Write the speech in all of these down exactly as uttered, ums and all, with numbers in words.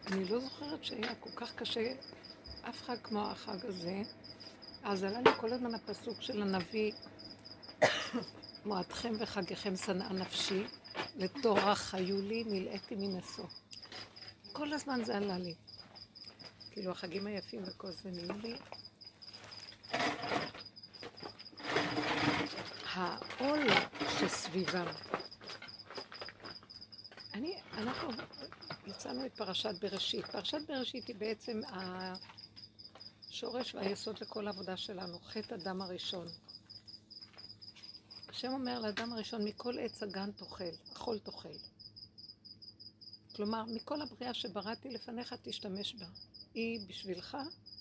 אני לא זוכרת שהיה כל כך קשה אף חג כמו החג הזה. אז עלה לי כל הזמן הפסוק של הנביא, מועדכם וחגיכם שנאה נפשי, לטורח היו לי, נלאיתי מנשוא. כל הזמן זה עלה לי. כאילו החגים היפים וכל זה נהיו לי. העול שסביבם. אני, אנחנו יצאנו את פרשת בראשית. פרשת בראשית היא בעצם השורש והיסוד לכל העבודה שלנו, חטא אדם הראשון. השם אומר לאדם הראשון, מכל עץ הגן תאכל, אכול תאכל. כלומר, מכל הבריאה שבראתי לפניך תשתמש בה. היא בשבילך,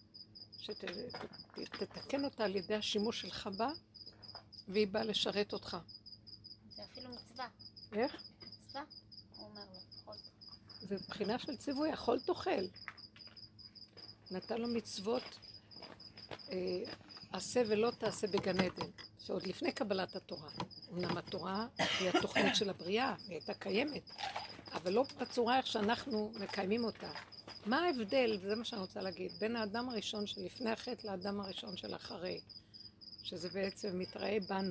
שתתקן אותה על ידי השימוש שלך בה, והיא באה לשרת אותך. זה אפילו מצווה. איך? מצווה? הוא אומר לו, אכול. זה בחינה של ציווי, אכול תאכל. נתן לו מצוות, אה, עשה ולא תעשה בגן עדן, שעוד לפני קבלת התורה. אמנם התורה היא התוכנית של הבריאה, היא הייתה קיימת, אבל לא בצורה איך שאנחנו מקיימים אותה. מה ההבדל, וזה מה שאני רוצה להגיד, בין האדם הראשון של לפני החטא לאדם הראשון של אחרי, שזה בעצם מתראה בנו.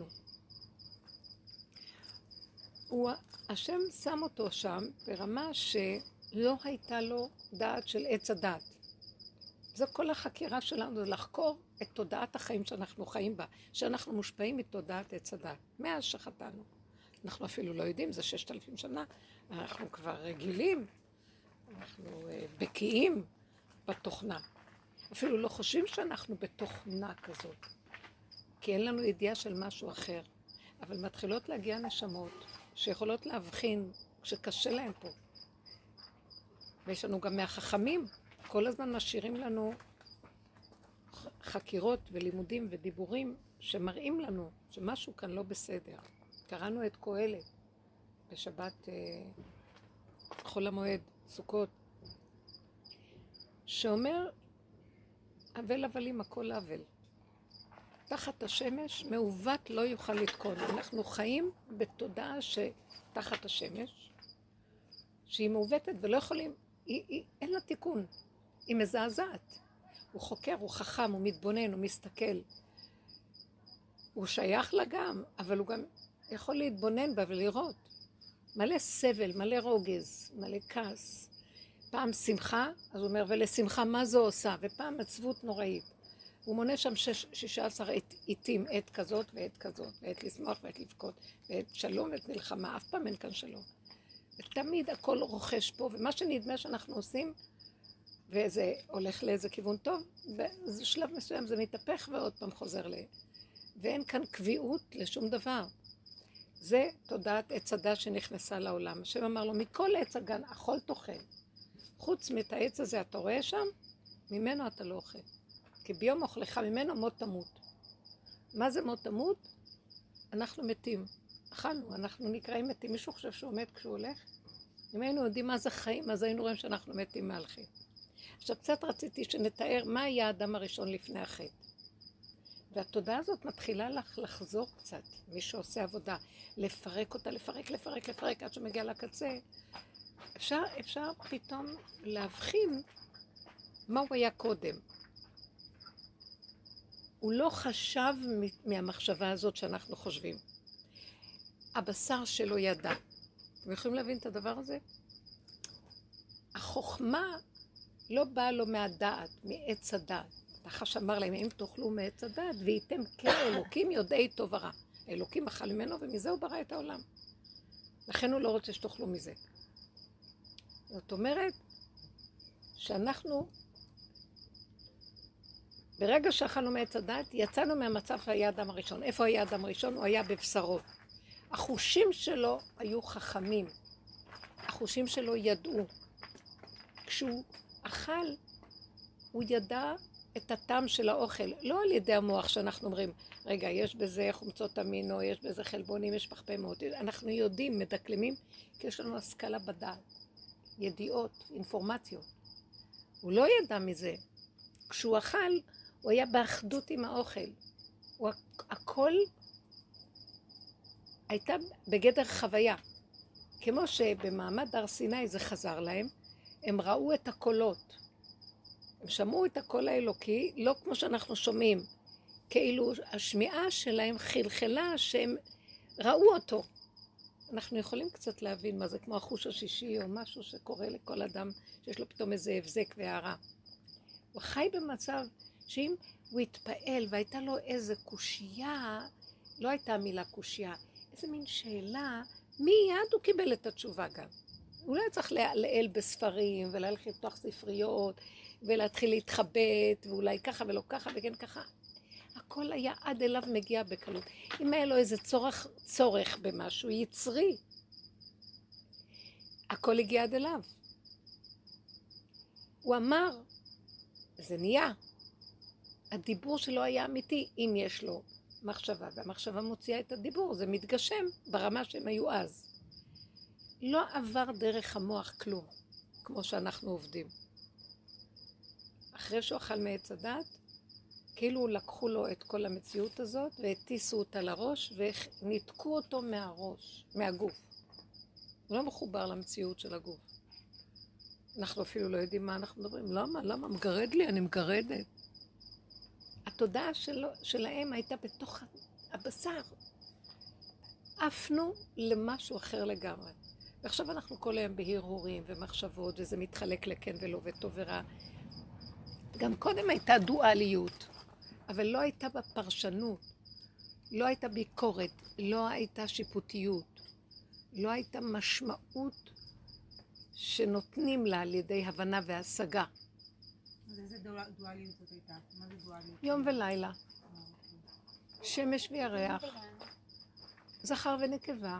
הוא, השם שם אותו שם ברמה שלא הייתה לו דעת של עץ הדעת. זו כל החקירה שלנו, זה לחקור את תודעת החיים שאנחנו חיים בה, שאנחנו מושפעים מתודעת עץ הדעת. מאז שחטאנו. אנחנו אפילו לא יודעים, זה ששת אלפים שנה, אנחנו כבר רגילים, אנחנו uh, בקיאים בתוכנה. אפילו לא חושבים שאנחנו בתוכנה כזאת, כי אין לנו ידיעה של משהו אחר. אבל מתחילות להגיע נשמות שיכולות להבחין שקשה להם פה. ויש לנו גם מהחכמים, כל הזמן משאירים לנו חקירות ולימודים ודיבורים שמראים לנו שמשהו כאן לא בסדר. קראנו את קהלת בשבת אה, חול המועד, סוכות, שאומר, אבל הבלים הכל אבל. תחת השמש מעוות לא יוכל לתקון. אנחנו חיים בתודעה שתחת השמש, שהיא מעוותת ולא יכולים, היא, היא, אין לה תיקון, היא מזעזעת. הוא חוקר, הוא חכם, הוא מתבונן, הוא מסתכל. הוא שייך לה גם, אבל הוא גם יכול להתבונן בה ולראות. מלא סבל, מלא רוגז, מלא כעס. פעם שמחה, אז הוא אומר, ולשמחה מה זו עושה? ופעם עצבות נוראית. הוא מונה שם שש, שישה עשר עיתים, עת כזאת ועת כזאת, ועת לשמוח ועת לבכות, ועת שלום ועת מלחמה, אף פעם אין כאן שלום. ותמיד הכל רוכש פה, ומה שנדמה שאנחנו עושים, וזה הולך לאיזה כיוון טוב, וזה שלב מסוים זה מתהפך ועוד פעם חוזר ל... ואין כאן קביעות לשום דבר. זה תודעת עץ הדת שנכנסה לעולם. השם אמר לו, מכל עץ הגן אכול תאכל. חוץ מאת העץ הזה אתה רואה שם, ממנו אתה לא אוכל. כי ביום אוכלך ממנו מות תמות. מה זה מות תמות? אנחנו מתים. אכלנו, אנחנו נקראים מתים. מישהו חושב שהוא מת כשהוא הולך? אם היינו יודעים מה זה חיים, אז היינו רואים שאנחנו מתים מהלכים. עכשיו קצת רציתי שנתאר מה היה האדם הראשון לפני החטא. והתודעה הזאת מתחילה לך לחזור קצת, מי שעושה עבודה, לפרק אותה, לפרק, לפרק, לפרק, עד שמגיע לקצה. אפשר, אפשר פתאום להבחין מה הוא היה קודם. הוא לא חשב מהמחשבה הזאת שאנחנו חושבים. הבשר שלו ידע. אתם יכולים להבין את הדבר הזה? החוכמה לא באה לו מהדעת, מעץ הדעת. נחש אמר להם, אם תאכלו מעץ הדעת, וייתם כאלוקים יודעי טוב ורע. האלוקים אכל ממנו, ומזה הוא ברא את העולם. לכן הוא לא רוצה שתאכלו מזה. זאת אומרת, שאנחנו, ברגע שאכלנו מעץ הדעת, יצאנו מהמצב שהיה האדם הראשון. איפה היה האדם הראשון? הוא היה בבשרו. החושים שלו היו חכמים. החושים שלו ידעו. כשהוא אכל, הוא ידע את הטעם של האוכל, לא על ידי המוח שאנחנו אומרים, רגע, יש בזה חומצות אמינו, יש בזה חלבונים, יש פחמימות, אנחנו יודעים, מדקלמים, כי יש לנו השכלה בדעת, ידיעות, אינפורמציות. הוא לא ידע מזה. כשהוא אכל, הוא היה באחדות עם האוכל. הוא, הכל הייתה בגדר חוויה. כמו שבמעמד הר סיני זה חזר להם, הם ראו את הקולות. הם שמעו את הקול האלוקי, לא כמו שאנחנו שומעים. כאילו השמיעה שלהם חלחלה שהם ראו אותו. אנחנו יכולים קצת להבין מה זה, כמו החוש השישי או משהו שקורה לכל אדם שיש לו פתאום איזה הבזק והערה. הוא חי במצב שאם הוא התפעל והייתה לו איזה קושייה, לא הייתה מילה קושייה, איזה מין שאלה, מיד הוא קיבל את התשובה גם. הוא לא צריך לעל בספרים וללכת לפתוח ספריות ולהתחיל להתחבט ואולי ככה ולא ככה וכן ככה. הכל היה עד אליו מגיע בקלות. אם היה לו איזה צורך, צורך במשהו יצרי, הכל הגיע עד אליו. הוא אמר, זה נהיה. הדיבור שלו היה אמיתי, אם יש לו מחשבה, והמחשבה מוציאה את הדיבור, זה מתגשם ברמה שהם היו אז. לא עבר דרך המוח כלום, כמו שאנחנו עובדים. אחרי שהוא אכל מעץ הדת, כאילו לקחו לו את כל המציאות הזאת, והטיסו אותה לראש, וניתקו אותו מהראש, מהגוף. הוא לא מחובר למציאות של הגוף. אנחנו אפילו לא יודעים מה אנחנו מדברים. למה? למה? מגרד לי, אני מגרדת. התודעה שלו, שלהם הייתה בתוך הבשר. עפנו למשהו אחר לגמרי. ועכשיו אנחנו כל היום בהרהורים ומחשבות, וזה מתחלק לכן ולא וטוב ורע. גם קודם הייתה דואליות, אבל לא הייתה בה פרשנות, לא הייתה ביקורת, לא הייתה שיפוטיות, לא הייתה משמעות שנותנים לה על ידי הבנה והשגה. אז איזה דואליות זאת הייתה? מה זה דואליות? יום ולילה, שמש וירח, זכר ונקבה.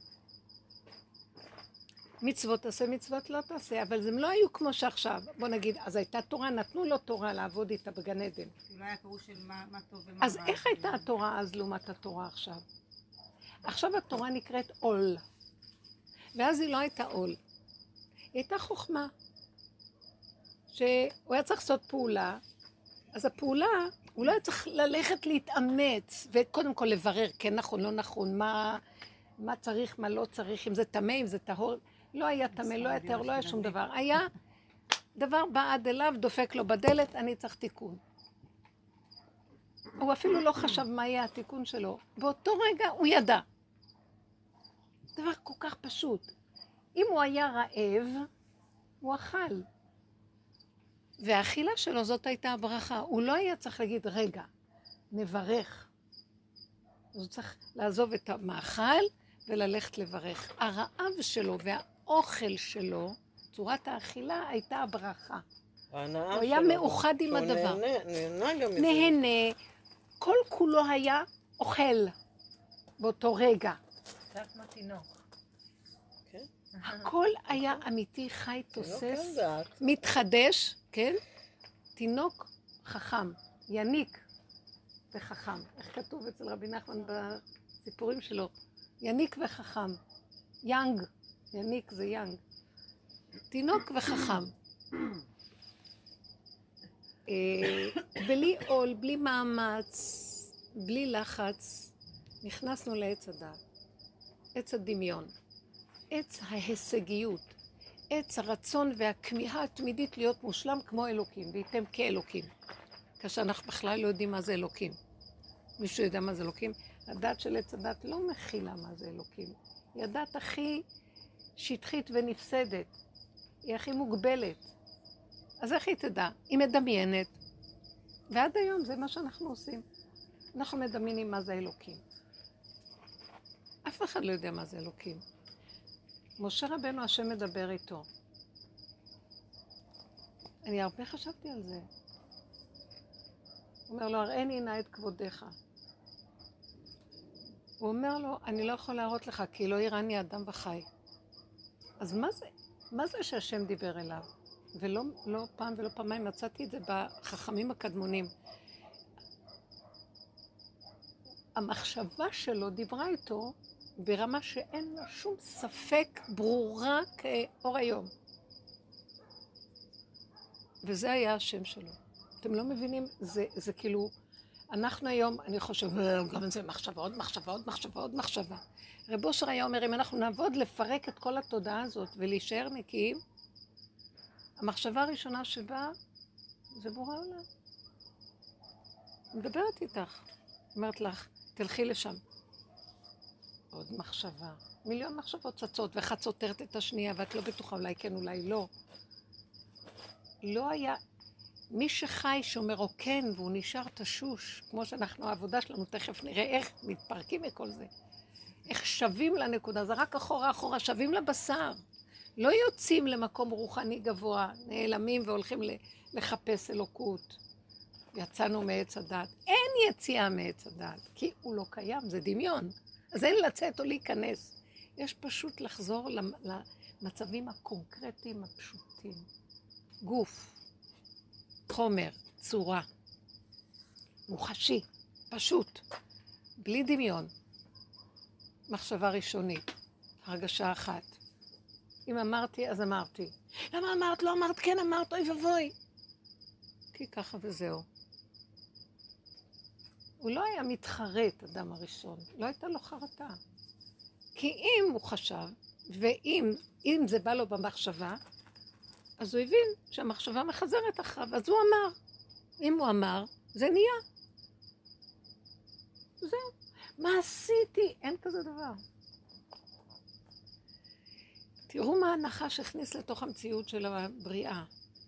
מצוות תעשה, מצוות לא תעשה, אבל הם לא היו כמו שעכשיו. בוא נגיד, אז הייתה תורה, נתנו לו תורה לעבוד איתה בגן עדן. לא היה פירוש של מה, מה טוב ומה רע. אז איך הייתה התורה אז לעומת התורה עכשיו? עכשיו התורה נקראת עול, ואז היא לא הייתה עול. היא הייתה חוכמה, שהוא היה צריך לעשות פעולה, אז הפעולה, הוא לא היה צריך ללכת להתאמץ, וקודם כל לברר, כן נכון, לא נכון, מה, מה צריך, מה לא צריך, אם זה טמא, אם זה טהור. לא היה טמא, לא היה טהור, לא היה שום דבר. היה דבר בא עד אליו, דופק לו בדלת, אני צריך תיקון. הוא אפילו לא חשב מה יהיה התיקון שלו. באותו רגע הוא ידע. דבר כל כך פשוט. אם הוא היה רעב, הוא אכל. והאכילה שלו זאת הייתה הברכה. הוא לא היה צריך להגיד, רגע, נברך. הוא צריך לעזוב את המאכל וללכת לברך. הרעב שלו והאוכל שלו, צורת האכילה, הייתה הברכה. הוא היה מאוחד עם הדבר. נהנה גם מזה. נהנה. כל כולו היה אוכל באותו רגע. זה כמו תינוק. הכל היה אמיתי, חי, תוסס, תינוק מתחדש, כן? תינוק חכם, יניק וחכם. איך כתוב אצל רבי נחמן בסיפורים שלו? יניק וחכם. יאנג, יניק זה יאנג. תינוק וחכם. בלי עול, בלי מאמץ, בלי לחץ, נכנסנו לעץ הדת. עץ הדמיון. עץ ההישגיות, עץ הרצון והכמיהה התמידית להיות מושלם כמו אלוקים, וייתם כאלוקים. כאשר אנחנו בכלל לא יודעים מה זה אלוקים. מישהו יודע מה זה אלוקים? הדת של עץ הדת לא מכילה מה זה אלוקים. היא הדת הכי שטחית ונפסדת. היא הכי מוגבלת. אז איך היא תדע? היא מדמיינת. ועד היום זה מה שאנחנו עושים. אנחנו מדמיינים מה זה אלוקים. אף אחד לא יודע מה זה אלוקים. משה רבנו השם מדבר איתו. אני הרבה חשבתי על זה. הוא אומר לו, הראיני נא את כבודך. הוא אומר לו, אני לא יכול להראות לך, כי לא יראני אדם וחי. אז מה זה, מה זה שהשם דיבר אליו? ולא לא פעם ולא פעמיים מצאתי את זה בחכמים הקדמונים. המחשבה שלו דיברה איתו, ברמה שאין לה שום ספק ברורה כאור היום. וזה היה השם שלו. אתם לא מבינים? זה, זה כאילו, אנחנו היום, אני חושב, גם זה מחשבה, עוד מחשבה, עוד מחשבה, עוד מחשבה. רב אושר היה אומר, אם אנחנו נעבוד לפרק את כל התודעה הזאת ולהישאר נקיים, המחשבה הראשונה שבאה, זה בורא עולם. מדברת איתך, אומרת לך, תלכי לשם. עוד מחשבה, מיליון מחשבות צצות, ואחת סותרת את השנייה, ואת לא בטוחה, אולי כן, אולי לא. לא היה, מי שחי שאומר או כן, והוא נשאר תשוש, כמו שאנחנו, העבודה שלנו, תכף נראה איך מתפרקים מכל זה. איך שווים לנקודה, זה רק אחורה אחורה, שווים לבשר. לא יוצאים למקום רוחני גבוה, נעלמים והולכים לחפש אלוקות. יצאנו מעץ הדת. אין יציאה מעץ הדת, כי הוא לא קיים, זה דמיון. אז אין לצאת או להיכנס. יש פשוט לחזור למצבים הקונקרטיים הפשוטים. גוף, חומר, צורה, מוחשי, פשוט, בלי דמיון. מחשבה ראשונית, הרגשה אחת. אם אמרתי, אז אמרתי. למה אמרת? לא אמרת, כן אמרת, אוי ובוי. כי ככה וזהו. הוא לא היה מתחרט, אדם הראשון, לא הייתה לו חרטה. כי אם הוא חשב, ואם אם זה בא לו במחשבה, אז הוא הבין שהמחשבה מחזרת אחריו, אז הוא אמר. אם הוא אמר, זה נהיה. זהו. מה עשיתי? אין כזה דבר. תראו מה הנחש הכניס לתוך המציאות של הבריאה.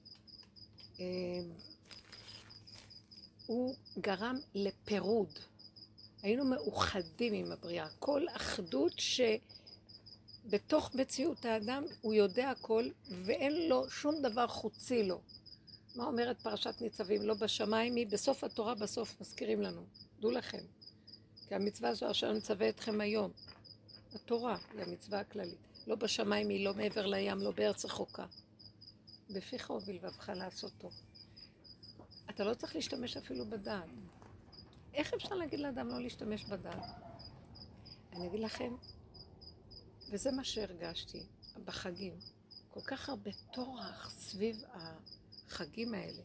הוא גרם לפירוד. היינו מאוחדים עם הבריאה. כל אחדות שבתוך מציאות האדם הוא יודע הכל ואין לו שום דבר חוצי לו. מה אומרת פרשת ניצבים? לא בשמיים היא, בסוף התורה בסוף מזכירים לנו. דעו לכם. כי המצווה זו אשר מצווה אתכם היום. התורה היא המצווה הכללית. לא בשמיים היא, לא מעבר לים, לא בארץ רחוקה. בפיך ובלבבך לעשותו. אתה לא צריך להשתמש אפילו בדעת. איך אפשר להגיד לאדם לא להשתמש בדעת? אני אגיד לכם, וזה מה שהרגשתי בחגים. כל כך הרבה תורח סביב החגים האלה.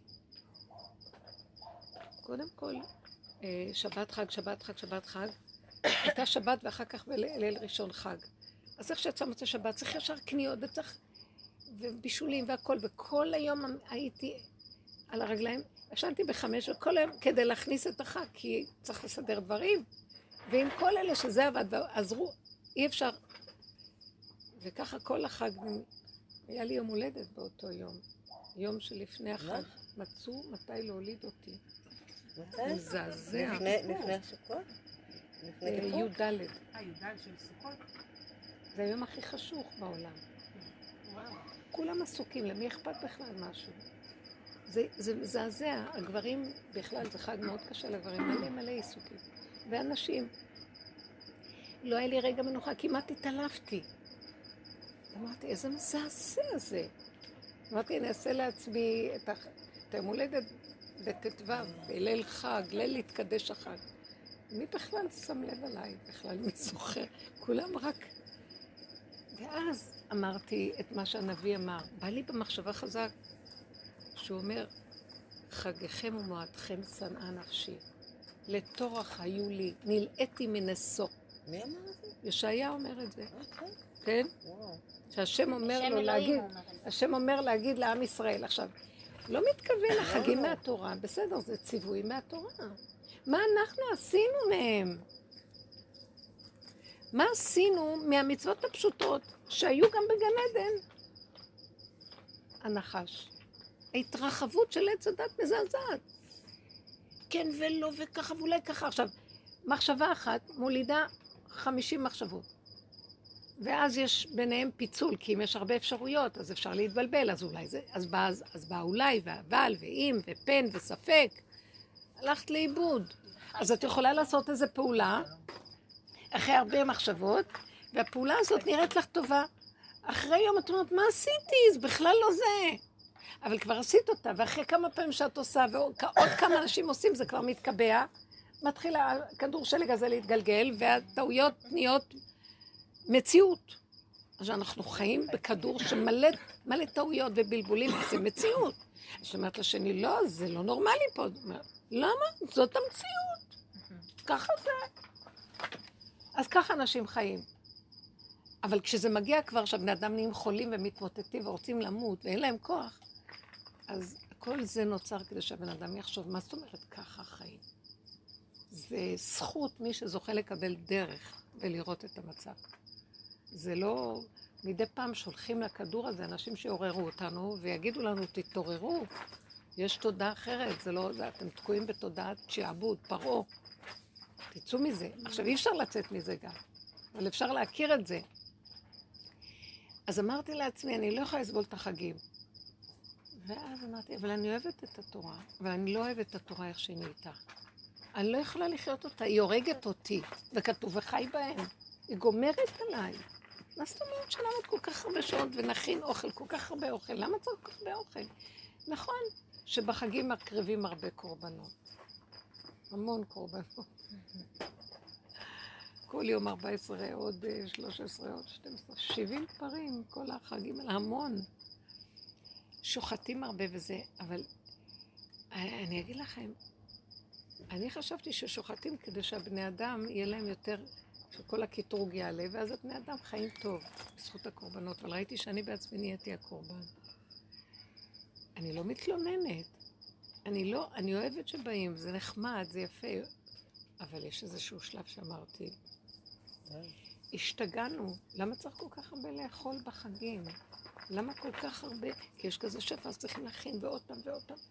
קודם כל, שבת חג, שבת חג, שבת חג. הייתה שבת ואחר כך בליל ראשון חג. אז איך שיצא מוצא שבת, צריך ישר קניות וצריך ובישולים והכל, וכל היום הייתי על הרגליים, ישנתי בחמש וכל היום כדי להכניס את החג, כי צריך לסדר דברים, ועם כל אלה שזה עבד ועזרו, אי אפשר. וככה כל החג, היה לי יום הולדת באותו יום, יום שלפני החג, מצאו מתי להוליד אותי. מזעזע. לפני הסוכות? י' ד'. אה, י' ד' של סוכות? זה היום הכי חשוך בעולם. כולם עסוקים, למי אכפת בכלל משהו? זה, זה מזעזע, הגברים בכלל, זה חג מאוד קשה לגברים, מלא מלא עיסוקים. ואנשים, לא היה לי רגע מנוחה, כמעט התעלפתי. אמרתי, איזה מזעזע זה. אמרתי, אני אעשה לעצמי את היום הולדת בט"ו, בליל חג, ליל להתקדש החג. מי בכלל שם לב עליי? בכלל מי זוכר? כולם רק... ואז אמרתי את מה שהנביא אמר. בא לי במחשבה חזק, שהוא אומר, חגיכם ומועדכם שנאה נפשי. לתורח היו לי, נלאיתי מנסו. מי אמר את זה? ישעיה אומר את זה. אוקיי. כן? וואו. שהשם אומר השם לו אלוהים להגיד, אומר את זה. השם אומר להגיד לעם ישראל. עכשיו, לא מתכוון לחגים מהתורה, בסדר, זה ציווי מהתורה. מה אנחנו עשינו מהם? מה עשינו מהמצוות הפשוטות שהיו גם בגן עדן? הנחש. ההתרחבות של עץ הדת מזעזעת. כן ולא וככה ואולי ככה. עכשיו, מחשבה אחת מולידה חמישים מחשבות. ואז יש ביניהם פיצול, כי אם יש הרבה אפשרויות, אז אפשר להתבלבל, אז אולי זה, אז בא, אז בא אולי, ואבל, ואם, ופן, וספק. הלכת לאיבוד. אז את יכולה לעשות איזו פעולה, אחרי הרבה מחשבות, והפעולה הזאת נראית לך טובה. אחרי יום את אומרת, מה עשיתי? זה בכלל לא זה. אבל כבר עשית אותה, ואחרי כמה פעמים שאת עושה, ועוד כמה אנשים עושים, זה כבר מתקבע, מתחיל הכדור שלג הזה להתגלגל, והטעויות נהיות מציאות. אז אנחנו חיים בכדור שמלא מלא טעויות ובלבולים, זה מציאות. זאת אומרת לשני, לא, זה לא נורמלי פה. למה? זאת המציאות. ככה זה. אז ככה אנשים חיים. אבל כשזה מגיע כבר שהבני אדם נהיים חולים ומתמוטטים ורוצים למות ואין להם כוח, אז כל זה נוצר כדי שהבן אדם יחשוב, מה זאת אומרת ככה חיים? זה זכות מי שזוכה לקבל דרך ולראות את המצב. זה לא... מדי פעם שולחים לכדור הזה אנשים שיעוררו אותנו ויגידו לנו, תתעוררו. יש תודעה אחרת, זה לא... זה, אתם תקועים בתודעת שעבוד, פרעה. תצאו מזה. עכשיו אי אפשר לצאת מזה גם, אבל אפשר להכיר את זה. אז אמרתי לעצמי, אני לא יכולה לסבול את החגים. ואז אמרתי, אבל אני אוהבת את התורה, אבל אני לא אוהבת את התורה איך שהיא נהייתה. אני לא יכולה לחיות אותה, היא הורגת אותי, וכתוב וחי בהם. היא גומרת עליי. מה זאת אומרת שנעמוד כל כך הרבה שעות ונכין אוכל, כל כך הרבה אוכל? למה צריך כל כך הרבה אוכל? נכון שבחגים מקריבים הרבה קורבנות. המון קורבנות. כל יום ארבע עשרה, עוד שלוש עשרה, עוד שתים עשרה, שבעים פרים, כל החגים האלה, המון. שוחטים הרבה וזה, אבל אני אגיד לכם, אני חשבתי ששוחטים כדי שהבני אדם יהיה להם יותר, שכל הקטרוג יעלה, ואז הבני אדם חיים טוב בזכות הקורבנות, אבל ראיתי שאני בעצמי נהייתי הקורבן. אני לא מתלוננת, אני לא, אני אוהבת שבאים, זה נחמד, זה יפה, אבל יש איזשהו שלב שאמרתי, השתגענו, למה צריך כל כך הרבה לאכול בחגים? למה כל כך הרבה? כי יש כזה שפע, אז צריכים להכין ועוד פעם ועוד פעם.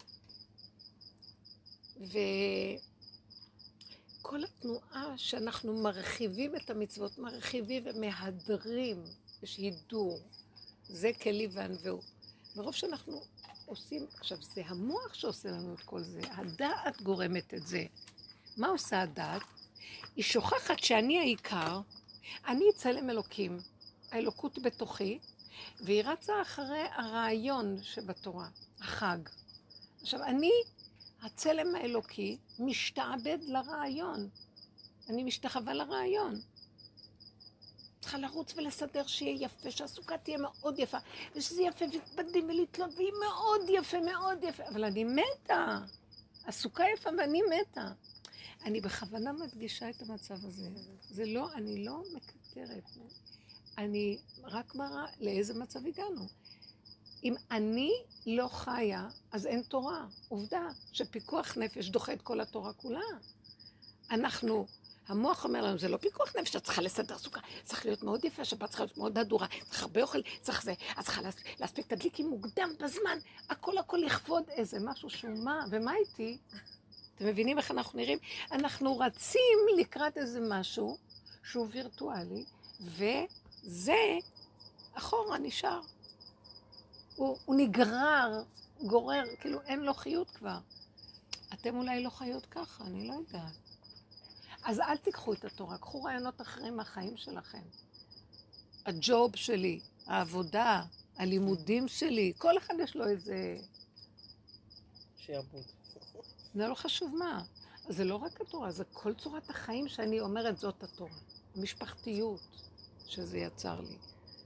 וכל התנועה שאנחנו מרחיבים את המצוות, מרחיבים ומהדרים, יש הידור, זה כלי וענווהו. מרוב שאנחנו עושים, עכשיו זה המוח שעושה לנו את כל זה, הדעת גורמת את זה. מה עושה הדעת? היא שוכחת שאני העיקר, אני צלם אלוקים, האלוקות בתוכי, והיא רצה אחרי הרעיון שבתורה, החג. עכשיו, אני, הצלם האלוקי, משתעבד לרעיון. אני משתחווה לרעיון. צריכה לרוץ ולסדר שיהיה יפה, שהסוכה תהיה מאוד יפה, ושזה יפה ותבדים ולתלות, והיא מאוד יפה, מאוד יפה. אבל אני מתה. הסוכה יפה ואני מתה. אני בכוונה מדגישה את המצב הזה. זה לא, אני לא מקטרת. אני רק מראה לאיזה מצב הגענו. אם אני לא חיה, אז אין תורה. עובדה שפיקוח נפש דוחה את כל התורה כולה. אנחנו, המוח אומר לנו, זה לא פיקוח נפש, את צריכה לסדר סוכה, צריך להיות מאוד יפה, שבת צריכה להיות מאוד הדורה, צריך הרבה אוכל, צריך זה, את צריכה להספיק תדליקים מוקדם בזמן, הכל הכל לכבוד איזה משהו שהוא מה, ומה איתי? אתם מבינים איך אנחנו נראים? אנחנו רצים לקראת איזה משהו שהוא וירטואלי, וזה אחורה נשאר. הוא, הוא נגרר, גורר, כאילו אין לו חיות כבר. אתם אולי לא חיות ככה, אני לא יודעת. אז אל תיקחו את התורה, קחו רעיונות אחרים מהחיים שלכם. הג'וב שלי, העבודה, הלימודים שלי, כל אחד יש לו איזה... שיעבוד. זה לא חשוב מה. זה לא רק התורה, זה כל צורת החיים שאני אומרת זאת התורה. המשפחתיות שזה יצר לי.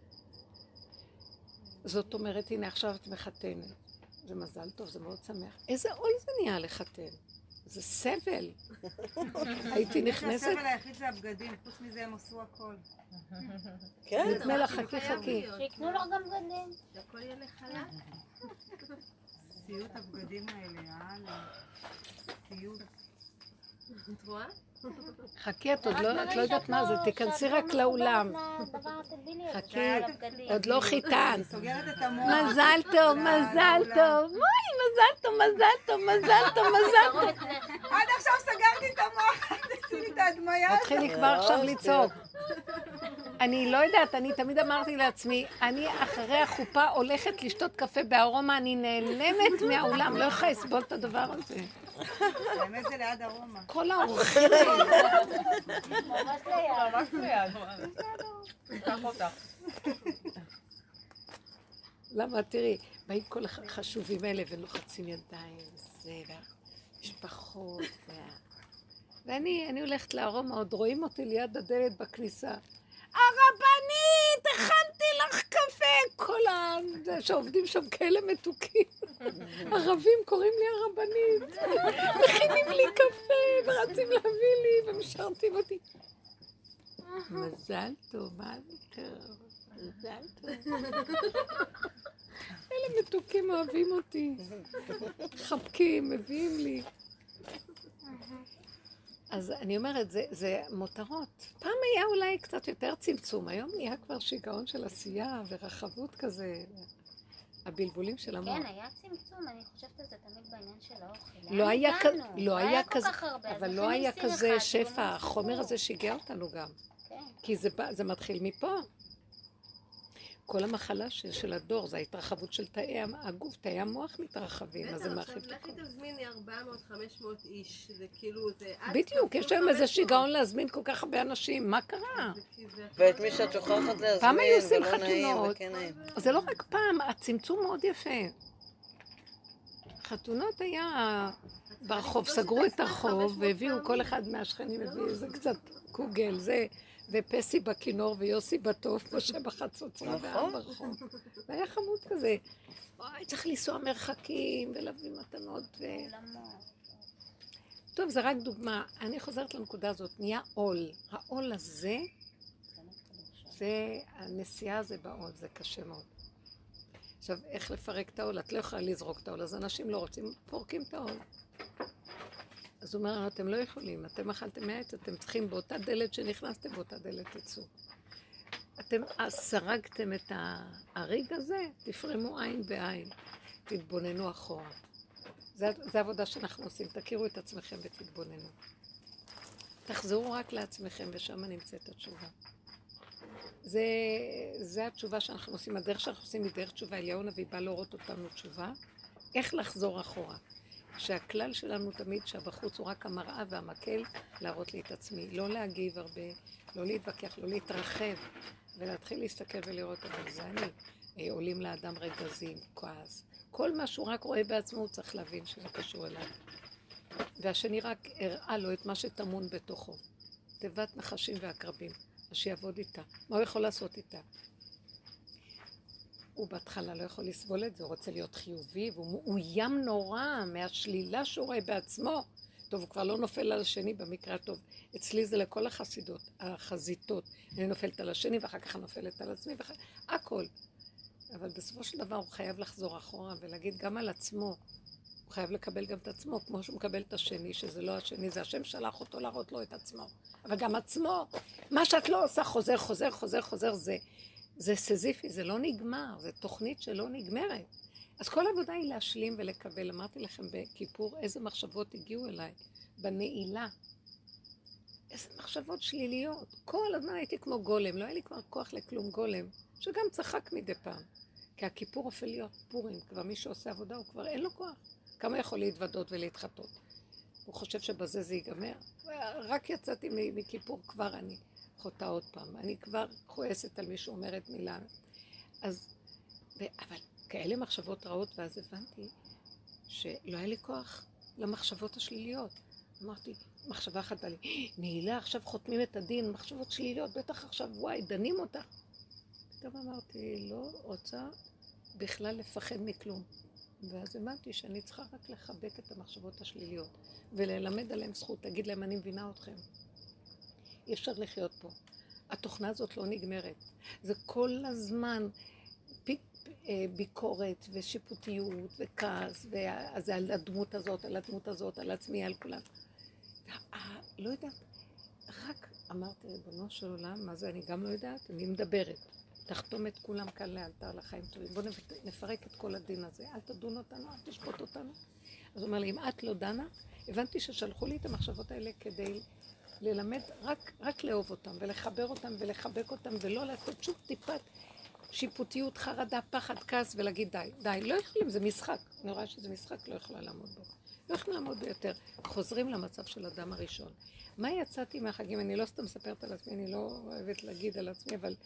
זאת אומרת, הנה עכשיו את מחתנת. זה מזל טוב, זה מאוד שמח. איזה עול זה נהיה לחתן. זה סבל. הייתי נכנסת... הסבל היחיד זה הבגדים, חוץ מזה הם עשו הכל. כן. נתנה לך, חכי חכי. שיקנו לו גם בגדים. שהכל יהיה לחלק. סיוט הבגדים האלה, יאללה. סיוט. את רואה? חכי, את עוד לא, את לא יודעת מה זה, תיכנסי רק לאולם. חכי, עוד לא חיתן. סוגרת את המוח. מזל טוב, מזל טוב. וואי, מזל טוב, מזל טוב, מזל טוב, מזל טוב. עד עכשיו סגרתי את המוח, תעשי לי את ההדמיה. מתחילי כבר עכשיו לצעוק. אני לא יודעת, אני תמיד אמרתי לעצמי, אני אחרי החופה הולכת לשתות קפה בארומה, אני נעלמת מהאולם, לא יכולה לסבול את הדבר הזה. באמת זה ליד ארומה. כל האורחים. ממש ליד. ממש ליד. ניקח אותך. למה, תראי, באים כל החשובים האלה ולוחצים ידיים, וזה, והמשפחות, ואני, אני הולכת לארומה, עוד רואים אותי ליד הדלת בכניסה. הרבנית, הכנתי לך קפה! כל ה... שעובדים שם כאלה מתוקים. ערבים קוראים לי הרבנית. מכינים לי קפה, ורצים להביא לי, ומשרתים אותי. מזל טוב, מזל טוב, מזל טוב. אלה מתוקים אוהבים אותי. חבקים, מביאים לי. אז אני אומרת, זה, זה מותרות. פעם היה אולי קצת יותר צמצום, היום נהיה כבר שיגעון של עשייה ורחבות כזה. הבלבולים של המוח. כן, היה צמצום, אני חושבת על זה תמיד בעניין של האוכל. לא היה כזה, לא היה כל כזה, כך הרבה, אז אבל לכן לא היה ניסים כזה אחד, שפע, גומרים החומר סיפור. הזה שיגע אותנו גם. כן. כי זה, בא- זה מתחיל מפה. כל המחלה של, של הדור, זה ההתרחבות של תאי הגוף, תאי המוח מתרחבים, אז זה מרחיב את עכשיו הכל. לכי תזמיני ארבע מאות חמש מאות איש, זה כאילו, זה... עד בדיוק, כפול יש היום איזה חמש מאות. שיגעון להזמין כל כך הרבה אנשים, מה קרה? זה כי זה- ואת מי שאת שוכחת פעם היו להזמין, עושים ולא נעים חתונות. וכן נעים. זה לא רק פעם, הצמצום מאוד יפה. חתונות היה ברחוב, סגרו את הרחוב והביאו, כל אחד מהשכנים הביא איזה קצת קוגל, זה, ופסי בכינור ויוסי בטוף, משה בחצוצרה והעם ברחוב. והיה חמוד כזה. אוי, צריך לנסוע מרחקים ולהביא מתנות ו... למות. טוב, זה רק דוגמה. אני חוזרת לנקודה הזאת, נהיה עול. העול הזה, זה, הנסיעה הזה בעול, זה קשה מאוד. עכשיו, איך לפרק את העול? את לא יכולה לזרוק את העול, אז אנשים לא רוצים, פורקים את העול. אז הוא אומר, אתם לא יכולים, אתם אכלתם מעט, אתם צריכים באותה דלת שנכנסתם, באותה דלת תצאו. אתם סרגתם את ההריג הזה, תפרמו עין בעין, תתבוננו אחורה. זה, זה העבודה שאנחנו עושים, תכירו את עצמכם ותתבוננו. תחזרו רק לעצמכם ושם נמצאת התשובה. זה, זה התשובה שאנחנו עושים, הדרך שאנחנו עושים היא דרך תשובה. אליהו הנביא בא להורות אותנו תשובה, איך לחזור אחורה. שהכלל שלנו תמיד שהבחוץ הוא רק המראה והמקל להראות לי את עצמי, לא להגיב הרבה, לא להתווכח, לא להתרחב, ולהתחיל להסתכל ולראות, אבל זה אני. עולים לאדם רגזים, כועס. כל מה שהוא רק רואה בעצמו הוא צריך להבין שזה קשור אליו. והשני רק הראה לו את מה שטמון בתוכו. תיבת נחשים ועקרבים. אז שיעבוד איתה. מה הוא יכול לעשות איתה? הוא בהתחלה לא יכול לסבול את זה, הוא רוצה להיות חיובי, והוא מאוים נורא מהשלילה שהוא רואה בעצמו. טוב, הוא כבר לא נופל על השני במקרה הטוב. אצלי זה לכל החסידות, החזיתות. אני נופלת על השני ואחר כך אני נופלת על עצמי, ואחר... הכל. אבל בסופו של דבר הוא חייב לחזור אחורה ולהגיד גם על עצמו. הוא חייב לקבל גם את עצמו, כמו שהוא מקבל את השני, שזה לא השני, זה השם שלח אותו להראות לו את עצמו. אבל גם עצמו, מה שאת לא עושה חוזר, חוזר, חוזר, חוזר, זה, זה סזיפי, זה לא נגמר, זה תוכנית שלא נגמרת. אז כל העבודה היא להשלים ולקבל. אמרתי לכם בכיפור, איזה מחשבות הגיעו אליי, בנעילה. איזה מחשבות שליליות. כל הזמן הייתי כמו גולם, לא היה לי כבר כוח לכלום גולם, שגם צחק מדי פעם. כי הכיפור הופך להיות פורים, כבר מי שעושה עבודה הוא כבר אין לו כוח. כמה יכול להתוודות ולהתחתות? הוא חושב שבזה זה ייגמר. רק יצאתי מכיפור, כבר אני חוטא עוד פעם. אני כבר כועסת על מי שאומרת מילה. אז, ו, אבל כאלה מחשבות רעות, ואז הבנתי שלא היה לי כוח למחשבות השליליות. אמרתי, מחשבה אחת בא לי, נעילה, עכשיו חותמים את הדין, מחשבות שליליות, בטח עכשיו, וואי, דנים אותך. פתאום אמרתי, לא רוצה בכלל לפחד מכלום. ואז הבנתי שאני צריכה רק לחבק את המחשבות השליליות, וללמד עליהם זכות, תגיד להם, אני מבינה אתכם. אי אפשר לחיות פה. התוכנה הזאת לא נגמרת. זה כל הזמן ביקורת ושיפוטיות וכעס, ואז על הדמות הזאת, על הדמות הזאת, על עצמי, על כולם. לא יודעת, רק אמרתי, ריבונו של עולם, מה זה אני גם לא יודעת, אני מדברת. תחתום את כולם כאן לאלתר לחיים טובים. בואו נפרק את כל הדין הזה. אל תדון אותנו, אל תשפוט אותנו. אז הוא אומר לי, אם את לא דנה, הבנתי ששלחו לי את המחשבות האלה כדי ללמד, רק, רק לאהוב אותם, ולחבר אותם, ולחבק אותם, ולא לתת שוב טיפת שיפוטיות, חרדה, פחד, כעס, ולהגיד די, די, לא יכולים, זה משחק. אני רואה שזה משחק, לא יכולה לעמוד בו. לא יכולים לעמוד ביותר. חוזרים למצב של אדם הראשון. מה יצאתי מהחגים? אני לא סתם מספרת על עצמי, אני לא אוהבת להגיד על עצמי, אבל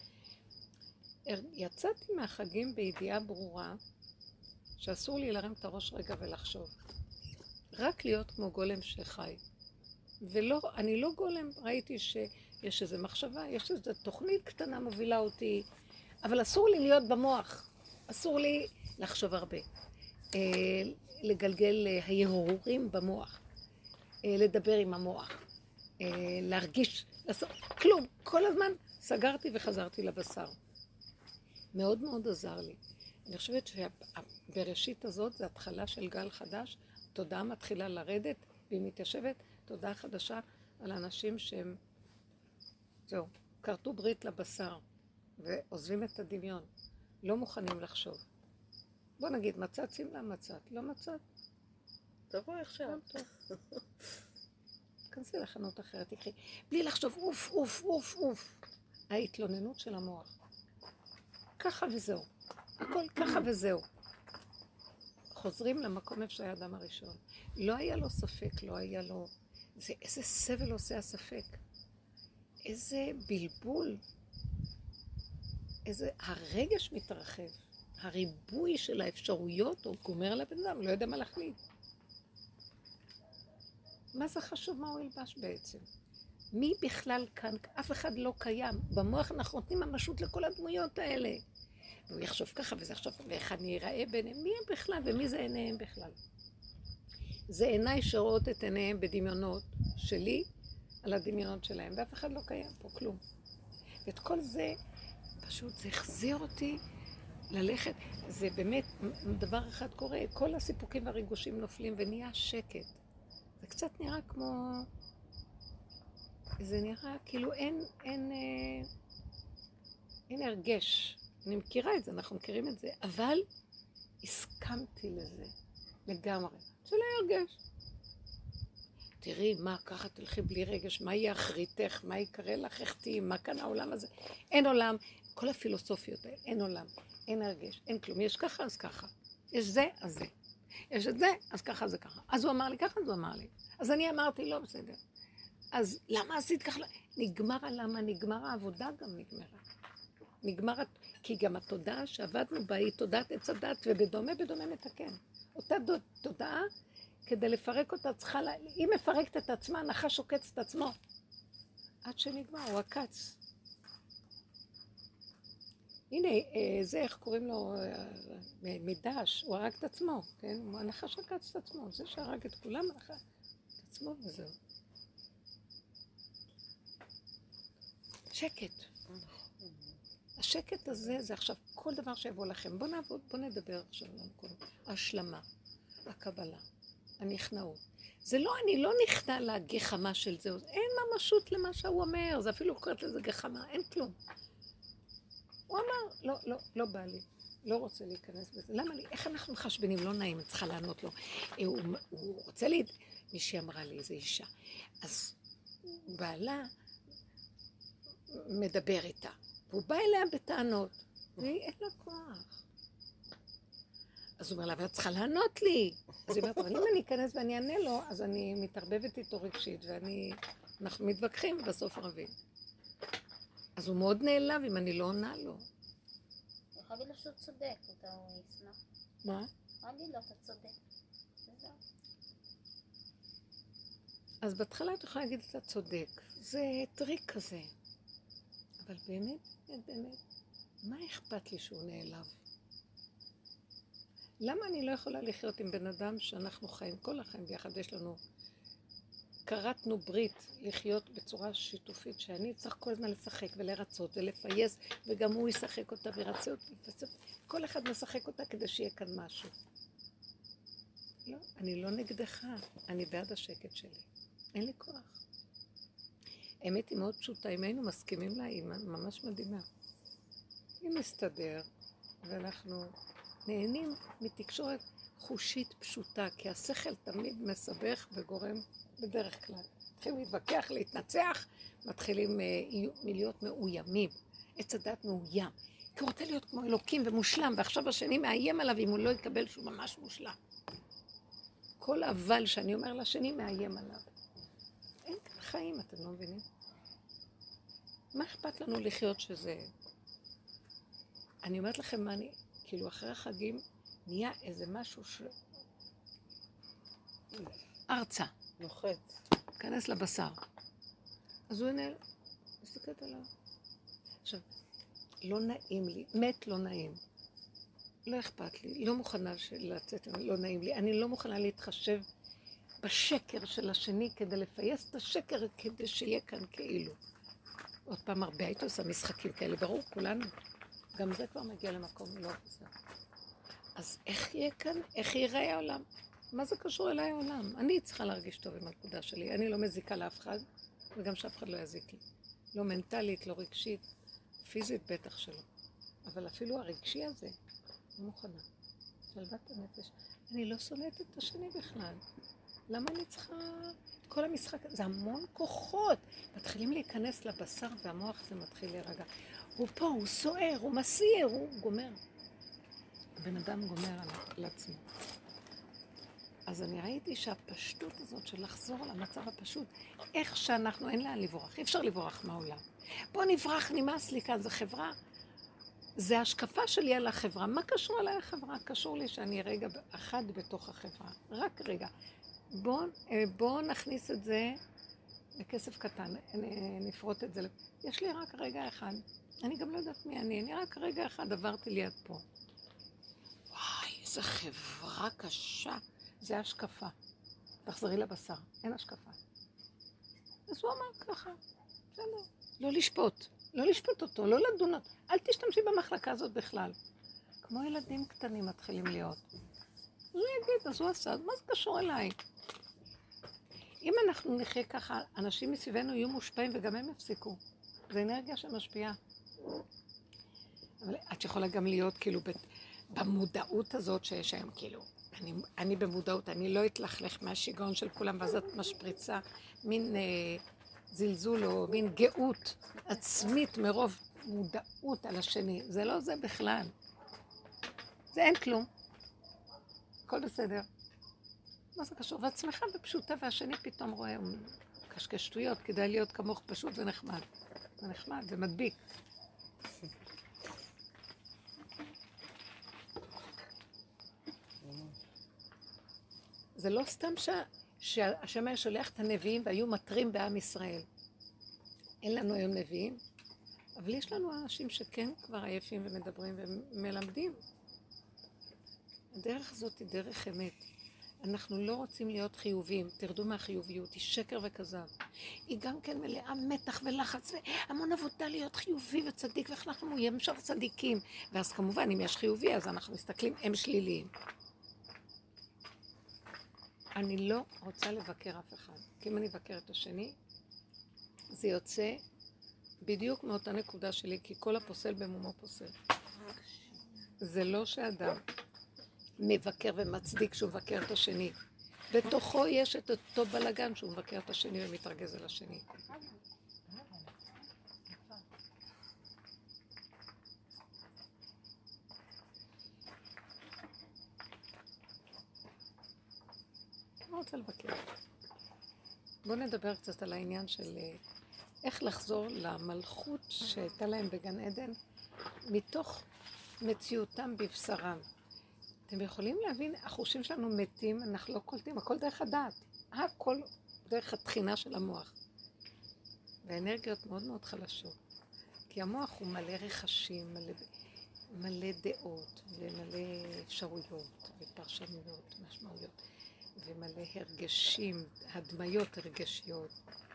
יצאתי מהחגים בידיעה ברורה שאסור לי להרים את הראש רגע ולחשוב. רק להיות כמו גולם שחי. ולא, אני לא גולם, ראיתי שיש איזו מחשבה, יש איזו תוכנית קטנה מובילה אותי, אבל אסור לי להיות במוח, אסור לי לחשוב הרבה. לגלגל ההרהורים במוח, לדבר עם המוח, להרגיש, לעשות, כלום. כל הזמן סגרתי וחזרתי לבשר. מאוד מאוד עזר לי. אני חושבת שהבראשית הזאת זה התחלה של גל חדש, תודעה מתחילה לרדת, והיא מתיישבת, תודעה חדשה על אנשים שהם, זהו, קרתו ברית לבשר, ועוזבים את הדמיון, לא מוכנים לחשוב. בוא נגיד, מצאת, שים לה מצאת, לא מצאת? תבואי עכשיו. כנסי לחנות אחרת, תקחי, בלי לחשוב, אוף, אוף, אוף, אוף. ההתלוננות של המוח. ככה וזהו. הכל ככה וזהו. חוזרים למקום איפה שהיה האדם הראשון. לא היה לו ספק, לא היה לו... זה, איזה סבל עושה הספק. איזה בלבול. איזה... הרגש מתרחב. הריבוי של האפשרויות, הוא גומר לבן אדם, לא יודע מה להחליט. מה זה חשוב מה הוא ילבש בעצם? מי בכלל כאן? אף אחד לא קיים. במוח אנחנו נותנים ממשות לכל הדמויות האלה. והוא יחשוב ככה וזה יחשוב, ואיך אני אראה ביניהם? מי הם בכלל ומי זה עיניהם בכלל? זה עיניי שרואות את עיניהם בדמיונות שלי על הדמיונות שלהם, ואף אחד לא קיים פה, כלום. ואת כל זה, פשוט זה החזיר אותי ללכת. זה באמת, דבר אחד קורה, כל הסיפוקים והריגושים נופלים ונהיה שקט. זה קצת נראה כמו... זה נראה כאילו אין, אין, אין, אין הרגש. אני מכירה את זה, אנחנו מכירים את זה, אבל הסכמתי לזה לגמרי. זה לא ירגש. תראי, מה, ככה תלכי בלי רגש, מה יהיה אחריתך, מה יקרה לך, איך תהי, מה כאן העולם הזה? אין עולם, כל הפילוסופיות האלה, אין עולם, אין הרגש, אין כלום. יש ככה, אז ככה. יש זה, אז זה. יש את זה, אז ככה, זה ככה. אז הוא אמר לי ככה, אז הוא אמר לי. אז אני אמרתי, לא בסדר. אז למה עשית ככה? נגמר הלמה, נגמר העבודה גם נגמרה. נגמר, כי גם התודעה שעבדנו בה היא תודעת עץ הדת, ובדומה בדומה מתקן. אותה תודעה, כדי לפרק אותה צריכה, היא מפרקת את עצמה, הנחש עוקץ את עצמו. עד שנגמר, הוא עקץ. הנה, זה איך קוראים לו, מדש, הוא הרג את עצמו, כן? הנחש עקץ את עצמו, זה שהרג את כולם, הנחש את עצמו וזהו. שקט. השקט הזה זה עכשיו כל דבר שיבוא לכם. בוא נעבוד, בוא נדבר עכשיו למקום. ההשלמה, הקבלה, הנכנעות. זה לא, אני לא נכנע לגחמה של זה. אין ממשות למה שהוא אומר. זה אפילו קוראת לזה גחמה, אין כלום. הוא אמר, לא, לא, לא בא לי. לא רוצה להיכנס בזה. למה לי? איך אנחנו מחשבנים? לא נעים, אני צריכה לענות לו. הוא, הוא רוצה לי... מישהי אמרה לי, איזו אישה. אז בעלה מדבר איתה. והוא בא אליה בטענות, והיא אין לה כוח. אז הוא אומר לה, אבל את צריכה לענות לי. אז היא אומרת, אבל אם אני אכנס ואני אענה לו, אז אני מתערבבת איתו רגשית, ואנחנו מתווכחים ובסוף רבים. אז הוא מאוד נעלב אם אני לא עונה לו. אני יכולה להגיד לו שהוא צודק, אתה הוא ישמח. מה? אני יכולה להגיד לו, אתה צודק. וזהו. אז בהתחלה את יכולה להגיד, אתה צודק. זה טריק כזה. אבל באמת, באמת, באמת, מה אכפת לי שהוא נעלב? למה אני לא יכולה לחיות עם בן אדם שאנחנו חיים כל החיים ביחד? יש לנו, קרתנו ברית לחיות בצורה שיתופית, שאני צריך כל הזמן לשחק ולרצות ולפייס, וגם הוא ישחק אותה ורצות, כל אחד משחק אותה כדי שיהיה כאן משהו. לא, אני לא נגדך, אני בעד השקט שלי. אין לי כוח. האמת היא מאוד פשוטה, אם היינו מסכימים לה, היא ממש מדהימה. היא מסתדר, ואנחנו נהנים מתקשורת חושית פשוטה, כי השכל תמיד מסבך וגורם בדרך כלל. מתחילים להתווכח, להתנצח, מתחילים להיות מאוימים. עץ הדת מאוים, כי הוא רוצה להיות כמו אלוקים ומושלם, ועכשיו השני מאיים עליו אם הוא לא יקבל שהוא ממש מושלם. כל אבל שאני אומר לשני מאיים עליו. אין כאן חיים, אתם לא מבינים? מה אכפת לנו לחיות שזה... אני אומרת לכם מה אני... כאילו אחרי החגים נהיה איזה משהו ש... ארצה. נוחת. כנס לבשר. אז הוא עונה, מסתכלת עליו. עכשיו, לא נעים לי, מת לא נעים. לא אכפת לי, לא מוכנה לצאת, לא נעים לי. אני לא מוכנה להתחשב בשקר של השני כדי לפייס את השקר כדי שיהיה כאן כאילו. עוד פעם הרבה הייתי עושה משחקים כאלה, ברור, כולנו. גם זה כבר מגיע למקום לא עושה. אז איך יהיה כאן, איך ייראה העולם? מה זה קשור אליי העולם? אני צריכה להרגיש טוב עם הנקודה שלי. אני לא מזיקה לאף אחד, וגם שאף אחד לא יזיק לי. לא מנטלית, לא רגשית, פיזית בטח שלא. אבל אפילו הרגשי הזה, לא מוכנה. שלוות הנפש. אני לא שונאת את השני בכלל. למה אני צריכה את כל המשחק? זה המון כוחות. מתחילים להיכנס לבשר והמוח זה מתחיל להירגע. הוא פה, הוא סוער, הוא מסיר, הוא גומר. הבן אדם גומר על, על עצמו. אז אני ראיתי שהפשטות הזאת של לחזור למצב הפשוט, איך שאנחנו, אין לאן לברוח, אי אפשר לברוח מהעולם. בוא נברח, נמאס לי כאן, זו חברה. זה השקפה שלי על החברה. מה קשור אליי החברה? קשור לי שאני רגע אחד בתוך החברה. רק רגע. בוא, בוא נכניס את זה לכסף קטן, נפרוט את זה. יש לי רק רגע אחד. אני גם לא יודעת מי אני. אני רק רגע אחד עברתי ליד פה. וואי, איזה חברה קשה. זה השקפה. תחזרי לבשר. אין השקפה. אז הוא אמר ככה. בסדר. לא לשפוט. לא לשפוט אותו, לא לדון אותו. אל תשתמשי במחלקה הזאת בכלל. כמו ילדים קטנים מתחילים להיות. אז הוא יגיד, אז הוא עשה, מה זה קשור אליי? אם אנחנו נחיה ככה, אנשים מסביבנו יהיו מושפעים וגם הם יפסיקו. זה אנרגיה שמשפיעה. אבל את יכולה גם להיות כאילו במודעות הזאת שיש היום, כאילו, אני, אני במודעות, אני לא אתלכלך מהשיגעון של כולם, ואז את משפריצה מין אה, זלזול או מין גאות עצמית מרוב מודעות על השני. זה לא זה בכלל. זה אין כלום. הכל בסדר. מה זה קשור? והצמחה בפשוטה, והשני פתאום רואה, הוא קשקש שטויות, כדאי להיות כמוך פשוט ונחמד. זה נחמד, זה מדביק. זה לא סתם ש... שהשם היה שולח את הנביאים והיו מטרים בעם ישראל. אין לנו היום נביאים, אבל יש לנו אנשים שכן כבר עייפים ומדברים ומלמדים. הדרך הזאת היא דרך אמת. אנחנו לא רוצים להיות חיוביים, תרדו מהחיוביות, היא שקר וכזב. היא גם כן מלאה מתח ולחץ והמון עבודה להיות חיובי וצדיק, ואיך אנחנו נהיה משל צדיקים. ואז כמובן, אם יש חיובי, אז אנחנו מסתכלים, הם שליליים. אני לא רוצה לבקר אף אחד, כי אם אני אבקר את השני, זה יוצא בדיוק מאותה נקודה שלי, כי כל הפוסל במומו פוסל. זה לא שאדם מבקר ומצדיק שהוא מבקר את השני. בתוכו יש את אותו בלגן שהוא מבקר את השני ומתרגז על השני. אני רוצה לבקר. בואו נדבר קצת על העניין של איך לחזור למלכות שהייתה להם בגן עדן מתוך מציאותם בבשרם. אתם יכולים להבין, החושים שלנו מתים, אנחנו לא קולטים, הכל דרך הדעת. הכל דרך התחינה של המוח. והאנרגיות מאוד מאוד חלשות. כי המוח הוא מלא רכשים, מלא, מלא דעות, ומלא אפשרויות, ופרשנויות, משמעויות, ומלא הרגשים, הדמיות הרגשיות,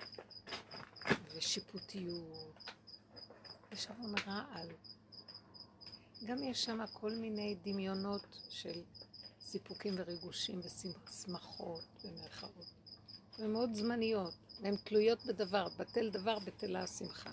ושיפוטיות. יש המון רעל. גם יש שם כל מיני דמיונות של סיפוקים וריגושים ושמחות ומאחרות. והן מאוד זמניות, והן תלויות בדבר, בטל דבר, בטלה השמחה.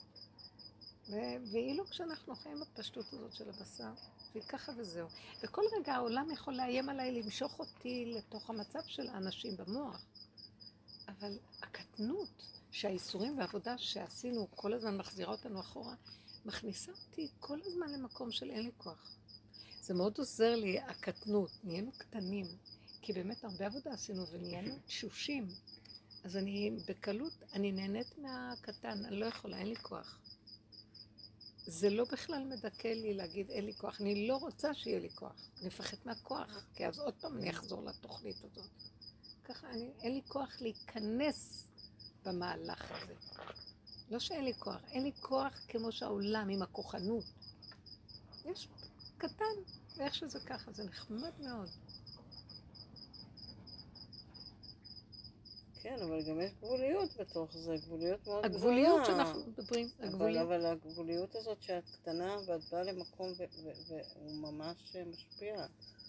ואילו כשאנחנו חיים בפשטות הזאת של הבשר, וככה וזהו. וכל רגע העולם יכול לאיים עליי למשוך אותי לתוך המצב של האנשים במוח. אבל הקטנות שהאיסורים והעבודה שעשינו כל הזמן מחזירה אותנו אחורה, מכניסה אותי כל הזמן למקום של אין לי כוח. זה מאוד עוזר לי, הקטנות, נהיינו קטנים, כי באמת הרבה עבודה עשינו ונהיינו תשושים. אז אני בקלות, אני נהנית מהקטן, אני לא יכולה, אין לי כוח. זה לא בכלל מדכא לי להגיד אין לי כוח, אני לא רוצה שיהיה לי כוח, אני מפחד מהכוח, כי אז עוד פעם אני אחזור לתוכנית הזאת. ככה אני, אין לי כוח להיכנס במהלך הזה. לא שאין לי כוח, אין לי כוח כמו שהעולם עם הכוחנות. יש קטן, ואיך שזה ככה, זה נחמד מאוד. כן, אבל גם יש גבוליות בתוך זה, גבוליות מאוד גדולה. הגבוליות שאנחנו מדברים, אבל, הגבוליות. אבל הגבוליות הזאת שאת קטנה ואת באה למקום והוא ממש משפיע.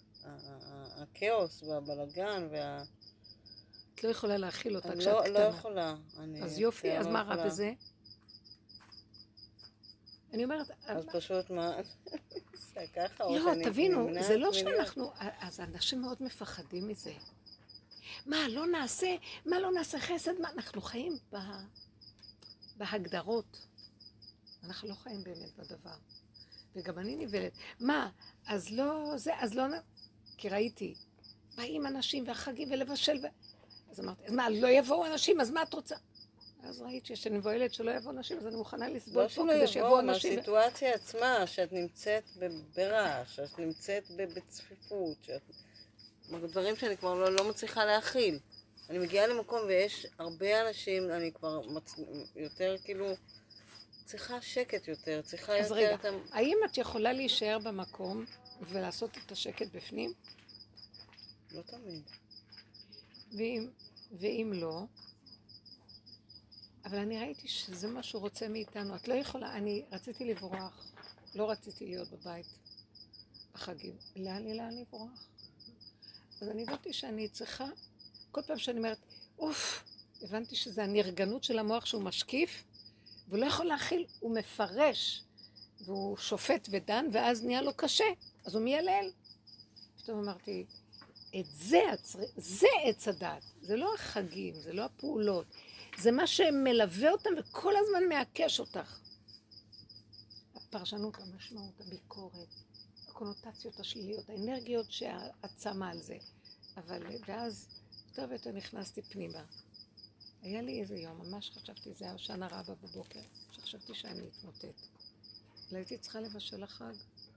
הכאוס והבלגן וה... את לא יכולה להכיל אותה אני כשאת לא, קטנה. לא יכולה. אני אז יופי, יותר אז לא מה רע יכולה. בזה? אני אומרת, אז פשוט מה... זה ככה, או לא, שאני תבינו, נמנעת זה לא מלהיות. שאנחנו, אז אנשים מאוד מפחדים מזה. מה, לא נעשה, מה לא נעשה חסד, מה, אנחנו חיים בה, בהגדרות. אנחנו לא חיים באמת בדבר. וגם אני נבלת. מה, אז לא, זה, אז לא, נ- כי ראיתי, באים אנשים והחגים ולבשל, ו... אז אמרתי, אז מה, לא יבואו אנשים, אז מה את רוצה? אז ראיתי שאני מבוהלת שלא יבואו אנשים, אז אני מוכנה לסבול לא פה שלא כדי שיבואו יבוא, אנשים. מהסיטואציה עצמה, שאת נמצאת ב- ברעש, שאת נמצאת ב- בצפיפות, שאת... דברים שאני כבר לא, לא מצליחה להכיל. אני מגיעה למקום ויש הרבה אנשים, אני כבר מצ... יותר כאילו, צריכה שקט יותר, צריכה אז יותר רגע, את ה... האם את יכולה להישאר במקום ולעשות את השקט בפנים? לא תמיד. ואם, ואם לא, אבל אני ראיתי שזה מה שהוא רוצה מאיתנו. את לא יכולה, אני רציתי לברוח, לא רציתי להיות בבית בחגים. לאן לי לאן לברוח? אז אני הבנתי שאני צריכה, כל פעם שאני אומרת, אוף, הבנתי שזה הנרגנות של המוח שהוא משקיף, והוא לא יכול להכיל, הוא מפרש, והוא שופט ודן, ואז נהיה לו קשה, אז הוא מיילל. פתאום אמרתי, את זה, זה עץ הדת, זה לא החגים, זה לא הפעולות, זה מה שמלווה אותם וכל הזמן מעקש אותך. הפרשנות, המשמעות, הביקורת, הקונוטציות השליליות, האנרגיות שאת שמה על זה. אבל, ואז יותר ויותר נכנסתי פנימה. היה לי איזה יום, ממש חשבתי, זה היה שנה רבה בבוקר, שחשבתי שאני אתמוטט. אבל הייתי צריכה לבשל החג.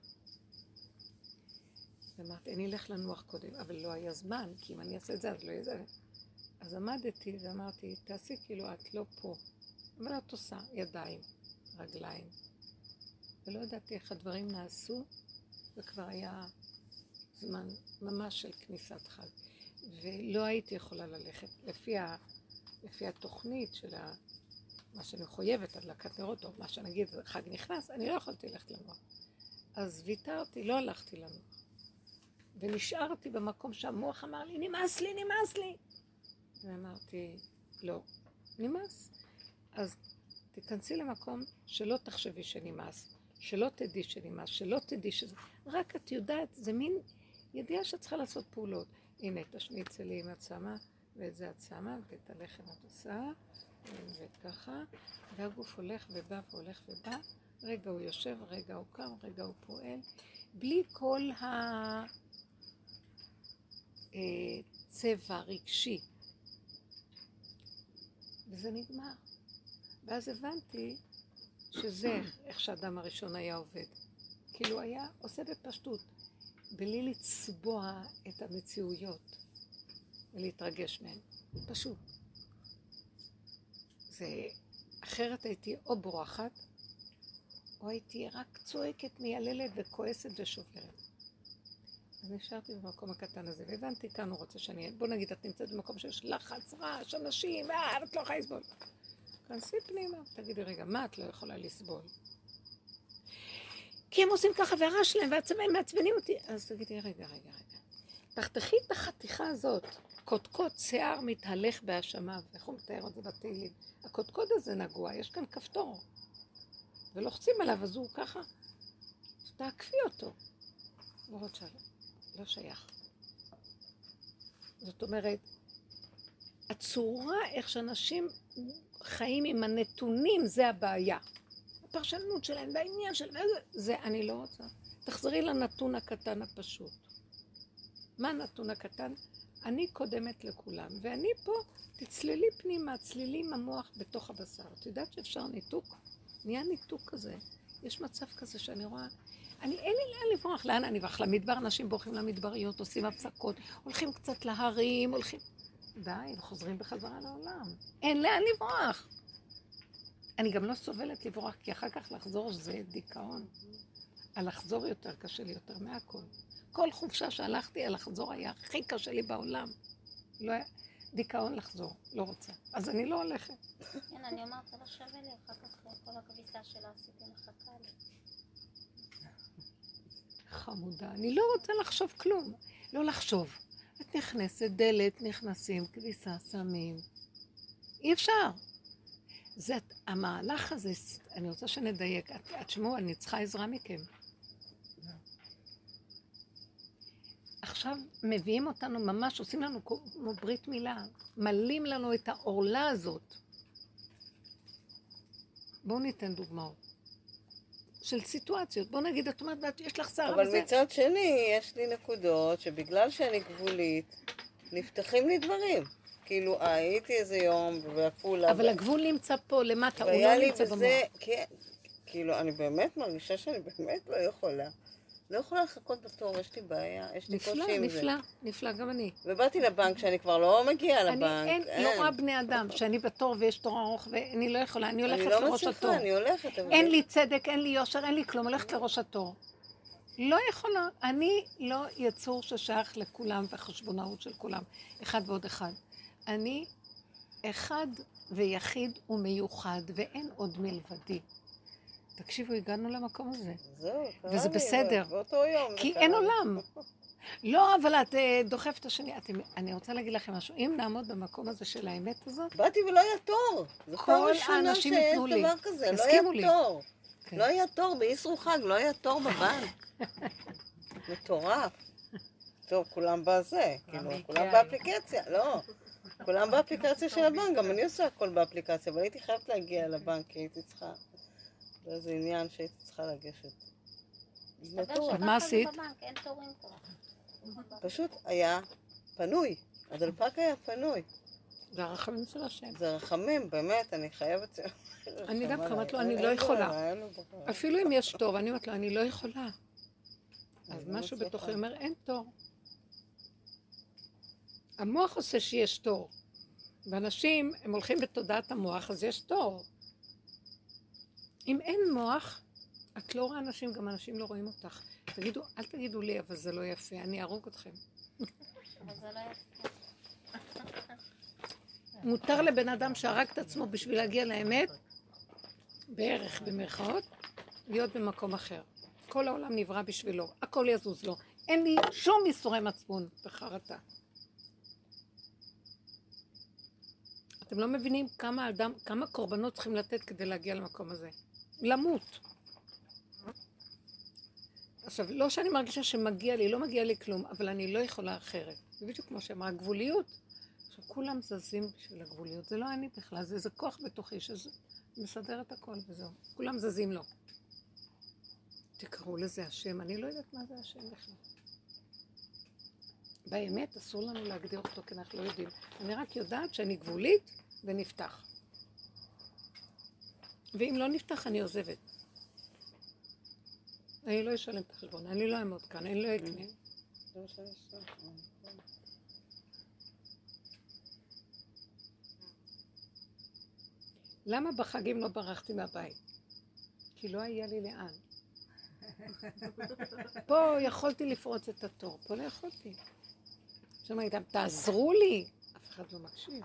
ואמרתי, אני אלך לנוח קודם, אבל לא היה זמן, כי אם אני אעשה את זה, אז לא יהיה זה. אז עמדתי ואמרתי, תעשי כאילו את לא פה. אבל את עושה ידיים, רגליים. ולא ידעתי איך הדברים נעשו, וכבר היה זמן ממש של כניסת חג. ולא הייתי יכולה ללכת לפי, ה, לפי התוכנית של ה, מה שאני מחויבת, הדלקת נרות, או מה שנגיד, חג נכנס, אני לא יכולתי ללכת לנוח. אז ויתרתי, לא הלכתי לנוח. ונשארתי במקום שהמוח אמר לי, נמאס לי, נמאס לי. ואמרתי, לא, נמאס. אז תיכנסי למקום שלא תחשבי שנמאס, שלא תדעי שנמאס, שלא תדעי שזה... רק את יודעת, זה מין ידיעה שאת צריכה לעשות פעולות. הנה, את השניצלים את שמה, ואת זה את שמה, ואת הלחם את עושה, וככה, והגוף הולך ובא והולך ובא, רגע הוא יושב, רגע הוא קם, רגע הוא פועל, בלי כל הצבע רגשי. וזה נגמר. ואז הבנתי שזה איך שהאדם הראשון היה עובד. כאילו היה עושה בפשטות, בלי לצבוע את המציאויות ולהתרגש מהן. פשוט. זה, אחרת הייתי או בורחת, או הייתי רק צועקת, מייללת וכועסת ושוברת. אז נשארתי במקום הקטן הזה, והבנתי כאן הוא רוצה שאני אהיה. בוא נגיד, את נמצאת במקום שיש לחץ, רעש, אנשים, אה, את לא יכולה לסבול. כנסי פנימה, תגידי, רגע, מה את לא יכולה לסבול? כי הם עושים ככה, והרעש שלהם, והצבעים מעצבנים אותי. אז תגידי, רגע, רגע, רגע. תחתכי את החתיכה הזאת, קודקוד שיער מתהלך בהאשמה, ואיך הוא מתאר את זה בתהילים. הקודקוד הזה נגוע, יש כאן כפתור. ולוחצים עליו, אז הוא ככה, תעקפי אותו. לא רוצה, לא שייך. זאת אומרת, הצורה איך שאנשים חיים עם הנתונים, זה הבעיה. הפרשנות שלהם, והעניין שלהם, זה אני לא רוצה. תחזרי לנתון הקטן הפשוט. מה הנתון הקטן? אני קודמת לכולם, ואני פה תצלילי פנימה, צלילים המוח בתוך הבשר. את יודעת שאפשר ניתוק? נהיה ניתוק כזה. יש מצב כזה שאני רואה, אני, אין לי לאן לברוח. לאן אני אברח? למדבר, אנשים בורחים למדבריות, עושים הפסקות, הולכים קצת להרים, הולכים... די, וחוזרים בחזרה לעולם. אין לאן לברוח. אני גם לא סובלת לברוח, כי אחר כך לחזור זה דיכאון. הלחזור יותר קשה לי יותר מהכל. כל חופשה שהלכתי, הלחזור היה הכי קשה לי בעולם. לא היה... דיכאון לחזור, לא רוצה. אז אני לא הולכת. כן, אני אומרת, זה לא שווה לי, אחר כך כל הכביסה שלה עשיתי מחכה לי. חמודה, אני לא רוצה לחשוב כלום. לא לחשוב. את נכנסת, דלת, נכנסים, כביסה, שמים. אי אפשר. זה, המהלך הזה, אני רוצה שנדייק. את, את שמעו, אני צריכה עזרה מכם. עכשיו מביאים אותנו ממש, עושים לנו כמו ברית מילה. מלאים לנו את העורלה הזאת. בואו ניתן דוגמאות. של סיטואציות. בואו נגיד, את אומרת, יש לך שערה אבל וזה. מצד שני, יש לי נקודות שבגלל שאני גבולית, נפתחים לי דברים. כאילו, אה, הייתי איזה יום בעפולה. אבל הגבול נמצא פה למטה, הוא והיה לא לי נמצא במוח. בזה, כן, כאילו, אני באמת מרגישה שאני באמת לא יכולה. לא יכולה לחכות בתור, יש לי בעיה, יש לי נפלא, קושי עם זה. נפלא, נפלא, גם אני. ובאתי לבנק שאני כבר לא מגיעה לבנק. אני אין, לא רואה בני אדם, שאני בתור ויש תור ארוך ואני לא יכולה, אני אני הולכת לא לראש מצליחה, התור. אני הולכת. אבל- אין לי צדק, אין לי יושר, אין לי כלום, הולכת לראש התור. לא יכולה, אני לא יצור ששייך לכולם והחשבונאות של כולם, אחד ועוד אחד. אני אחד ויחיד ומיוחד ואין עוד מלבדי. תקשיבו, הגענו למקום הזה. זהו, קרה וזה לי, בסדר. באותו יום. כי זה אין קרה לי. עולם. לא, אבל את אה, דוחפת את השני. אתם, אני רוצה להגיד לכם משהו. אם נעמוד במקום הזה של האמת הזאת, באתי ולא היה תור. זו כל פעם ראשונה האנשים שיש ייתנו לי. דבר כזה, לא היה הסכימו לי. תור. כן. לא היה תור באיסרו חג, לא היה תור בבנק. מטורף. טוב, כולם בזה, כאילו, כולם באפליקציה, לא. כולם באפליקציה של הבנק, גם אני עושה הכל באפליקציה, אבל הייתי חייבת להגיע לבנק, כי הייתי צריכה, זה איזה עניין שהייתי צריכה לגשת. מסתבר מטורף. מה שככה זה עשית? בבנק, אין תורים פה. פשוט היה פנוי, הדלפק היה פנוי. זה הרחמים של השם. זה רחמים, באמת, אני חייבת... אני דווקא אומרת לו, אין- אני אין לא ברירה, יכולה. אין לו ברירה. אפילו אם יש תור, אני אומרת לו, אני לא יכולה. אז אני לא משהו מצליחה. בתוכי אומר, אין תור. המוח עושה שיש תור. ואנשים, הם הולכים בתודעת המוח, אז יש תור. אם אין מוח, את לא רואה אנשים, גם אנשים לא רואים אותך. תגידו, אל תגידו לי, אבל זה לא יפה, אני ארוג אתכם. אבל זה לא יפה. מותר לבן אדם שהרג את עצמו בשביל להגיע לאמת, בערך במרכאות, להיות במקום אחר. כל העולם נברא בשבילו, הכל יזוז לו. אין לי שום איסורי מצפון וחרטה. אתם לא מבינים כמה אדם, כמה קורבנות צריכים לתת כדי להגיע למקום הזה. למות. עכשיו, לא שאני מרגישה שמגיע לי, לא מגיע לי כלום, אבל אני לא יכולה אחרת. זה בדיוק כמו שאמרה, גבוליות. עכשיו, כולם זזים בשביל הגבוליות. זה לא אני בכלל, זה איזה כוח בתוכי שמסדר את הכל וזהו. כולם זזים לו. תקראו לזה השם, אני לא יודעת מה זה השם בכלל. באמת, אסור לנו להגדיר אותו, כי אנחנו לא יודעים. אני רק יודעת שאני גבולית ונפתח. ואם לא נפתח, אני עוזבת. אני לא אשלם את החשבון, אני לא אעמוד כאן, אני לא אקנה. זה מה שאני עושה. למה בחגים לא ברחתי מהבית? כי לא היה לי לאן. פה יכולתי לפרוץ את התור, פה לא יכולתי. שמעתם, תעזרו לי. אף אחד לא מקשיב.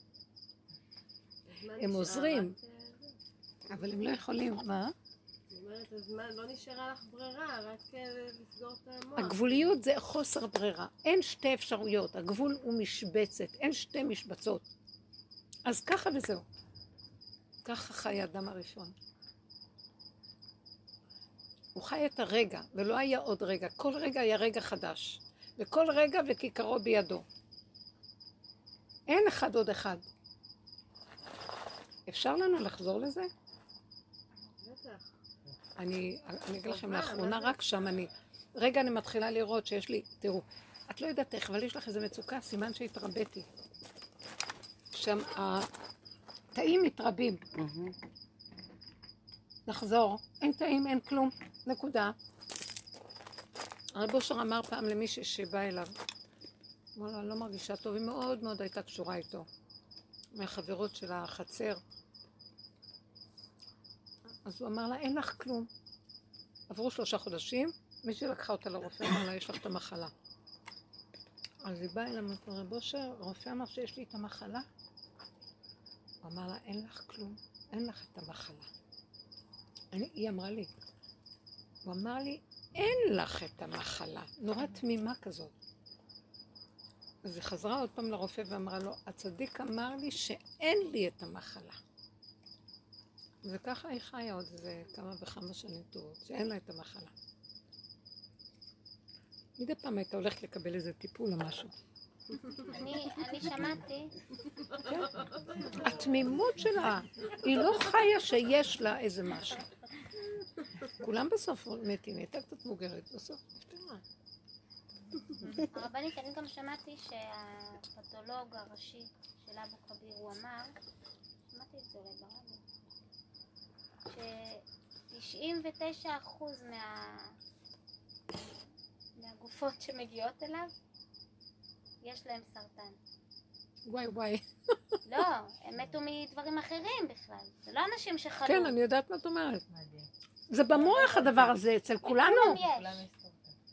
הם עוזרים, אבל הם לא יכולים. מה? זאת אומרת, הזמן לא נשארה לך ברירה, רק אה, לסגור את המוח. הגבוליות זה חוסר ברירה. אין שתי אפשרויות. הגבול הוא משבצת, אין שתי משבצות. אז ככה וזהו. ככה חי האדם הראשון. הוא חי את הרגע, ולא היה עוד רגע. כל רגע היה רגע חדש. וכל רגע וכיכרו בידו. אין אחד עוד אחד. אפשר לנו לחזור לזה? בטח. אני, אני אגיד לכם, לאחרונה רק שם אני... רגע אני מתחילה לראות שיש לי... תראו, את לא יודעת איך, אבל יש לך איזו מצוקה, סימן שהתרביתי. שם התאים מתרבים. נחזור, אין תאים, אין כלום, נקודה. הרב אושר אמר פעם למישהי שבא אליו, אמר לו, אני לא מרגישה טוב, היא מאוד מאוד הייתה קשורה איתו, מהחברות של החצר. אז הוא אמר לה, אין לך כלום. עברו שלושה חודשים, מישהי לקחה אותה לרופא, אמר לה, יש לך את המחלה. אז היא באה אליי, אמרת לו, רב אושר, הרופא אמר שיש לי את המחלה. הוא אמר לה, אין לך כלום, אין לך את המחלה. אני, היא אמרה לי, הוא אמר לי, אין לך את המחלה. נורא תמימה כזאת. אז היא חזרה עוד פעם לרופא ואמרה לו, הצדיק אמר לי שאין לי את המחלה. וככה היא חיה עוד איזה כמה וכמה שנים טובות, שאין לה את המחלה. מדי פעם הייתה הולכת לקבל איזה טיפול או משהו. אני, אני שמעתי, התמימות שלה, היא לא חיה שיש לה איזה משהו. כולם בסוף מתים, היא הייתה קצת מוגרת, בסוף נפטרה. הרבנית, אני גם שמעתי שהפתולוג הראשי של אבו כביר, הוא אמר, שמעתי את זה אולי ברדיו, ש-תשעים ותשעה אחוז מה... מהגופות שמגיעות אליו, יש להם סרטן. וואי וואי. לא, הם מתו מדברים אחרים בכלל. זה לא אנשים שחלו. כן, אני יודעת מה את אומרת. זה במוח הדבר הזה, אצל כולנו. לכולם יש.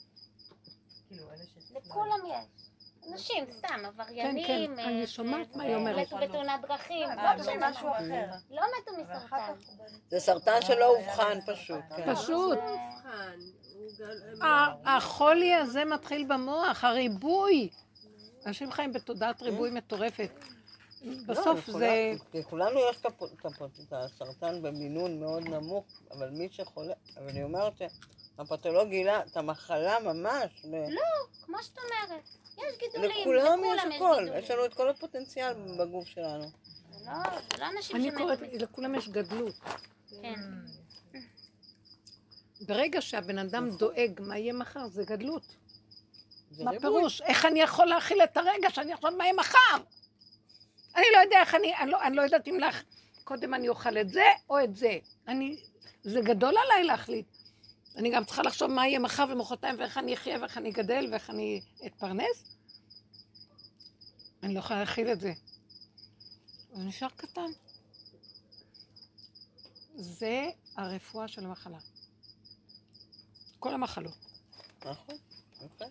לכולם יש. אנשים, סתם, עבריינים. כן, כן, אני שומעת מה היא אומרת. מתו בתאונת דרכים. משהו אחר. לא מתו מסרטן. זה סרטן שלא אובחן פשוט. כן. פשוט. מאובחן. הוא גם- ה- החולי הזה מתחיל במוח, הריבוי. אנשים חיים בתודעת ריבוי מטורפת. בסוף לא, זה... לכולם- לכולנו יש את הפ- את הפ- את הסרטן במינון מאוד נמוך, אבל מי שחולה, אבל אני אומרת שהפתולוג גילה את המחלה ממש. ב- לא, כמו שאת אומרת. יש גידולים. לכולם יש הכל, גידולים. יש לנו את כל הפוטנציאל בגוף שלנו. זה לא, זה לא אנשים אני שמתו קוראת, מסרטן. לכולם יש גדלות. כן. ברגע שהבן אדם דואג מה יהיה מחר, זה גדלות. זה מה ריבוי. פירוש? איך אני יכול להכיל את הרגע שאני עכשיו מה יהיה מחר? אני לא יודע איך אני, אני לא, אני לא יודעת אם לך, קודם אני אוכל את זה או את זה. אני, זה גדול עליי להחליט. אני גם צריכה לחשוב מה יהיה מחר ומחרתיים ואיך אני אחיה ואיך אני אגדל ואיך אני אתפרנס. אני לא יכולה להכיל את זה. זה נשאר קטן. זה הרפואה של המחלה. כל המחלות. נכון, יפה.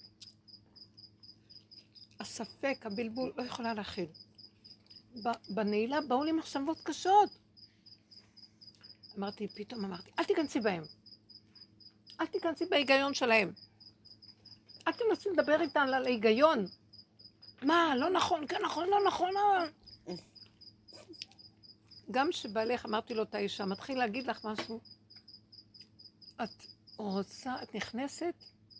הספק, הבלבול, לא יכולה להכיל. ב- בנעילה באו לי מחשבות קשות. אמרתי, פתאום אמרתי, אל תיכנסי בהם. אל תיכנסי בהיגיון שלהם. אל תנסי לדבר איתן על ההיגיון. מה, לא נכון, כן נכון, לא נכון. אה. גם שבעלך, אמרתי לו, את האישה, מתחיל להגיד לך משהו. את רוצה, את נכנסת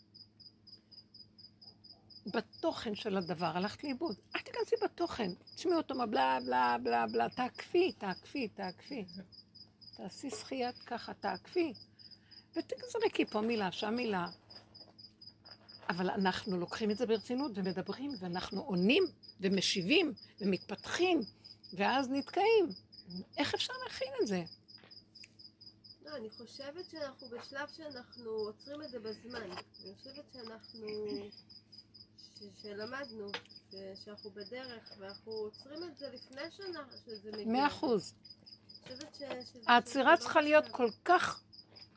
בתוכן של הדבר, הלכת לאיבוד. אל תיכנסי בתוכן. תשמעי אותו מה בלה בלה בלה בלה, תעקפי, תעקפי, תעקפי. תעשי שחיית ככה, תעקפי. ותזרקי פה מילה, שם מילה. אבל אנחנו לוקחים את זה ברצינות ומדברים, ואנחנו עונים ומשיבים ומתפתחים, ואז נתקעים. איך אפשר להכין את זה? לא, אני חושבת שאנחנו בשלב שאנחנו עוצרים את זה בזמן. אני חושבת שאנחנו, ש- שלמדנו, ש- שאנחנו בדרך, ואנחנו עוצרים את זה לפני שנה, שזה מגיע. מאה אחוז. אני חושבת ש- שזה- העצירה שזה צריכה לא להיות בשלב. כל כך...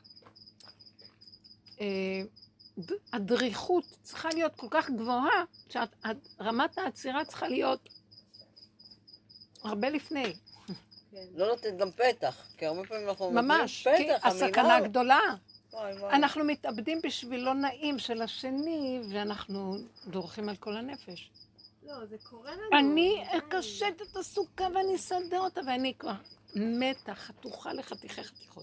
אה, ד- הדריכות צריכה להיות כל כך גבוהה, שרמת העצירה צריכה להיות הרבה לפני. כן. לא לתת גם פתח, כי הרבה פעמים אנחנו ממש, נותנים כי פתח, הסכנה המילה- הגדולה. וואי, וואי. אנחנו מתאבדים בשביל לא נעים של השני, ואנחנו דורכים על כל הנפש. לא, זה קורה לנו. אני עדיין. אקשט את הסוכה ואני אסדר אותה, ואני כבר מתה, חתוכה לחתיכי חתיכות.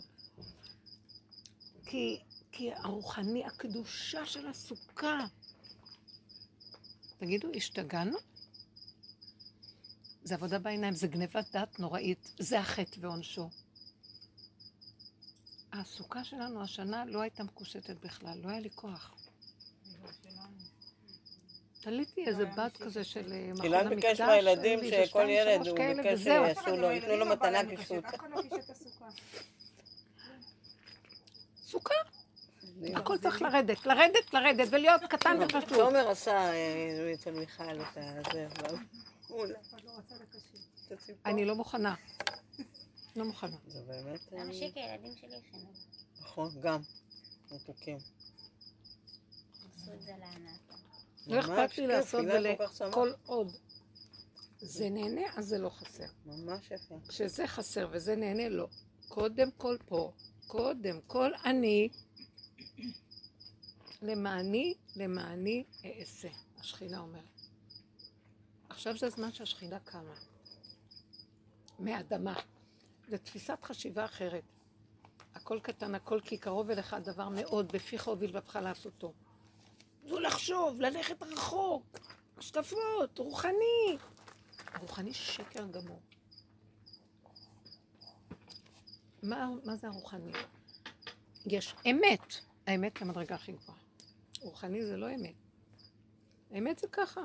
כי, כי הרוחני, הקדושה של הסוכה. תגידו, השתגענו? זה עבודה בעיניים, זה גנבת דת נוראית, זה החטא ועונשו. הסוכה שלנו השנה לא הייתה מקושטת בכלל, לא היה לי כוח. תליתי איזה בת כזה של מכון אילן המקדש. ביקש מהילדים היו לי איזה שכל שתיים, ילד, שלוש הוא כאלה, ביקש וזהו. שיעשו לו, ייתנו לו מתנה קישוט. אף אחד לא קישט את הסוכה. סוכה, הכל צריך לרדת, לרדת, לרדת, ולהיות קטן ופשוט. תומר עשה אה, אצל מיכל את הזה, אבל הוא לא. אף אחד לא רצה לקשט. את הציפור. אני לא מוכנה. לא מוכנה. זה באמת... אה, למה שיקי, הילדים שלי הכינו. נכון, גם. מתוקים. עשו את זה לענת. לא אכפת לי כיף, לעשות הילה כל כך שמחה. כל עוד זה נהנה, אז זה לא חסר. ממש יפה. כשזה חסר וזה נהנה, לא. קודם כל פה, קודם כל אני, למעני, למעני אעשה, השכינה אומרת. עכשיו זה הזמן שהשכינה קמה. מהאדמה. זו תפיסת חשיבה אחרת. הכל קטן, הכל כי קרוב אליך הדבר מאוד, בפיך הוביל ובך לעשותו. זו לחשוב, ללכת רחוק, השקפות, רוחני. רוחני שקר גמור. מה, מה זה הרוחני? יש אמת. האמת היא המדרגה הכי גבוהה. רוחני זה לא אמת. האמת זה ככה.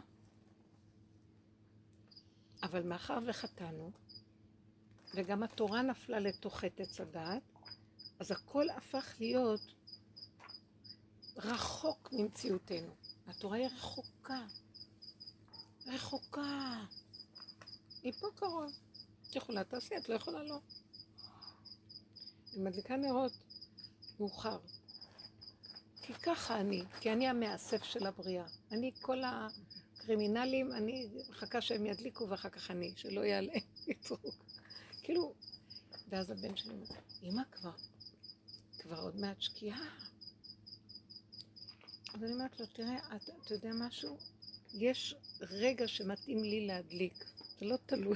אבל מאחר וחטאנו, וגם התורה נפלה לתוך עץ הדעת, אז הכל הפך להיות רחוק ממציאותנו. התורה היא רחוקה. רחוקה. היא פה קרוב. את יכולה תעשי, את לא יכולה לא. היא מדליקה נרות מאוחר. כי ככה אני, כי אני המאסף של הבריאה. אני כל הקרימינלים, אני מחכה שהם ידליקו ואחר כך אני, שלא יעלה יתרוק. כאילו, ואז הבן שלי אומר, אמא כבר, כבר עוד מעט שקיעה. אז אני אומרת לו, תראה, אתה, אתה יודע משהו? יש רגע שמתאים לי להדליק. זה לא תלוי.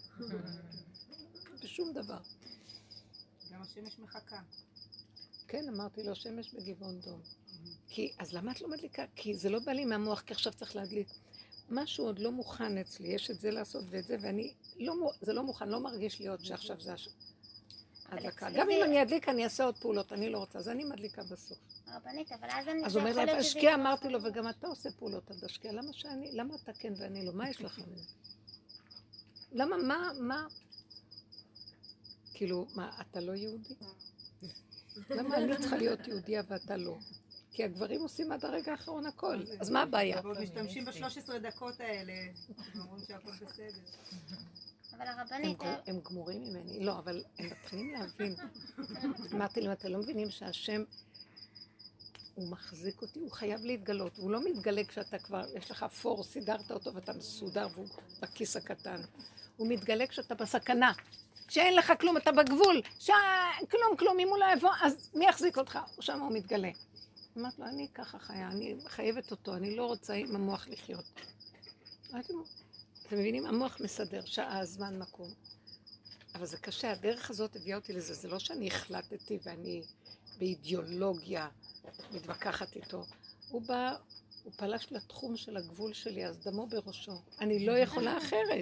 בשום דבר. גם השמש מחכה. כן, אמרתי לו, שמש בגבעון דום. כי, אז למה את לא מדליקה? כי זה לא בא לי מהמוח, כי עכשיו צריך להדליק. משהו עוד לא מוכן אצלי, יש את זה לעשות ואת זה, ואני, לא, זה לא מוכן, לא מרגיש לי עוד שעכשיו זה הדלקה. גם אם אני אדליק, אני אעשה עוד פעולות, אני לא רוצה, אז אני מדליקה בסוף. רבנית, אבל אז אני... אז הוא אומר לי, השקיע, אמרתי לו, וגם אתה עושה פעולות עד השקיע, למה שאני, למה אתה כן ואני לא? מה יש לכם? למה, מה, מה? כאילו, מה, אתה לא יהודי? למה אני צריכה להיות יהודיה ואתה לא? כי הגברים עושים עד הרגע האחרון הכל, אז מה הבעיה? ועוד משתמשים ב-שלוש עשרה דקות האלה, ואומרים שהכל בסדר. אבל הרבנית... הם גמורים ממני, לא, אבל הם מתחילים להבין. אמרתי להם, אתם לא מבינים שהשם, הוא מחזיק אותי, הוא חייב להתגלות, הוא לא מתגלה כשאתה כבר, יש לך פור, סידרת אותו ואתה מסודר והוא בכיס הקטן. הוא מתגלה כשאתה בסכנה. כשאין לך כלום, אתה בגבול, שכלום, כלום, אם הוא לא יבוא, אז מי יחזיק אותך? שם הוא מתגלה. אמרת לו, אני ככה חיה, אני חייבת אותו, אני לא רוצה עם המוח לחיות. אתם מבינים? המוח מסדר, שעה, זמן, מקום. אבל זה קשה, הדרך הזאת הביאה אותי לזה, זה לא שאני החלטתי ואני באידיאולוגיה מתווכחת איתו. הוא בא, הוא פלש לתחום של הגבול שלי, אז דמו בראשו. אני לא יכולה אחרת.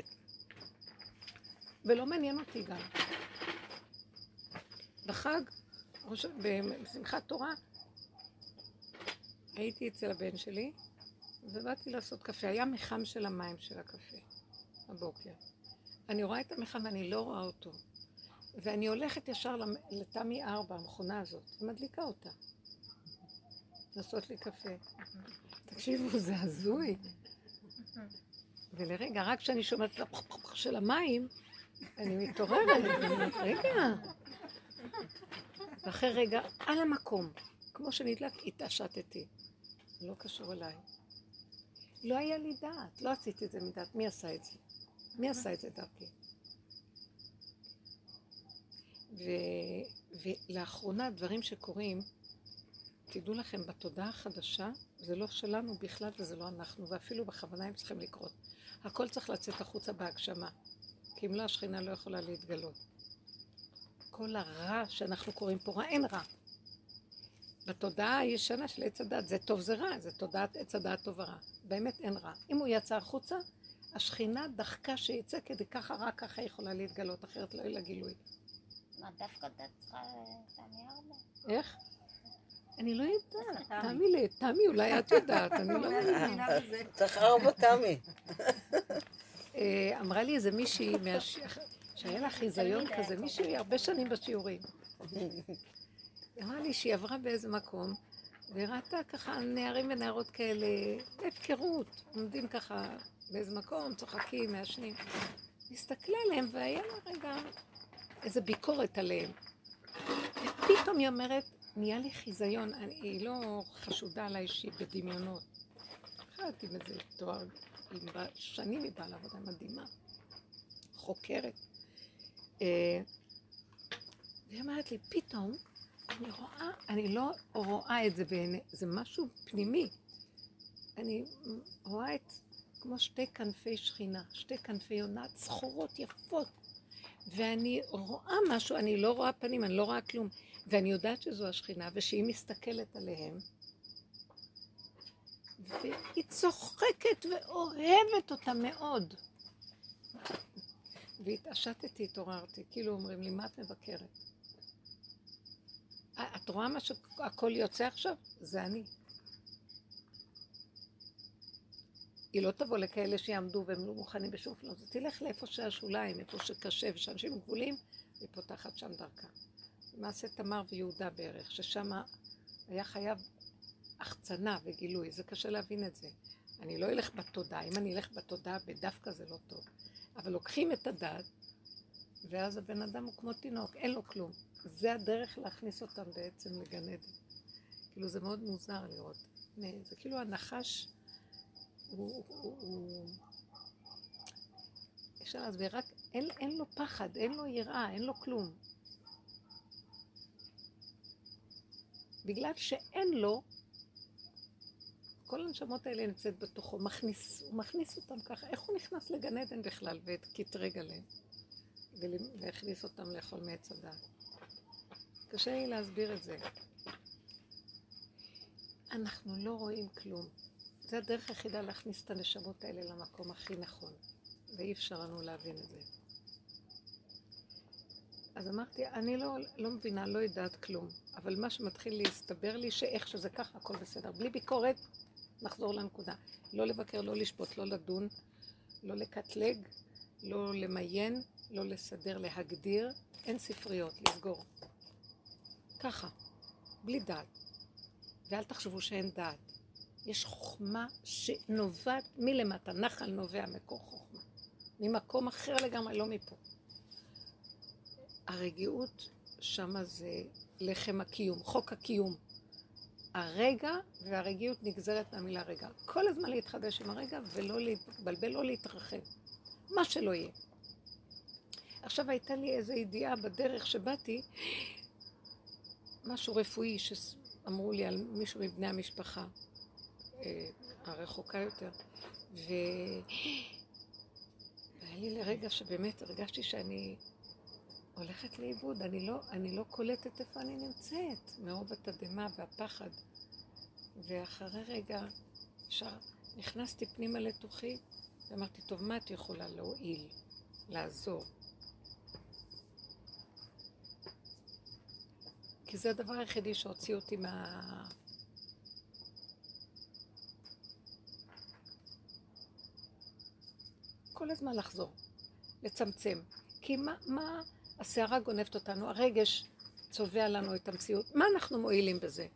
ולא מעניין אותי גם. בחג, בשמחת תורה, הייתי אצל הבן שלי, ובאתי לעשות קפה. היה מחם של המים של הקפה, הבוקר. אני רואה את המחם ואני לא רואה אותו. ואני הולכת ישר לתמי ארבע, המכונה הזאת, ומדליקה אותה. לעשות לי קפה. תקשיבו, זה הזוי. ולרגע, רק כשאני שומעת את הפחפח של המים, אני מתעוררת, ואני אומרת, רגע. ואחרי רגע, על המקום, כמו שנדלק, התעשתתי. לא קשור אליי. לא היה לי דעת, לא עשיתי את זה מדעת. מי עשה את זה? מי עשה את זה דרכי? ו... ולאחרונה, דברים שקורים, תדעו לכם, בתודעה החדשה, זה לא שלנו בכלל וזה לא אנחנו, ואפילו בכוונה הם צריכים לקרות. הכל צריך לצאת החוצה בהגשמה, כי אם לא, השכינה לא יכולה להתגלות. כל הרע שאנחנו קוראים פה, רע, אין רע. בתודעה הישנה של עץ הדת, זה טוב זה רע, זה תודעת עץ הדת טוב ורע. באמת אין רע. אם הוא יצא החוצה, השכינה דחקה שיצא כדי ככה רע, ככה יכולה להתגלות, אחרת לא יהיה לה גילוי. מה, דווקא דת צריכה תמי ארבע? איך? אני לא יודעת, תמי לי, תמי אולי את יודעת, אני לא מבינה. צריך ארבע תמי. אמרה לי איזה מישהי, שהיה לה חיזיון כזה, מישהי הרבה שנים בשיעורים. אמרה לי שהיא עברה באיזה מקום, וראתה ככה נערים ונערות כאלה, הפקרות, עומדים ככה באיזה מקום, צוחקים, מעשנים. הסתכלה עליהם והיה לה רגע איזו ביקורת עליהם. ופתאום היא אומרת, נהיה לי חיזיון, היא לא חשודה עליי שהיא בדמיונות. יודעת, עם איזה תואר, עם שנים היא באה לעבודה מדהימה, חוקרת. אה, והיא אומרת לי, פתאום, אני רואה, אני לא רואה את זה בעיני, זה משהו פנימי. אני רואה את, כמו שתי כנפי שכינה, שתי כנפי יונה, צחורות יפות. ואני רואה משהו, אני לא רואה פנים, אני לא רואה כלום. ואני יודעת שזו השכינה, ושהיא מסתכלת עליהם, והיא צוחקת ואוהבת אותה מאוד. והתעשתתי, התעוררתי, כאילו אומרים לי, מה את מבקרת? את רואה מה שהכל יוצא עכשיו? זה אני. היא לא תבוא לכאלה שיעמדו והם לא מוכנים בשום פלום, זה תלך לאיפה שהשוליים, איפה שקשה ושאנשים גבולים, היא פותחת שם דרכה. למעשה תמר ויהודה בערך, ששם היה חייב החצנה וגילוי, זה קשה להבין את זה. אני לא אלך בתודעה, אם אני אלך בתודעה בדווקא זה לא טוב. אבל לוקחים את הדעת, ואז הבן אדם הוא כמו תינוק, אין לו כלום. זה הדרך להכניס אותם בעצם לגן עדן. כאילו זה מאוד מוזר לראות. זה כאילו הנחש, הוא, הוא, הוא... אפשר להסביר, רק אין, אין לו פחד, אין לו יראה, אין לו כלום. בגלל שאין לו, כל הנשמות האלה נמצאת בתוכו, מכניס, הוא מכניס אותם ככה, איך הוא נכנס לגן עדן בכלל ואת קטרג עליהם, והכניס אותם לאכול מעץ הדעת. קשה לי להסביר את זה. אנחנו לא רואים כלום. זה הדרך היחידה להכניס את הנשמות האלה למקום הכי נכון, ואי אפשר לנו להבין את זה. אז אמרתי, אני לא, לא מבינה, לא יודעת כלום, אבל מה שמתחיל להסתבר לי שאיך שזה ככה, הכל בסדר. בלי ביקורת, נחזור לנקודה. לא לבקר, לא לשפוט, לא לדון, לא לקטלג, לא למיין, לא לסדר, להגדיר. אין ספריות, לסגור. ככה, בלי דעת. ואל תחשבו שאין דעת. יש חוכמה שנובעת מלמטה, נחל נובע מקור חוכמה. ממקום אחר לגמרי, לא מפה. הרגיעות שמה זה לחם הקיום, חוק הקיום. הרגע והרגיעות נגזרת מהמילה רגע. כל הזמן להתחדש עם הרגע ולא להתבלבל, לא להתרחב. מה שלא יהיה. עכשיו הייתה לי איזו ידיעה בדרך שבאתי, משהו רפואי שאמרו לי על מישהו מבני המשפחה, הרחוקה יותר, ו... והיה לי לרגע שבאמת הרגשתי שאני הולכת לאיבוד, אני לא, אני לא קולטת איפה אני נמצאת, מרוב התדמה והפחד. ואחרי רגע, שר, נכנסתי פנימה לתוכי, ואמרתי, טוב, מה את יכולה להועיל, לעזור? כי זה הדבר היחידי שהוציא אותי מה... כל הזמן לחזור, לצמצם. כי מה, מה השערה גונבת אותנו? הרגש צובע לנו את המציאות. מה אנחנו מועילים בזה?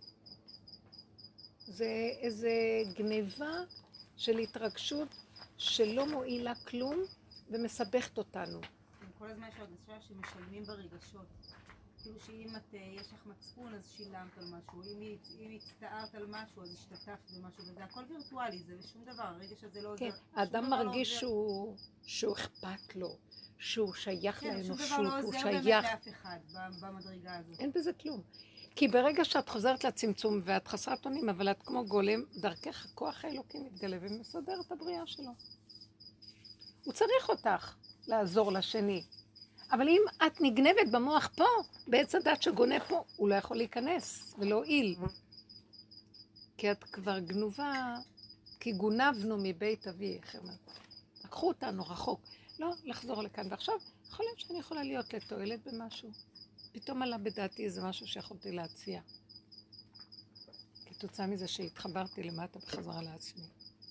זה איזה גניבה של התרגשות שלא מועילה כלום ומסבכת אותנו. כל הזמן יש הרגשה שמשלמים ברגשות. כאילו שאם את, יש לך מצפון אז שילמת על משהו, אם, אם הצטערת על משהו אז השתתפת במשהו, וזה הכל וירטואלי, זה שום דבר, הרגש הזה לא עוזר. כן, האדם מרגיש לא שהוא, שהוא אכפת לו, שהוא שייך כן, לאנושות, שום דבר לא הוא עוזר שייך... באמת לאף אחד במדרגה הזאת. אין בזה כלום. כי ברגע שאת חוזרת לצמצום ואת חסרת אונים, אבל את כמו גולם, דרכך הכוח האלוקי מתגלה ומסדר את הבריאה שלו. הוא צריך אותך לעזור לשני. אבל אם את נגנבת במוח פה, בעץ הדת שגונה פה, הוא לא יכול להיכנס ולהועיל. כי את כבר גנובה, כי גונבנו מבית אבי, לקחו אותנו רחוק. לא, לחזור לכאן. ועכשיו, יכול להיות שאני יכולה להיות לתועלת במשהו. פתאום עלה בדעתי איזה משהו שיכולתי להציע. כתוצאה מזה שהתחברתי למטה בחזרה לעצמי.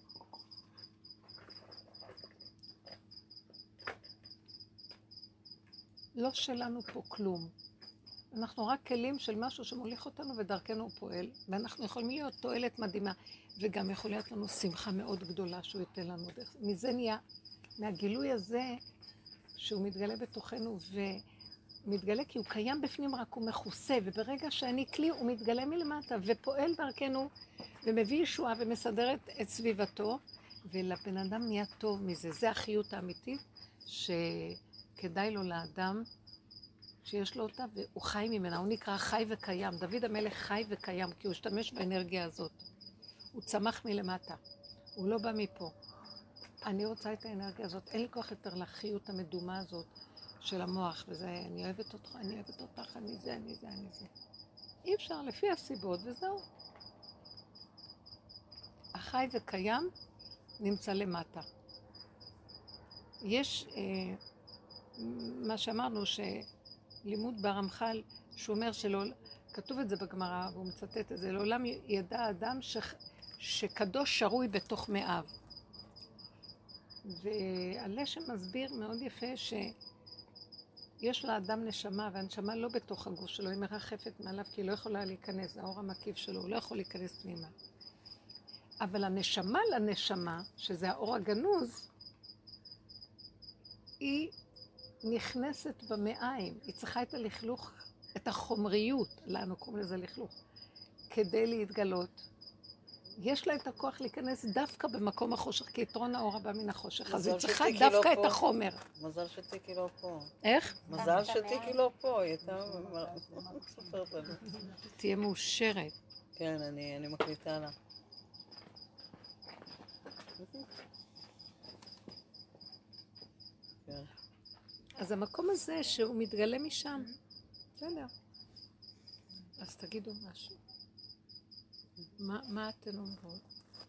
לא שלנו פה כלום. אנחנו רק כלים של משהו שמוליך אותנו ודרכנו הוא פועל, ואנחנו יכולים להיות תועלת מדהימה, וגם יכול להיות לנו שמחה מאוד גדולה שהוא ייתן לנו. מזה נהיה, מהגילוי הזה, שהוא מתגלה בתוכנו, ומתגלה כי הוא קיים בפנים, רק הוא מכוסה, וברגע שאני כלי הוא מתגלה מלמטה, ופועל דרכנו, ומביא ישועה ומסדר את, את סביבתו, ולבן אדם נהיה טוב מזה. זה החיות האמיתית שכדאי לו לאדם שיש לו אותה, והוא חי ממנה, הוא נקרא חי וקיים. דוד המלך חי וקיים, כי הוא השתמש באנרגיה הזאת. הוא צמח מלמטה, הוא לא בא מפה. אני רוצה את האנרגיה הזאת, אין לי כוח יותר לחיות המדומה הזאת של המוח, וזה, אני אוהבת אותך, אני אוהבת אותך, אני זה, אני זה, אני זה. אי אפשר, לפי הסיבות, וזהו. החי וקיים נמצא למטה. יש אה, מה שאמרנו, שלימוד ברמח"ל, שהוא אומר שלא, כתוב את זה בגמרא, והוא מצטט את זה, לעולם ידע אדם ש, שקדוש שרוי בתוך מאיו. והלשם מסביר מאוד יפה שיש לאדם נשמה, והנשמה לא בתוך הגוף שלו, היא מרחפת מעליו, כי היא לא יכולה להיכנס, זה האור המקיף שלו, הוא לא יכול להיכנס פנימה. אבל הנשמה לנשמה, שזה האור הגנוז, היא נכנסת במעיים, היא צריכה את הלכלוך, את החומריות, לנו קוראים לזה לכלוך, כדי להתגלות. יש לה את הכוח להיכנס דווקא במקום החושך, כי יתרון האור הבא מן החושך, אז היא צריכה דווקא את החומר. מזל שטיקי לא פה. איך? מזל שטיקי לא פה, היא הייתה מספרת לנו. תהיה מאושרת. כן, אני מקליטה לה. אז המקום הזה שהוא מתגלה משם, בסדר. אז תגידו משהו. מה, מה אתן אומרות?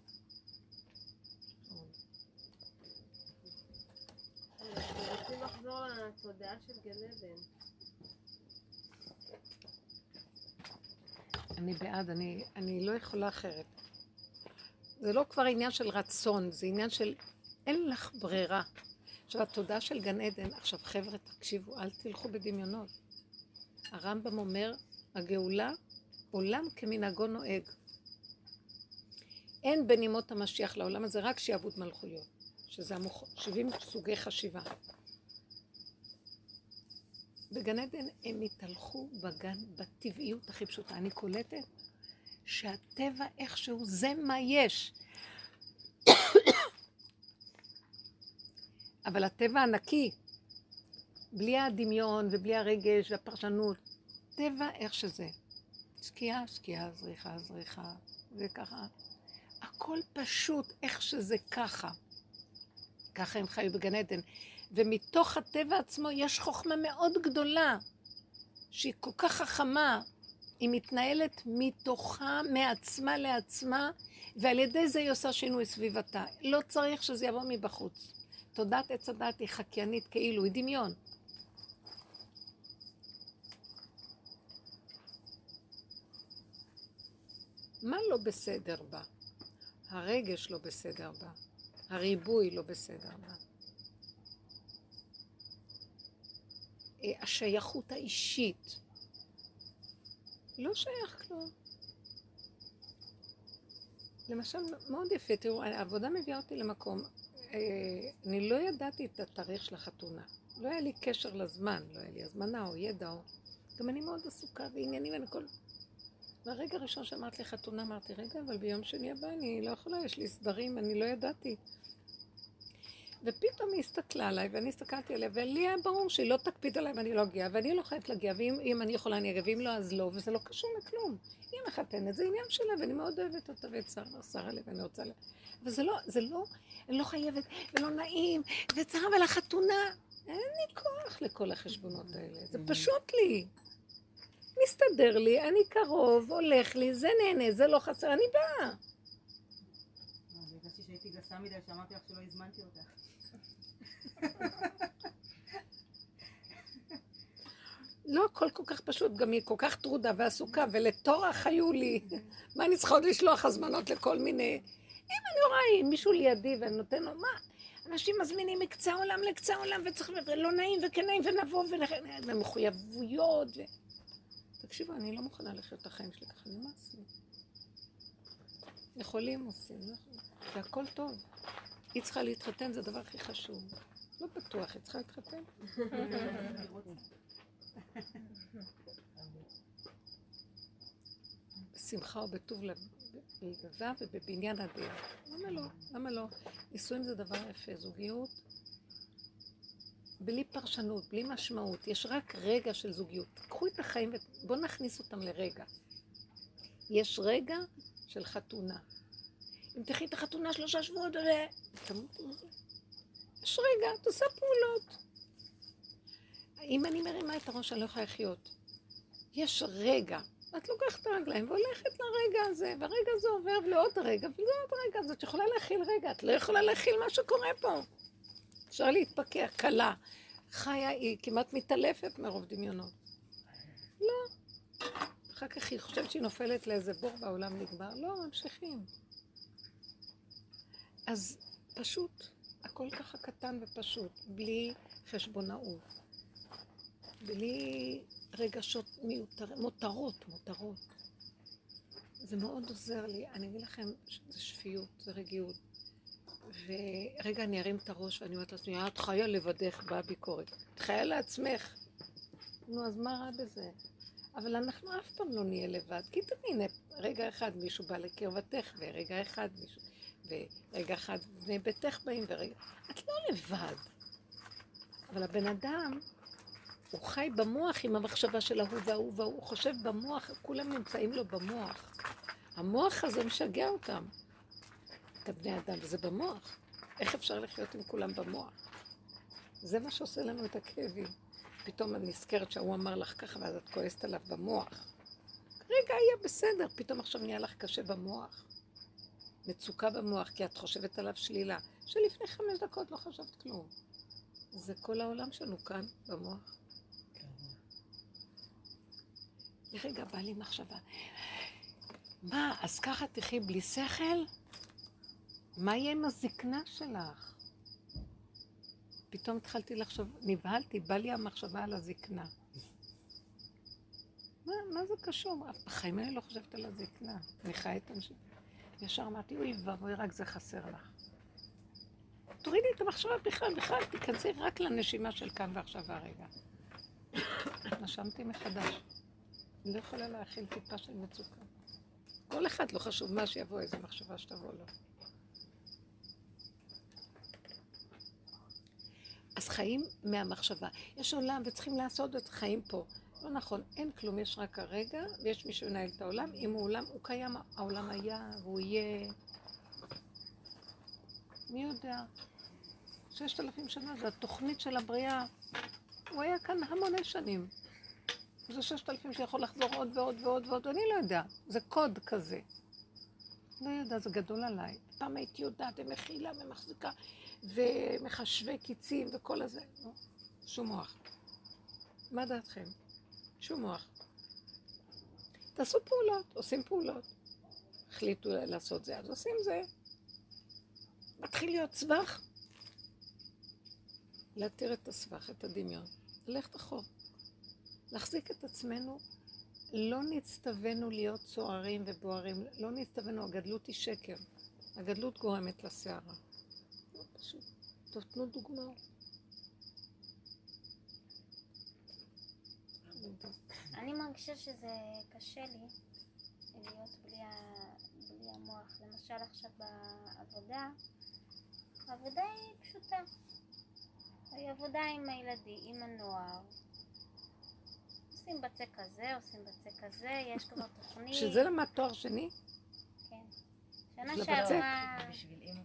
אנחנו רוצים לחזור לתודעה של גן עדן. אני בעד, אני, אני לא יכולה אחרת. זה לא כבר עניין של רצון, זה עניין של אין לך ברירה. עכשיו, התודעה של גן עדן, עכשיו חבר'ה, תקשיבו, אל תלכו בדמיונות. הרמב"ם אומר, הגאולה, עולם כמנהגו נוהג. אין בין ימות המשיח לעולם הזה רק שיעבוד מלכויות, שזה המוח... שבעים סוגי חשיבה. בגן עדן הם התהלכו בגן בטבעיות הכי פשוטה. אני קולטת שהטבע איכשהו זה מה יש. אבל הטבע הנקי, בלי הדמיון ובלי הרגש והפרשנות, טבע איך שזה. שקיעה, שקיעה, זריחה, זריחה, זה ככה. הכל פשוט איך שזה ככה. ככה הם חיו בגן עדן. ומתוך הטבע עצמו יש חוכמה מאוד גדולה, שהיא כל כך חכמה, היא מתנהלת מתוכה, מעצמה לעצמה, ועל ידי זה היא עושה שינוי סביבתה. לא צריך שזה יבוא מבחוץ. תודעת עץ הדעת היא חקיינית כאילו, היא דמיון. מה לא בסדר בה? הרגש לא בסדר בה. הריבוי לא בסדר בה. השייכות האישית. לא שייך כלום. למשל, מאוד יפה, תראו, העבודה מביאה אותי למקום. אני לא ידעתי את התאריך של החתונה. לא היה לי קשר לזמן, לא היה לי הזמנה או ידע. או... גם אני מאוד עסוקה ועניינים ואני כל... והרגע הראשון שאמרת לי חתונה, אמרתי, רגע, אבל ביום שני הבא אני לא יכולה, יש לי סדרים, אני לא ידעתי. ופתאום היא הסתכלה עליי, ואני הסתכלתי עליה, ולי היה ברור שהיא לא תקפיד עליי ואני לא אגיע, ואני לא חייבת להגיע, ואם אני יכולה אני אגיע, ואם לא, אז לא, וזה לא קשור לכלום. היא מחתנת, זה עניין שלה, ואני מאוד אוהבת אותה, ואת שרה, שרה לי, ואני רוצה לה... אבל זה לא, זה לא, אני לא חייבת, ולא נעים, וצרה, אבל החתונה, אין לי כוח לכל החשבונות האלה, זה פשוט לי. מסתדר לי, אני קרוב, הולך לי, זה נהנה, זה לא חסר, אני באה. הרגשתי שהייתי גסה מדי, שאמרתי לך שלא הזמנתי אותך. לא הכל כל כך פשוט, גם היא כל כך טרודה ועסוקה, ולתורח היו לי. מה אני צריכה עוד לשלוח הזמנות לכל מיני... אם אני רואה, אם מישהו לידי ואני נותן לו, מה? אנשים מזמינים מקצה העולם לקצה העולם, וצריך, ולא נעים וכן נעים, ונבוא, ומחויבויות, ו... תקשיבו, אני לא מוכנה לחיות את החיים שלי ככה, נמאס לי. יכולים, עושים, זה הכל טוב. היא צריכה להתחתן, זה הדבר הכי חשוב. לא בטוח, היא צריכה להתחתן. בשמחה ובטוב לב, בלבבה ובבניין הדין. למה לא? למה לא? נישואים זה דבר יפה, זוגיות בלי פרשנות, בלי משמעות, יש רק רגע של זוגיות. קחו את החיים ובואו נכניס אותם לרגע. יש רגע של חתונה. אם תחי את החתונה שלושה שבועות, תמות עם זה. יש רגע, את עושה פעולות. אם אני מרימה את הראש, אני לא יכולה לחיות. יש רגע. את לוקחת את הרגליים והולכת לרגע הזה, והרגע הזה עובר לעוד רגע, וזה עוד רגע, אז את יכולה להכיל רגע, את לא יכולה להכיל מה שקורה פה. אפשר להתפקח, קלה. חיה היא כמעט מתעלפת מרוב דמיונות. לא. אחר כך היא חושבת שהיא נופלת לאיזה בור והעולם נגמר. לא, ממשיכים. אז פשוט, הכל ככה קטן ופשוט, בלי חשבונאות, בלי רגשות מיותר, מותרות, מותרות. זה מאוד עוזר לי. אני אגיד לכם, זה שפיות, זה רגיעות. ורגע אני ארים את הראש ואני אומרת לעצמי, את חיה לבדך בביקורת. את חיה לעצמך. נו, אז מה רע בזה? אבל אנחנו אף פעם לא נהיה לבד. כי תביני, רגע אחד מישהו בא לקרבתך, ורגע אחד מישהו, ורגע אחד בני ביתך באים, ורגע... את לא לבד. אבל הבן אדם, הוא חי במוח עם המחשבה של ההוא וההוא, והוא חושב במוח, כולם נמצאים לו במוח. המוח הזה משגע אותם. את הבני אדם, וזה במוח. איך אפשר לחיות עם כולם במוח? זה מה שעושה לנו את הכאבים. פתאום אני נזכרת שהוא אמר לך ככה, ואז את כועסת עליו במוח. רגע, היה בסדר, פתאום עכשיו נהיה לך קשה במוח. מצוקה במוח, כי את חושבת עליו שלילה, שלפני חמש דקות לא חשבת כלום. זה כל העולם שלנו כאן, במוח. לרגע, בא לי מחשבה. מה, אז ככה תחי בלי שכל? מה יהיה עם הזקנה שלך? פתאום התחלתי לחשוב, נבהלתי, בא לי המחשבה על הזקנה. מה, מה זה קשור? בחיים אני לא חושבת על הזקנה. אני חיה את אנשים. ישר אמרתי, אוי ואבוי, רק זה חסר לך. תורידי את המחשבה בכלל, בכלל, תיכנסי רק לנשימה של כאן ועכשיו והרגע. נשמתי מחדש. אני לא יכולה להכיל טיפה של מצוקה. כל אחד לא חשוב מה שיבוא, איזה מחשבה שתבוא לו. אז חיים מהמחשבה. יש עולם וצריכים לעשות את חיים פה. לא נכון, אין כלום, יש רק הרגע, ויש מי שמנהל את העולם. אם הוא עולם, הוא קיים, העולם היה, והוא יהיה... מי יודע? ששת אלפים שנה, זו התוכנית של הבריאה. הוא היה כאן המוני שנים. זה ששת אלפים שיכול לחזור עוד ועוד ועוד ועוד, אני לא יודע. זה קוד כזה. לא יודע, זה גדול עליי. פעם הייתי יודעת, ומכילה ומחזיקה, ומחשבי קיצים וכל הזה. לא, שום מוח. מה דעתכם? שום מוח. תעשו פעולות, עושים פעולות. החליטו לעשות זה, אז עושים זה. מתחיל להיות סבך. להתיר את הסבך, את הדמיון. ללכת אחור. להחזיק את עצמנו, לא נצטווינו להיות צוערים ובוערים, לא נצטווינו, הגדלות היא שקר. הגדלות גורמת לסערה. לא פשוט. טוב, תנו דוגמה. אני מרגישה שזה קשה לי להיות בלי, ה... בלי המוח. למשל עכשיו בעבודה, העבודה היא פשוטה. היא עבודה עם הילדים, עם הנוער. עושים בצק כזה, עושים בצק כזה, יש כבר תוכנית. שזה למד תואר שני? כן. שנה לבצק. שעברה... בשביל אמא.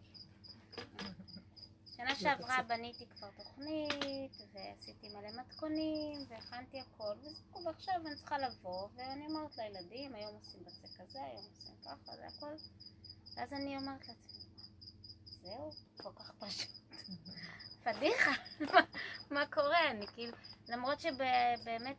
שנה שעברה בניתי כבר תוכנית, ועשיתי מלא מתכונים, והכנתי הכל, וזהו, ועכשיו אני צריכה לבוא, ואני אומרת לילדים, היום עושים בצק כזה, היום עושים ככה, זה הכל. ואז אני אומרת לעצמי, זהו, כל כך פשוט. פדיחה, מה, מה קורה? אני כאילו, למרות שבאמת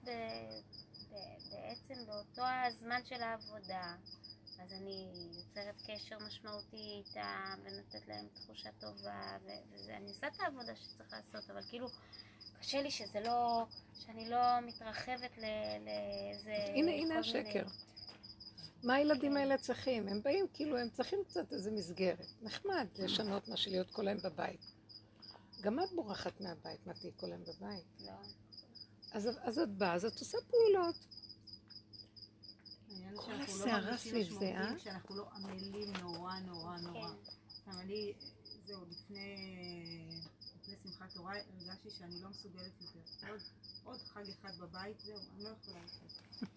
בעצם באותו הזמן של העבודה, אז אני יוצרת קשר משמעותי איתה ונותנת להם תחושה טובה, ואני עושה את העבודה שצריך לעשות, אבל כאילו קשה לי שזה לא, שאני לא מתרחבת לאיזה... הנה, הנה השקר. מה הילדים האלה צריכים? הם באים, כאילו, הם צריכים קצת איזה מסגרת. נחמד לשנות מה שלהיות כל היום בבית. גם את בורחת מהבית, מה תהי כל היום בבית? לא. אז, אז את באה, אז את עושה פעולות. העניין זה כל שאנחנו לא הסערה מרגישים סביב זה, משמעותיים, אה? שאנחנו לא עמלים נורא נורא נורא. כן. גם אני, זהו, לפני, לפני שמחת תורה הרגשתי שאני לא מסוגלת יותר. עוד, עוד חג אחד בבית, זהו, אני לא יכולה יותר.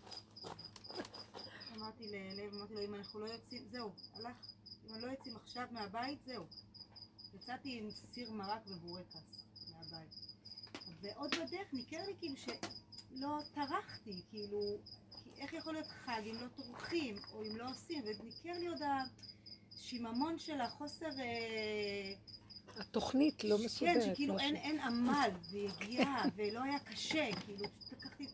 אמרתי ללב, אמרתי לו, אם אנחנו לא יוצאים, זהו, הלך, אם אני לא יוצאים עכשיו מהבית, זהו. יצאתי עם סיר מרק ובורקס מהבית. ועוד בדרך ניכר לי כאילו שלא טרחתי, כאילו, כי איך יכול להיות חג אם לא טורחים, או אם לא עושים, וניכר לי עוד השיממון של החוסר... אה, התוכנית לא מסודרת. כן, שכאילו אין, אין עמל ויגיעה, ולא היה קשה, כאילו, לקחתי את...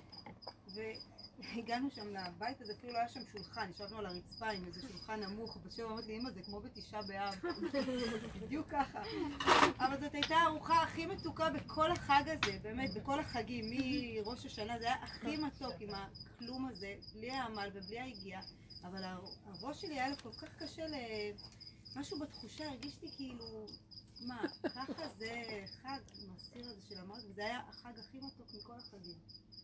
והגענו שם לבית הזה, אפילו לא היה שם שולחן, ישבנו על הרצפה עם איזה שולחן נמוך, בת שבע אמרת לי, אמא, זה כמו בתשעה באב, בדיוק ככה. אבל זאת הייתה הארוחה הכי מתוקה בכל החג הזה, באמת, בכל החגים, מראש השנה, זה היה הכי מתוק עם הכלום הזה, בלי העמל ובלי היגיעה, אבל הראש שלי היה לו כל כך קשה למשהו בתחושה, הרגישתי כאילו, מה, ככה זה חג עם הסיר הזה של המרק, וזה היה החג הכי מתוק מכל החגים.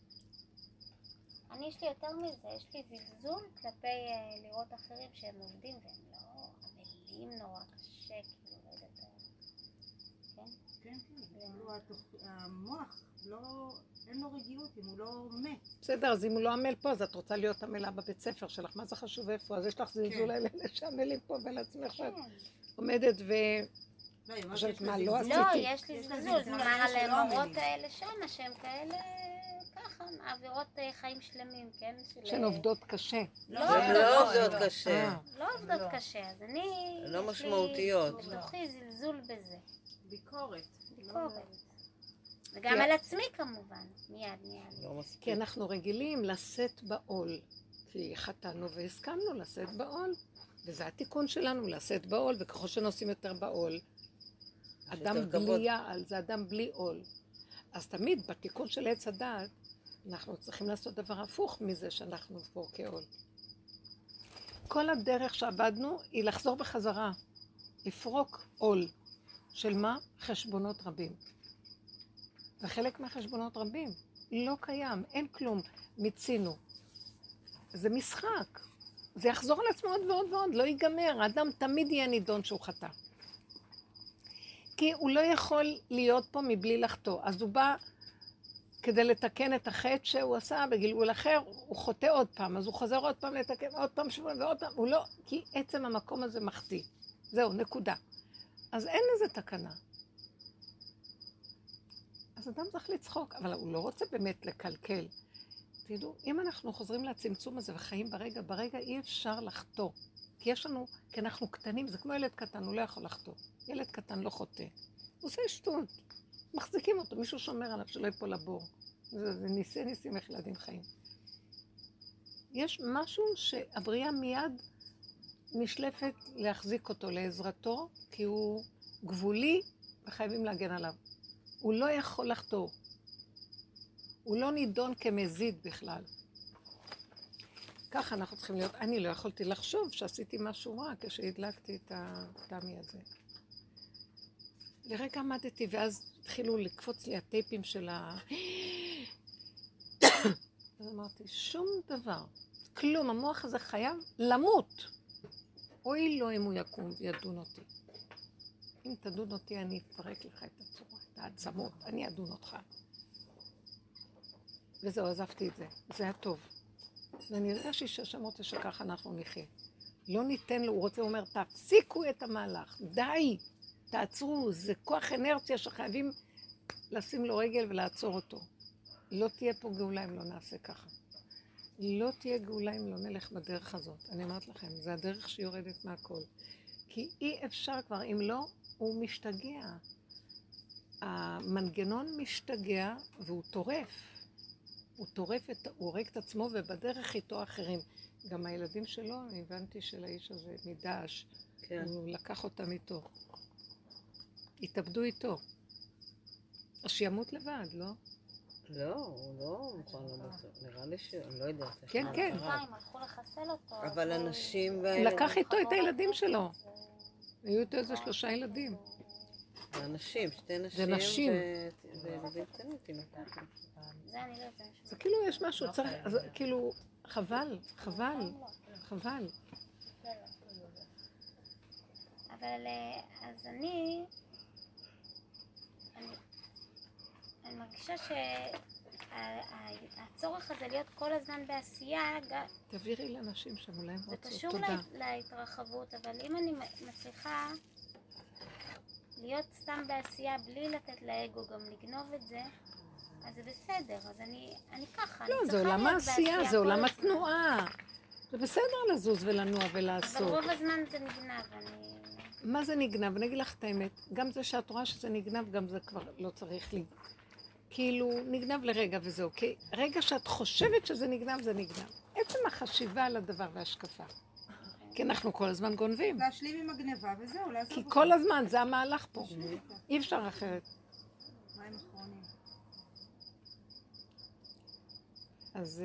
אני, יש לי יותר מזה, יש לי זלזול כלפי uh, לראות אחרים שהם עובדים והם לא עמלים נורא קשה, כאילו, לא יודעת, כן? כן, כן, כאילו התוך- המוח, לא, אין לו רגיעות אם הוא לא מת. בסדר, אז אם הוא לא עמל פה, אז את רוצה להיות עמלה בבית ספר שלך. מה זה חשוב איפה? אז יש לך זלזול על אלה שעמלים פה ולעצמך שאת כן. עומדת ו... לא, היא אומרת חושבת, שיש לה מה, זלזול. לא לא, עשיתי. יש לי יש לה זלזול, זלזול כלומר על על אלה שלא המורות עמלים. האלה שמה שהן כאלה, ככה, מעבירות אה, חיים שלמים, כן? של- שהן עובדות קשה. לא הן לא עובדות, עובדות קשה. אה. לא עובדות קשה, אז אני, לא יש לי משמעותיות. בתוכי זלזול בזה, ביקורת. ביקורת. וגם כי- על עצמי כמובן, מיד, מיד. לא מספיק. כי אנחנו רגילים לשאת בעול. כי חטאנו והסכמנו לשאת בעול. וזה התיקון שלנו, לשאת בעול, וככל שנושאים יותר בעול, אדם יותר כבוד. בלי יעל, זה אדם בלי עול. אז תמיד בתיקון של עץ הדעת, אנחנו צריכים לעשות דבר הפוך מזה שאנחנו פה כעול. כל הדרך שעבדנו היא לחזור בחזרה, לפרוק עול. של מה? חשבונות רבים. וחלק מהחשבונות רבים לא קיים, אין כלום, מיצינו. זה משחק. זה יחזור על עצמו עוד ועוד ועוד, לא ייגמר. האדם תמיד יהיה נידון שהוא חטא. כי הוא לא יכול להיות פה מבלי לחטוא. אז הוא בא כדי לתקן את החטא שהוא עשה בגלגול אחר, הוא חוטא עוד פעם, אז הוא חוזר עוד פעם לתקן, עוד פעם שבוע ועוד פעם, הוא לא, כי עצם המקום הזה מחטיא. זהו, נקודה. אז אין לזה תקנה. אז אדם צריך לצחוק, אבל הוא לא רוצה באמת לקלקל. תדעו, אם אנחנו חוזרים לצמצום הזה וחיים ברגע, ברגע אי אפשר לחטוא. כי יש לנו, כי אנחנו קטנים, זה כמו ילד קטן, הוא לא יכול לחטוא. ילד קטן לא חוטא. הוא עושה שטות. מחזיקים אותו, מישהו שומר עליו שלא ייפול לבור. זה, זה ניסי ניסים איך ילדים חיים. יש משהו שהבריאה מיד נשלפת להחזיק אותו לעזרתו, כי הוא גבולי וחייבים להגן עליו. הוא לא יכול לחטוא. הוא לא נידון כמזיד בכלל. ככה אנחנו צריכים להיות. אני לא יכולתי לחשוב שעשיתי משהו רע כשהדלקתי את התמי הזה. לרגע עמדתי ואז התחילו לקפוץ לי הטייפים של ה... אז אמרתי, שום דבר, כלום, המוח הזה חייב למות. אוי לו אם הוא יקום וידון אותי. אם תדון אותי אני אפרק לך את הצורה, את העצמות, אני אדון אותך. וזהו, עזבתי את זה, זה היה טוב. ואני הרגשתי שהשם רוצה שככה אנחנו נחיה. לא ניתן לו, הוא רוצה, הוא אומר, תפסיקו את המהלך, די, תעצרו, זה כוח אנרציה שחייבים לשים לו רגל ולעצור אותו. לא תהיה פה גאולה אם לא נעשה ככה. לא תהיה גאולה אם לא נלך בדרך הזאת. אני אומרת לכם, זה הדרך שיורדת מהכל. כי אי אפשר כבר, אם לא, הוא משתגע. המנגנון משתגע והוא טורף. הוא טורף, את, הוא הורג את עצמו ובדרך איתו אחרים. גם הילדים שלו, אני הבנתי של האיש הזה מדעש, כן. הוא לקח אותם איתו. התאבדו איתו. אז שימות לבד, לא? לא, הוא לא מוכן למות. נראה לי ש... אני לא יודעת. איך כן, מה כן. קרה. הם הלכו לחסל אותו. אבל אז הוא- אנשים הוא והאלה... לקח איתו את הילדים שלו. זה- היו איתו איזה שלושה ילדים. זה אנשים, שתי נשים. זה נשים. ו- וילדים קטנים, תינוקות. זה אני לא יודעת. זה כאילו יש משהו, צריך, אז כאילו, חבל, חבל, חבל. אבל אה, אז אני, אני, אני מרגישה שהצורך הזה להיות כל הזמן בעשייה, ג- תעבירי לאנשים שם, אולי הם זה רוצות. קשור תודה. לה- להתרחבות, אבל אם אני מצליחה להיות סתם בעשייה בלי לתת לאגו גם לגנוב את זה, אז זה בסדר, אז אני, אני ככה, לא, אני זה צריכה עולם להיות העשייה, בעשייה זה כל עולם הזמן. התנועה. זה בסדר לזוז ולנוע אבל ולעשות. רוב הזמן זה נגנב, אני... מה זה נגנב? אני אגיד לך את האמת, גם זה שאת רואה שזה נגנב, גם זה כבר לא צריך לי. כאילו, נגנב לרגע וזהו. כי רגע שאת חושבת שזה נגנב, זה נגנב. עצם החשיבה על הדבר והשקפה. כי אנחנו כל הזמן גונבים. להשלים עם הגניבה וזהו, לעזוב כי אותה. כל הזמן זה המהלך פה. אי אפשר אחרת. מים אחרונים. אז אז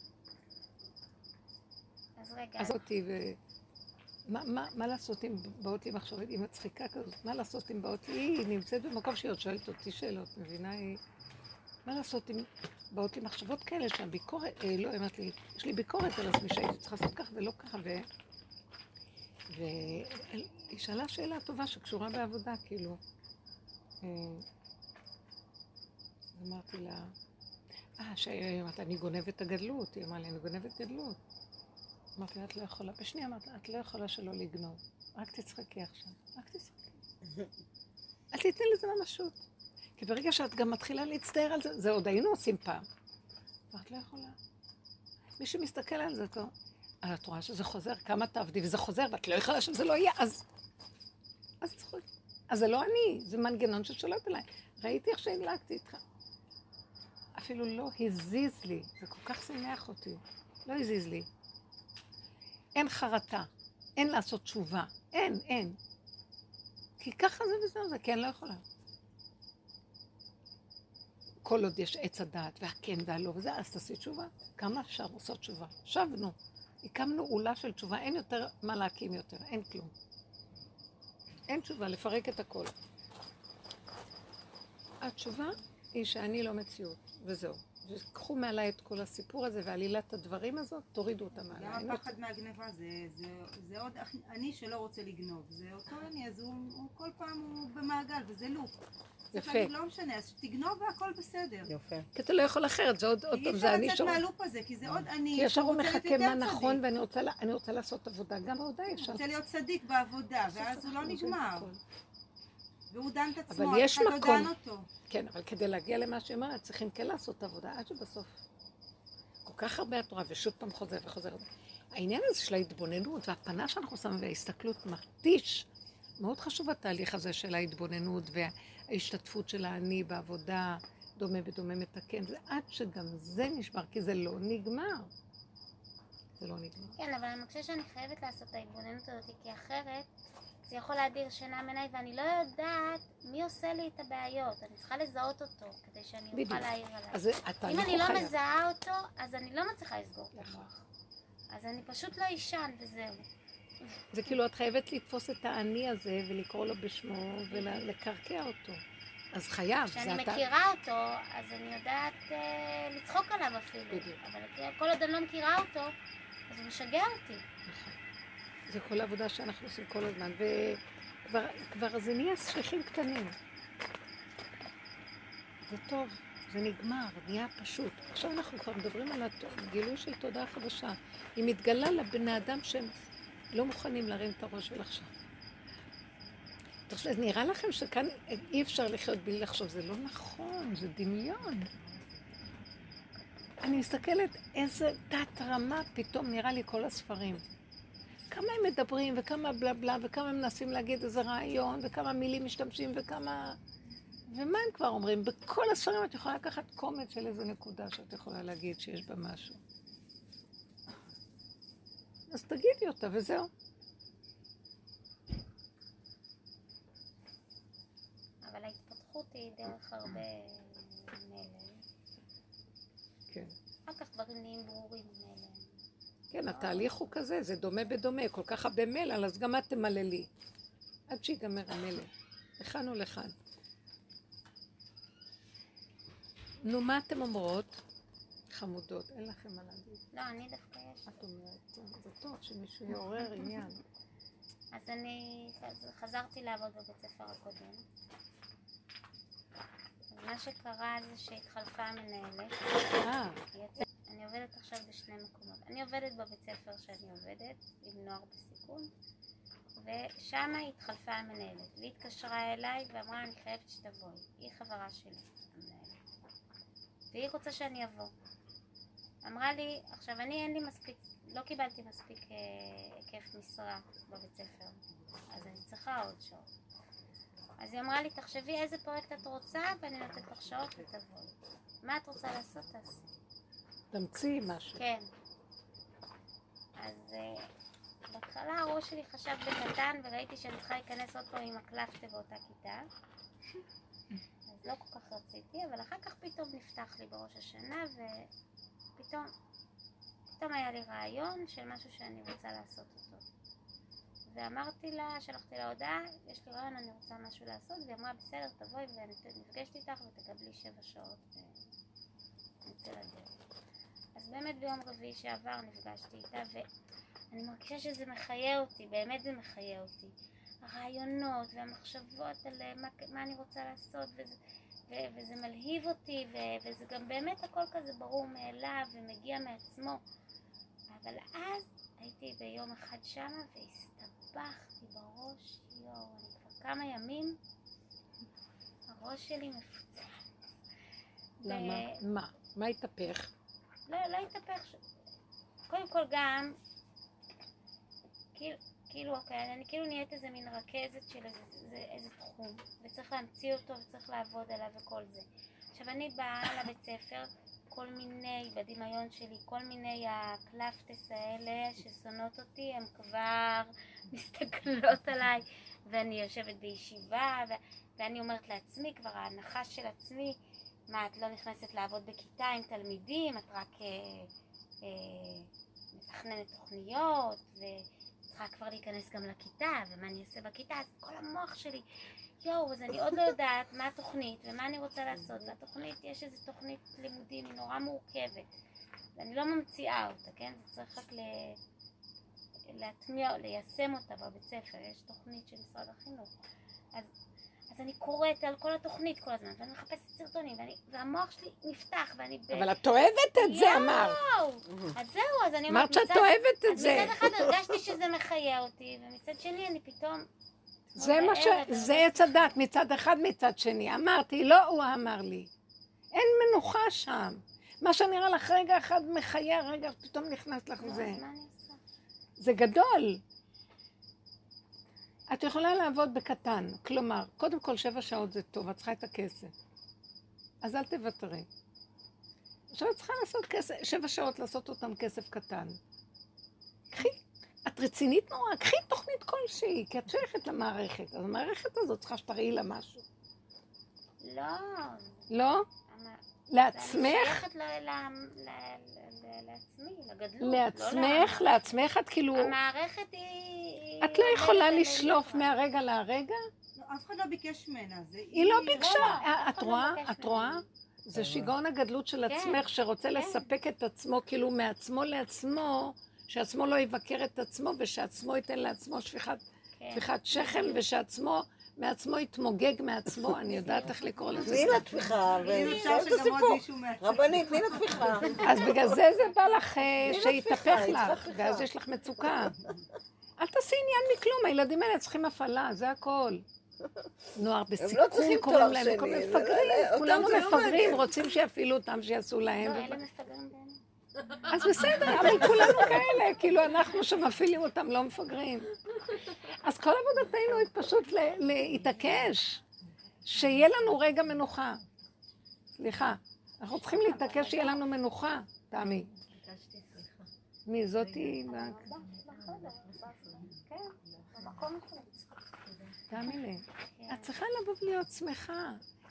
רגע, אז אותי ו... מה, מה, מה לעשות אם באות לי מחשבות, היא מצחיקה כזאת, מה לעשות אם באות לי, היא נמצאת במקום שהיא עוד שואלת אותי שאלות, מבינה? היא... מה לעשות אם באות לי מחשבות כאלה שהביקורת, אה, לא, אמרת לי, יש לי ביקורת על עצמי שהייתי צריכה לעשות ככה ולא ככה, ו... והיא שאלה שאלה טובה שקשורה בעבודה, כאילו. אה, אמרתי לה, אה, שאמרת, אני גונבת את הגדלות, היא אמרה לי, אני גונבת גדלות. אמרתי לה, את לא יכולה, בשנייה אמרת לה, את לא יכולה שלא לגנוב, רק תצחקי עכשיו, רק תצחקי. אל תתני לזה ממשות. כי ברגע שאת גם מתחילה להצטער על זה, זה עוד היינו עושים פעם. ואת לא יכולה. מי שמסתכל על זה כבר, את רואה שזה חוזר, כמה תעבדי, וזה חוזר, ואת לא יכולה שזה לא יהיה, אז... אז צחוק. אז זה לא אני, זה מנגנון ששולט עליי. ראיתי איך שהדלקתי איתך. אפילו לא הזיז לי, זה כל כך שמח אותי. לא הזיז לי. אין חרטה, אין לעשות תשובה, אין, אין. כי ככה זה וזהו, זה כן לא יכולה. כל עוד יש עץ הדעת והכן והלא וזה, אז תעשי תשובה. כמה אפשר לעשות תשובה? שבנו. הקמנו עולה של תשובה, אין יותר מה להקים יותר, אין כלום. אין תשובה, לפרק את הכל. התשובה היא שאני לא מציאות, וזהו. וקחו מעליי את כל הסיפור הזה ועלילת הדברים הזאת, תורידו אותה מעליי. גם הפחד מהגניבה זה, זה, זה עוד אני שלא רוצה לגנוב, זה אותו אני, אז הוא, הוא כל פעם הוא במעגל וזה לופ. צריך להגיד, לא משנה, אז תגנוב והכל בסדר. יפה. כי אתה לא יכול אחרת, זה עוד עוד פעם, זה אני אי אפשר שור... לצאת מהלופ הזה, כי זה עוד אני כי ישר הוא שרוצה להיות מחכה יותר מה נכון, צדיק. ואני רוצה, לה- אני רוצה לעשות עבודה, גם העבודה הוא אפשר. רוצה להיות צדיק בעבודה, ואז הוא לא נגמר. והוא דן את עצמו, אבל יש אף אחד לא מקום. דן אותו. כן, אבל כדי להגיע למה שאמרת, צריכים כן לעשות עבודה, עד שבסוף. כל כך הרבה התורה, ושוב פעם חוזר וחוזר. העניין הזה של ההתבוננות, והפנה שאנחנו שמים, וההסתכלות מרטיש, מאוד חשוב התהליך הזה של ההתבוננות, וההשתתפות של האני בעבודה, דומה בדומה מתקן, זה עד שגם זה נשבר, כי זה לא נגמר. זה לא נגמר. כן, אבל אני חושבת שאני חייבת לעשות את ההתבוננות הזאת, כי אחרת זה יכול להדיר שינה מעיניי, ואני לא יודעת מי עושה לי את הבעיות. אני צריכה לזהות אותו, כדי שאני בדיוק. אוכל להעיר עליו. אז אם התהליך אני הוא לא חייב. מזהה אותו, אז אני לא מצליחה לסגור את המוח. אז אני פשוט לא אישן וזהו. זה כאילו את חייבת לתפוס את האני הזה ולקרוא לו בשמו ולקרקע אותו. אז חייב, כשאני זה אתה... מכירה אותו, אז אני יודעת אה, לצחוק עליו אפילו. בדיוק. אבל כל עוד אני לא מכירה אותו, אז הוא משגע אותי. נכון. זה כל העבודה שאנחנו עושים כל הזמן, וכבר כבר זה נהיה ספיחים קטנים. זה טוב, זה נגמר, נהיה פשוט. עכשיו אנחנו כבר מדברים על הגילוי של תודעה חדשה. היא מתגלה לבני אדם שהם לא מוכנים להרים את הראש ולחשוב. תחשב, נראה לכם שכאן אי אפשר לחיות בלי לחשוב, זה לא נכון, זה דמיון. אני מסתכלת איזה תת רמה פתאום נראה לי כל הספרים. כמה הם מדברים וכמה בלה בלה וכמה הם מנסים להגיד איזה רעיון וכמה מילים משתמשים וכמה... ומה הם כבר אומרים? בכל הספרים את יכולה לקחת קומץ של איזה נקודה שאת יכולה להגיד שיש בה משהו. אז תגידי אותה וזהו. אבל ההתפתחות היא דרך הרבה מלל. כן. אחר כך דברים נהיים ברורים מלל. כן, התהליך הוא כזה, זה דומה בדומה, כל כך הרבה מלל, אז גם את תמללי. עד שיגמר המלל. לכאן או לכאן. נו, מה אתם אומרות? חמודות, אין לכם מה להגיד. לא, אני דווקא יש. את אומרת, זה טוב שמישהו יעורר עניין. אז אני חז- חזרתי לעבוד בבית ספר הקודם. מה שקרה זה שהתחלפה המנהלת. אה, היא יצאה- אני עובדת עכשיו בשני מקומות. אני עובדת בבית ספר שאני עובדת עם נוער בסיכון, ושם התחלפה המנהלת. והיא התקשרה אליי ואמרה, אני חייבת שתבואי. היא חברה שלי, המנהלת. והיא רוצה שאני אבוא. אמרה לי, עכשיו אני אין לי מספיק, לא קיבלתי מספיק אה, היקף משרה בבית ספר, אז אני צריכה עוד שעות. אז היא אמרה לי, תחשבי איזה פרויקט את רוצה ואני נותנת לך שעות ותבואי. מה את רוצה לעשות? תעשי. תמציאי משהו. כן. אז אה, בהתחלה הראש שלי חשב בקטן וראיתי שאני צריכה להיכנס עוד פעם עם הקלפטה באותה כיתה. אז לא כל כך רציתי, אבל אחר כך פתאום נפתח לי בראש השנה ופתאום פתאום היה לי רעיון של משהו שאני רוצה לעשות אותו. ואמרתי לה, שלחתי לה הודעה, יש לי רעיון, אני רוצה משהו לעשות, והיא אמרה, בסדר, תבואי ואני נפגשת איתך ותקבלי שבע שעות ונצא לדרך. אז באמת ביום רביעי שעבר נפגשתי איתה, ואני מרגישה שזה מחיה אותי, באמת זה מחיה אותי. הרעיונות והמחשבות על מה, מה אני רוצה לעשות, וזה, ו, וזה מלהיב אותי, ו, וזה גם באמת הכל כזה ברור מאליו ומגיע מעצמו. אבל אז הייתי ביום אחד שמה והסתבכתי בראש, יואו, אני כבר כמה ימים, הראש שלי מפוצץ. למה? מה? מה התהפך? לא, לא התהפך. ש... קודם כל גם, כאילו, כאילו, אוקיי, אני כאילו נהיית איזה מין רכזת של איזה, איזה, איזה תחום, וצריך להמציא אותו וצריך לעבוד עליו וכל זה. עכשיו אני באה לבית ספר, כל מיני, בדמיון שלי, כל מיני הקלפטס האלה ששונאות אותי, הן כבר מסתכלות עליי, ואני יושבת בישיבה, ו- ואני אומרת לעצמי, כבר ההנחה של עצמי, מה, את לא נכנסת לעבוד בכיתה עם תלמידים, את רק אה, אה, מתכננת תוכניות, וצריכה כבר להיכנס גם לכיתה, ומה אני אעשה בכיתה, אז כל המוח שלי, יואו, אז אני עוד לא יודעת מה התוכנית ומה אני רוצה לעשות. והתוכנית, יש איזו תוכנית לימודים, היא נורא מורכבת. ואני לא ממציאה אותה, כן? זה צריך רק ל... להטמיע, ליישם אותה בבית ספר. יש תוכנית של משרד החינוך. אז, אז אני קוראת על כל התוכנית כל הזמן, ואני מחפשת סרטונים, ואני, והמוח שלי נפתח, ואני... ב... אבל את אוהבת את זה, אמרת. יואו! אז זהו, אז אני אמרת שאת אוהבת את אז זה. מצד אחד הרגשתי שזה מחיה אותי, ומצד שני אני פתאום... זה מה ש... זה עץ הדת, מצד אחד, מצד שני. אמרתי, לא הוא אמר לי. אין מנוחה שם. מה שנראה לך רגע אחד מחיה, רגע פתאום נכנס לך זה. מה אני עושה? זה גדול. את יכולה לעבוד בקטן. כלומר, קודם כל שבע שעות זה טוב, את צריכה את הכסף. אז אל תוותרי. עכשיו את צריכה לעשות כסף, שבע שעות לעשות אותם כסף קטן. קחי. את רצינית נורא, קחי תוכנית כלשהי, כי את שייכת למערכת. אז המערכת הזאת צריכה שתראי לה משהו. לא. לא? אני לעצמך? שייכת ל- ל- ל- ל- לעצמי, לגדלות. לעצמך? לא לעצמך את כאילו... לה- המערכת היא... את לא יכולה עובדת לשלוף עלינו. מהרגע להרגע? לא, אף אחד לא ביקש ממנה. זה היא לא לא, ביקשה. אף את אחד לא רואה? מבקש את רואה? ממני. זה שיגעון הגדלות של כן, עצמך, שרוצה כן. לספק את עצמו, כאילו מעצמו לעצמו, שעצמו לא יבקר את עצמו, ושעצמו ייתן לעצמו שפיכת, כן. שפיכת שכם, ושעצמו, מעצמו יתמוגג מעצמו, אני יודעת איך לקרוא לזה. תני לה תפיחה, אם אפשר וסיים את שגם עוד הסיפור. מישהו מעצבן. רבנית, תני לה תפיחה. אז בגלל זה זה בא לך אה, לה שיתהפך תפיחה, היא צריכה לך, תפיחה. ואז יש לך מצוקה. אל תעשי עניין מכלום, הילדים האלה צריכים הפעלה, זה הכל. נוער בסיכון צריכים קוראים תואר להם, שני, כל מיני זה- מפגרים, אותם כולנו זה לא מפגרים, מעניין. רוצים שיפעילו אותם, שיעשו לא, להם. אלה מפגרים באמת. אז בסדר, אבל כולנו כאלה, כאילו אנחנו שמפעילים אותם לא מפגרים. אז כל עבודתנו היא פשוט ל- להתעקש, שיהיה לנו רגע מנוחה. סליחה, אנחנו צריכים להתעקש שיהיה לנו מנוחה, תמי. מי זאתי? בחדר, כן, במקום הזה. תאמי לי, את צריכה לבוא ולהיות שמחה.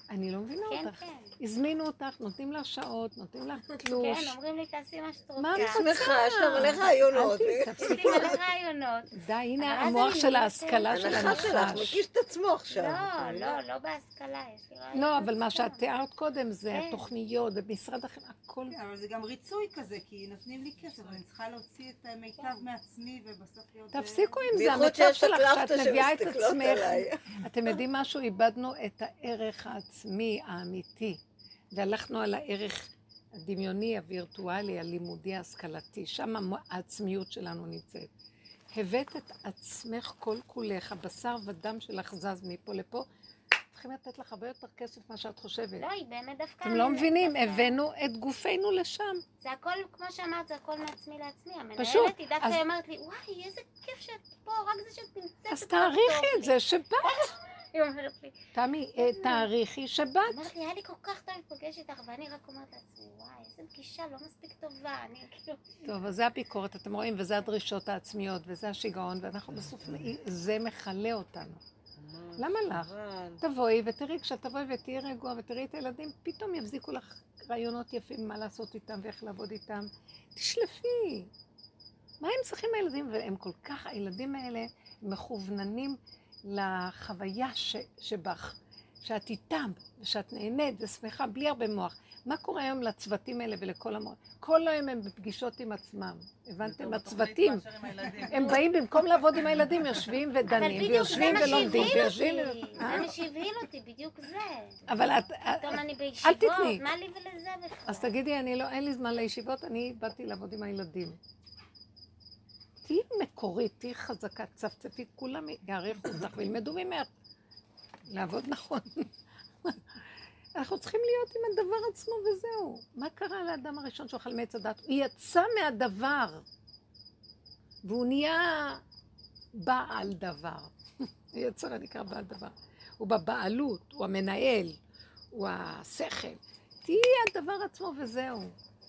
אני לא מבינה כן, אותך. כן. הזמינו אותך, נותנים לך שעות, נותנים לך תלוש. כן, אומרים לי, תעשי מה שאת רוצה. מה את היא רוצה? שמחה, יש לה מלא רעיונות. אל יש תפסיקי. לי מלא רעיונות. די, הנה אבל אז המוח אני של נהיית- ההשכלה של הנחה שלך, הנחש. מקיש את עצמו עכשיו. לא, לא, לא בהשכלה, יש לי רעיונות. לא, אבל מה סתם. שאת תיארת קודם זה כן. התוכניות במשרד החינוך, הכל. כן, אבל זה גם ריצוי כזה, כי נותנים לי כסף, אני צריכה להוציא את המיטב מעצמי ובסוף להיות... תפסיקו עם זה, בייחוד המצב שיש שלך, את שאת הקלפטה מביאה את שמסתכלות עצמך. עליי. אתם יודעים משהו? איבדנו את הערך העצמי האמיתי, והלכנו על הערך הדמיוני, הווירטואלי, הלימודי, ההשכלתי, שם המו- העצמיות שלנו נמצאת. הבאת את עצמך כל כולך, הבשר ודם שלך זז מפה לפה, צריכים לתת לך הרבה יותר כסף מה שאת חושבת. לא, היא באמת דווקא... אתם לא מבינים, דווקא- הבאנו את גופנו לשם. זה הכל, כמו שאמרת, זה הכל מעצמי לעצמי. פשוט, המנהלת היא דווקא אז- אומרת לי, וואי, איזה כיף שאת פה, רק זה שאת נמצאת. אז זה כל כך תעריכי טוב את לי." זה שבאת. היא אומרת לי, תמי, אה, תעריכי שבאת. אמרת לי, היה לי כל כך טוב לפגש איתך, ואני רק אומרת לעצמי, וואי, איזה פגישה לא מספיק טובה, אני כאילו... טוב, אז זה הביקורת, אתם רואים, וזה הדרישות העצמיות, וזה השיגעון, ואנחנו בסוף, זה מכלה אותנו. למה לך? אבל- תבואי ותראי, כשתבואי ותהיי רגוע ותראי את הילדים, פתאום יבזיקו לך רעיונות יפים מה לעשות איתם ואיך לעבוד איתם. תשלפי. מה הם צריכים הילדים? והם כל כך, הילדים האלה מכווננים לחוויה ש, שבך, שאת איתם, ושאת נהנית ושמחה, בלי הרבה מוח. מה קורה היום לצוותים האלה ולכל המוח? כל היום הם בפגישות עם עצמם. הבנתם? הצוותים. הם באים במקום לעבוד עם הילדים, יושבים אבל ודנים, בדיוק זה ויושבים מה ולומדים, שהבהיל ויושבים... אותי, זה אה? מה שהבהיל אותי, בדיוק זה. אבל את... פתאום אני אל בישיבות, תתני. מה לי ולזה בכלל? אז תגידי, אני לא, אין לי זמן לישיבות, אני באתי לעבוד עם הילדים. תהיי מקורית, תהיי חזקה, צפצפי, כולם יעריכו אותך וילמדו ממך. לעבוד נכון. אנחנו צריכים להיות עם הדבר עצמו וזהו. מה קרה לאדם הראשון שאוכל מעץ הדת? הוא יצא מהדבר, והוא נהיה בעל דבר. יצר הנקרא בעל דבר. הוא בבעלות, הוא המנהל, הוא השכל. תהיי הדבר עצמו וזהו.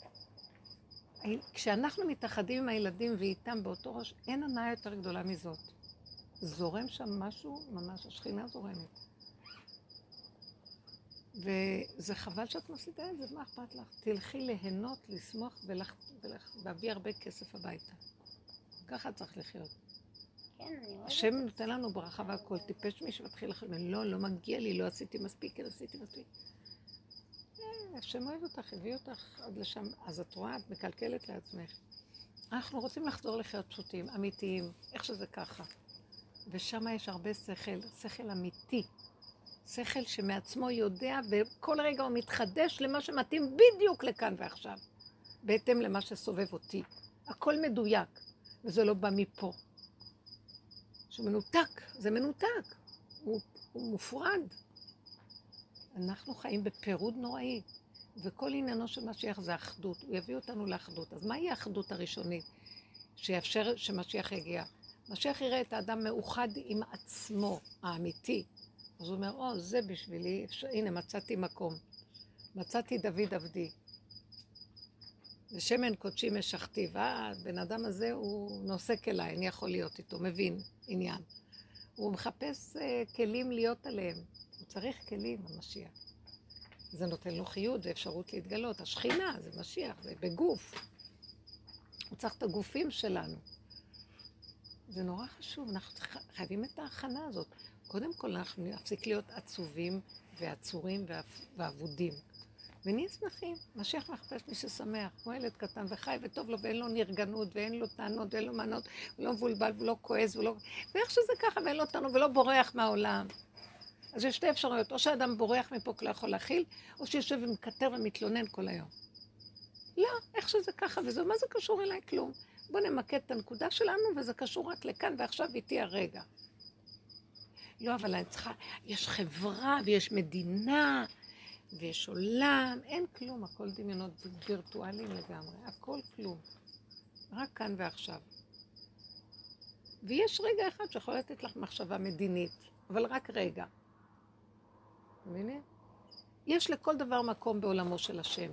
כשאנחנו מתאחדים עם הילדים ואיתם באותו ראש, אין הנאה יותר גדולה מזאת. זורם שם משהו, ממש השכינה זורמת. וזה חבל שאת מפסידה את זה, מה אכפת לך? תלכי ליהנות, לשמוח ולהביא הרבה כסף הביתה. ככה צריך לחיות. כן, אני אוהבת. השם נותן לנו ברכה והכל, טיפש מי שמתחיל לחשוב, לא, לא מגיע לי, לא עשיתי מספיק, כן עשיתי מספיק. השם אוהב אותך, הביא אותך עד לשם, אז את רואה, את מקלקלת לעצמך. אנחנו רוצים לחזור לחיות פשוטים, אמיתיים, איך שזה ככה. ושם יש הרבה שכל, שכל אמיתי. שכל שמעצמו יודע, וכל רגע הוא מתחדש למה שמתאים בדיוק לכאן ועכשיו. בהתאם למה שסובב אותי. הכל מדויק, וזה לא בא מפה. שמנותק, זה מנותק. הוא, הוא מופרד. אנחנו חיים בפירוד נוראי, וכל עניינו של משיח זה אחדות, הוא יביא אותנו לאחדות. אז מהי האחדות הראשונית שיאפשר שמשיח יגיע? משיח יראה את האדם מאוחד עם עצמו, האמיתי. אז הוא אומר, או, זה בשבילי, אפשר, הנה, מצאתי מקום. מצאתי דוד עבדי. ושמן קודשי משכתי, והבן אדם הזה הוא נוסק אליי, אני יכול להיות איתו, מבין עניין. הוא מחפש uh, כלים להיות עליהם. הוא צריך כלים, המשיח. זה נותן לו חיות, זה אפשרות להתגלות. השכינה, זה משיח, זה בגוף. הוא צריך את הגופים שלנו. זה נורא חשוב, אנחנו חייבים את ההכנה הזאת. קודם כל אנחנו נפסיק להיות עצובים ועצורים ועבודים. ונהיה שמחים. משיח מחפש מי ששמח, כמו ילד קטן וחי וטוב לו, ואין לו נרגנות, ואין לו טענות, ואין לו מנות, הוא לא מבולבל, הוא לא כועס, הוא לא... ואיך שזה ככה, ואין לו טענות, ולא בורח מהעולם. אז יש שתי אפשרויות, או שהאדם בורח מפה כי לא יכול להכיל, או שיושב ומקטר ומתלונן כל היום. לא, איך שזה ככה, וזה, מה זה קשור אליי? כלום. בוא נמקד את הנקודה שלנו, וזה קשור רק לכאן, ועכשיו איתי הרגע. לא, אבל אני צריכה, יש חברה, ויש מדינה, ויש עולם, אין כלום, הכל דמיונות וירטואליים לגמרי, הכל כלום. רק כאן ועכשיו. ויש רגע אחד שיכול לתת לך מחשבה מדינית, אבל רק רגע. מבינים? יש לכל דבר מקום בעולמו של השם.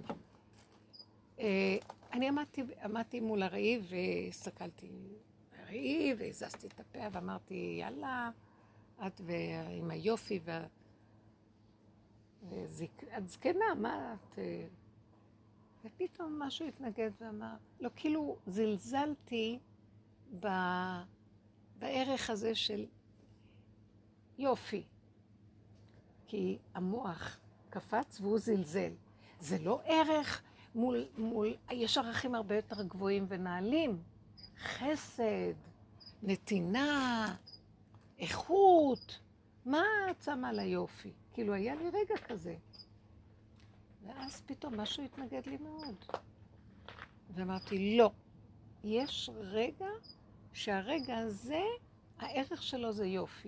אני עמדתי, עמדתי מול הראי והסתכלתי הראי והזזתי את הפה ואמרתי, יאללה, את ועם היופי וה... זק... את זקנה, מה את... אה, ופתאום משהו התנגד ואמר, לא, כאילו זלזלתי ב... בערך הזה של יופי. כי המוח קפץ והוא זלזל. זה לא ערך מול, מול, יש ערכים הרבה יותר גבוהים ונעלים. חסד, נתינה, איכות. מה את שמה על היופי? כאילו היה לי רגע כזה. ואז פתאום משהו התנגד לי מאוד. ואמרתי, לא. יש רגע שהרגע הזה, הערך שלו זה יופי.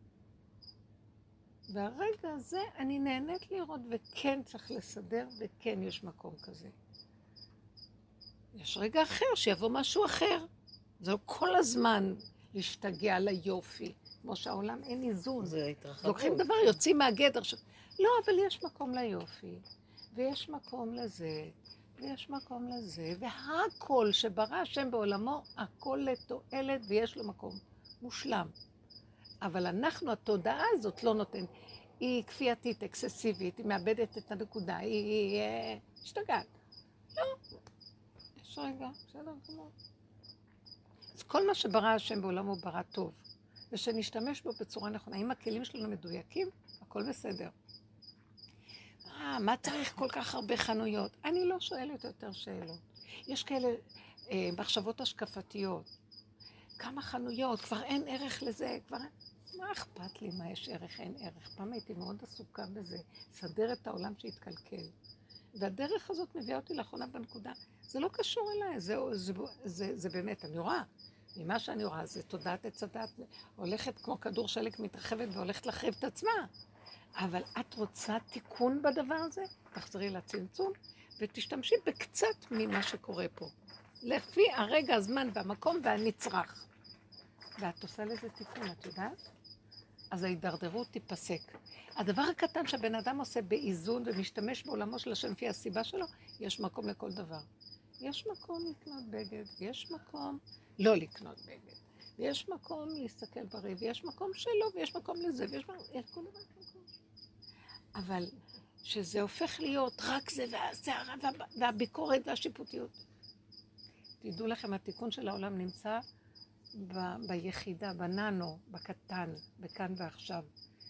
והרגע הזה אני נהנית לראות, וכן צריך לסדר, וכן יש מקום כזה. יש רגע אחר, שיבוא משהו אחר. זה לא כל הזמן להשתגע על היופי, כמו שהעולם אין איזון. זה התרחבות. לוקחים דבר, יוצאים מהגדר. ש... לא, אבל יש מקום ליופי, ויש מקום לזה, ויש מקום לזה, והכל שברא השם בעולמו, הכל לתועלת, ויש לו מקום מושלם. אבל אנחנו, התודעה הזאת לא נותן. היא כפייתית, אקססיבית, היא מאבדת את הנקודה, היא, היא, היא משתגעת. לא. יש רגע, בסדר גמור. אז כל מה שברא השם בעולם הוא ברא טוב, ושנשתמש בו בצורה נכונה. אם הכלים שלנו מדויקים, הכל בסדר. אה, מה צריך כל כך הרבה חנויות? אני לא שואלת יותר שאלות. יש כאלה אה, מחשבות השקפתיות. כמה חנויות, כבר אין ערך לזה, כבר אין... מה אכפת לי מה יש ערך, אין ערך? פעם הייתי מאוד עסוקה בזה, סדר את העולם שהתקלקל. והדרך הזאת מביאה אותי לאחרונה בנקודה. זה לא קשור אליי, זה, זה, זה, זה באמת, אני רואה. ממה שאני רואה, זה תודעת עץ הדת, הולכת כמו כדור שלג מתרחבת והולכת להחריב את עצמה. אבל את רוצה תיקון בדבר הזה? תחזרי לצמצום ותשתמשי בקצת ממה שקורה פה. לפי הרגע, הזמן והמקום והנצרך. ואת עושה לזה תיקון, את יודעת? אז ההידרדרות תיפסק. הדבר הקטן שהבן אדם עושה באיזון ומשתמש בעולמו של השם לפי הסיבה שלו, יש מקום לכל דבר. יש מקום לקנות בגד, יש מקום לא לקנות בגד, ויש מקום להסתכל בריא, ויש מקום שלא, ויש מקום לזה, ויש מקום, יש כל דבר מקום. אבל שזה הופך להיות רק זה והסערה והביקורת והשיפוטיות. תדעו לכם, התיקון של העולם נמצא ב- ביחידה, בננו, בקטן, בכאן ועכשיו.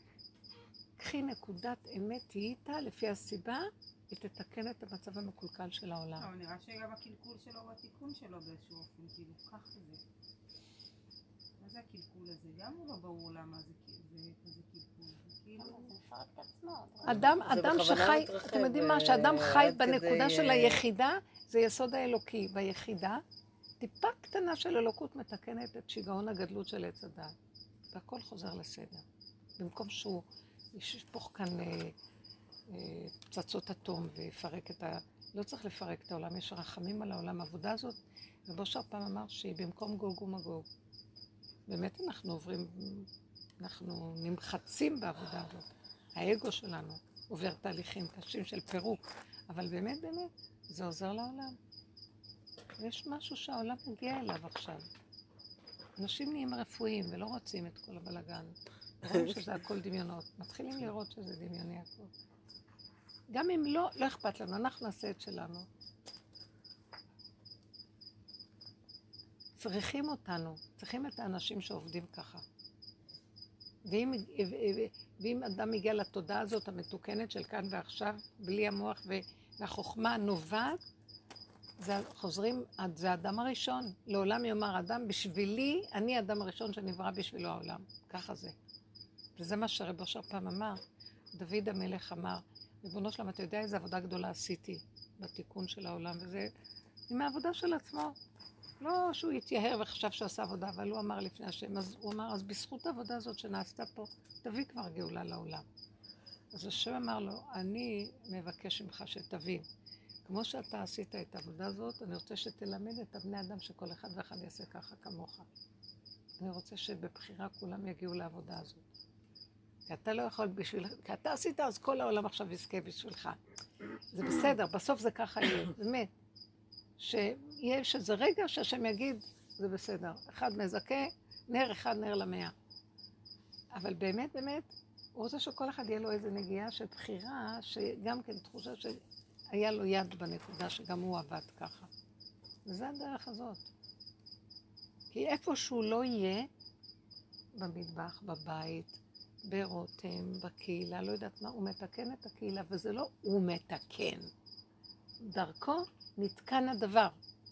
קחי נקודת אמת, תהיי איתה, לפי הסיבה, היא תתקן את המצב המקולקל של העולם. אבל נראה שגם הקלקול שלו הוא התיקון שלו באיזשהו אופן, כאילו, כך זה. מה זה הקלקול הזה? גם הוא לא ברור למה זה כזה קלקול. זה כאילו... זה מפרק את עצמו. אדם, זה אדם בכוונה שחי, מתרחב, אתם יודעים מה, אה, שאדם חי עד בנקודה כדי, של אה, היחידה, זה יסוד האלוקי. ביחידה, טיפה קטנה של אלוקות מתקנת את שיגעון הגדלות של עץ הדעת. והכל חוזר לסדר. במקום שהוא ישפוך כאן אה, אה, פצצות אטום ויפרק את ה... לא צריך לפרק את העולם, יש רחמים על העולם. העבודה הזאת, ובושר פעם אמר שהיא במקום גוג ומגוג. באמת אנחנו עוברים, אנחנו נמחצים בעבודה הזאת. האגו שלנו עובר תהליכים קשים של פירוק, אבל באמת באמת זה עוזר לעולם. יש משהו שהעולם מגיע אליו עכשיו. אנשים נהיים רפואיים ולא רוצים את כל הבלגן. רואים שזה הכל דמיונות. מתחילים לראות שזה דמיוני הכל. גם אם לא, לא אכפת לנו, אנחנו נעשה את שלנו. צריכים אותנו, צריכים את האנשים שעובדים ככה. ואם, ואם אדם מגיע לתודעה הזאת המתוקנת של כאן ועכשיו, בלי המוח והחוכמה הנובעת, זה חוזרים, זה האדם הראשון. לעולם יאמר אדם, בשבילי, אני האדם הראשון שנברא בשבילו העולם. ככה זה. וזה מה שרב אושר פעם אמר. דוד המלך אמר, ריבונו שלם, אתה יודע איזה עבודה גדולה עשיתי בתיקון של העולם, וזה עם העבודה של עצמו. לא שהוא יתייהר וחשב שעשה עבודה, אבל הוא אמר לפני השם, אז הוא אמר, אז בזכות העבודה הזאת שנעשתה פה, תביא כבר גאולה לעולם. אז השם אמר לו, אני מבקש ממך שתבין, כמו שאתה עשית את העבודה הזאת, אני רוצה שתלמד את הבני אדם שכל אחד ואחד יעשה ככה כמוך. אני רוצה שבבחירה כולם יגיעו לעבודה הזאת. כי אתה לא יכול בשביל... כי אתה עשית, אז כל העולם עכשיו יזכה בשבילך. זה בסדר, בסוף זה ככה יהיה, באמת. שיהיה שזה רגע שהשם יגיד, זה בסדר. אחד מזכה, נר אחד נר למאה. אבל באמת, באמת, הוא רוצה שכל אחד יהיה לו איזו נגיעה של בחירה, שגם כן תחושה שהיה לו יד בנקודה שגם הוא עבד ככה. וזה הדרך הזאת. כי איפה שהוא לא יהיה, במטבח, בבית, ברותם, בקהילה, לא יודעת מה, הוא מתקן את הקהילה, וזה לא הוא מתקן. דרכו נתקן הדבר.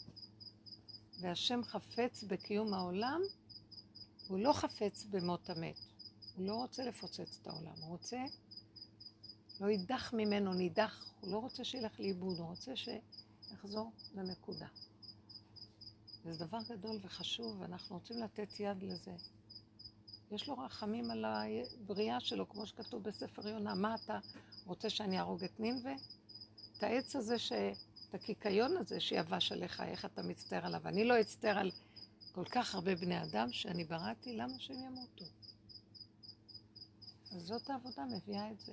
והשם חפץ בקיום העולם, הוא לא חפץ במות המת. הוא לא רוצה לפוצץ את העולם, הוא רוצה, לא יידח ממנו נידח, הוא לא רוצה שילך לאיבוד, הוא רוצה שיחזור לנקודה. וזה דבר גדול וחשוב, ואנחנו רוצים לתת יד לזה. יש לו רחמים על הבריאה שלו, כמו שכתוב בספר יונה. מה אתה רוצה שאני ארוג את נינווה? את העץ הזה, ש... את הקיקיון הזה שיבש עליך, איך אתה מצטער עליו. אני לא אצטער על כל כך הרבה בני אדם שאני בראתי, למה שהם ימותו? אז זאת העבודה, מביאה את זה.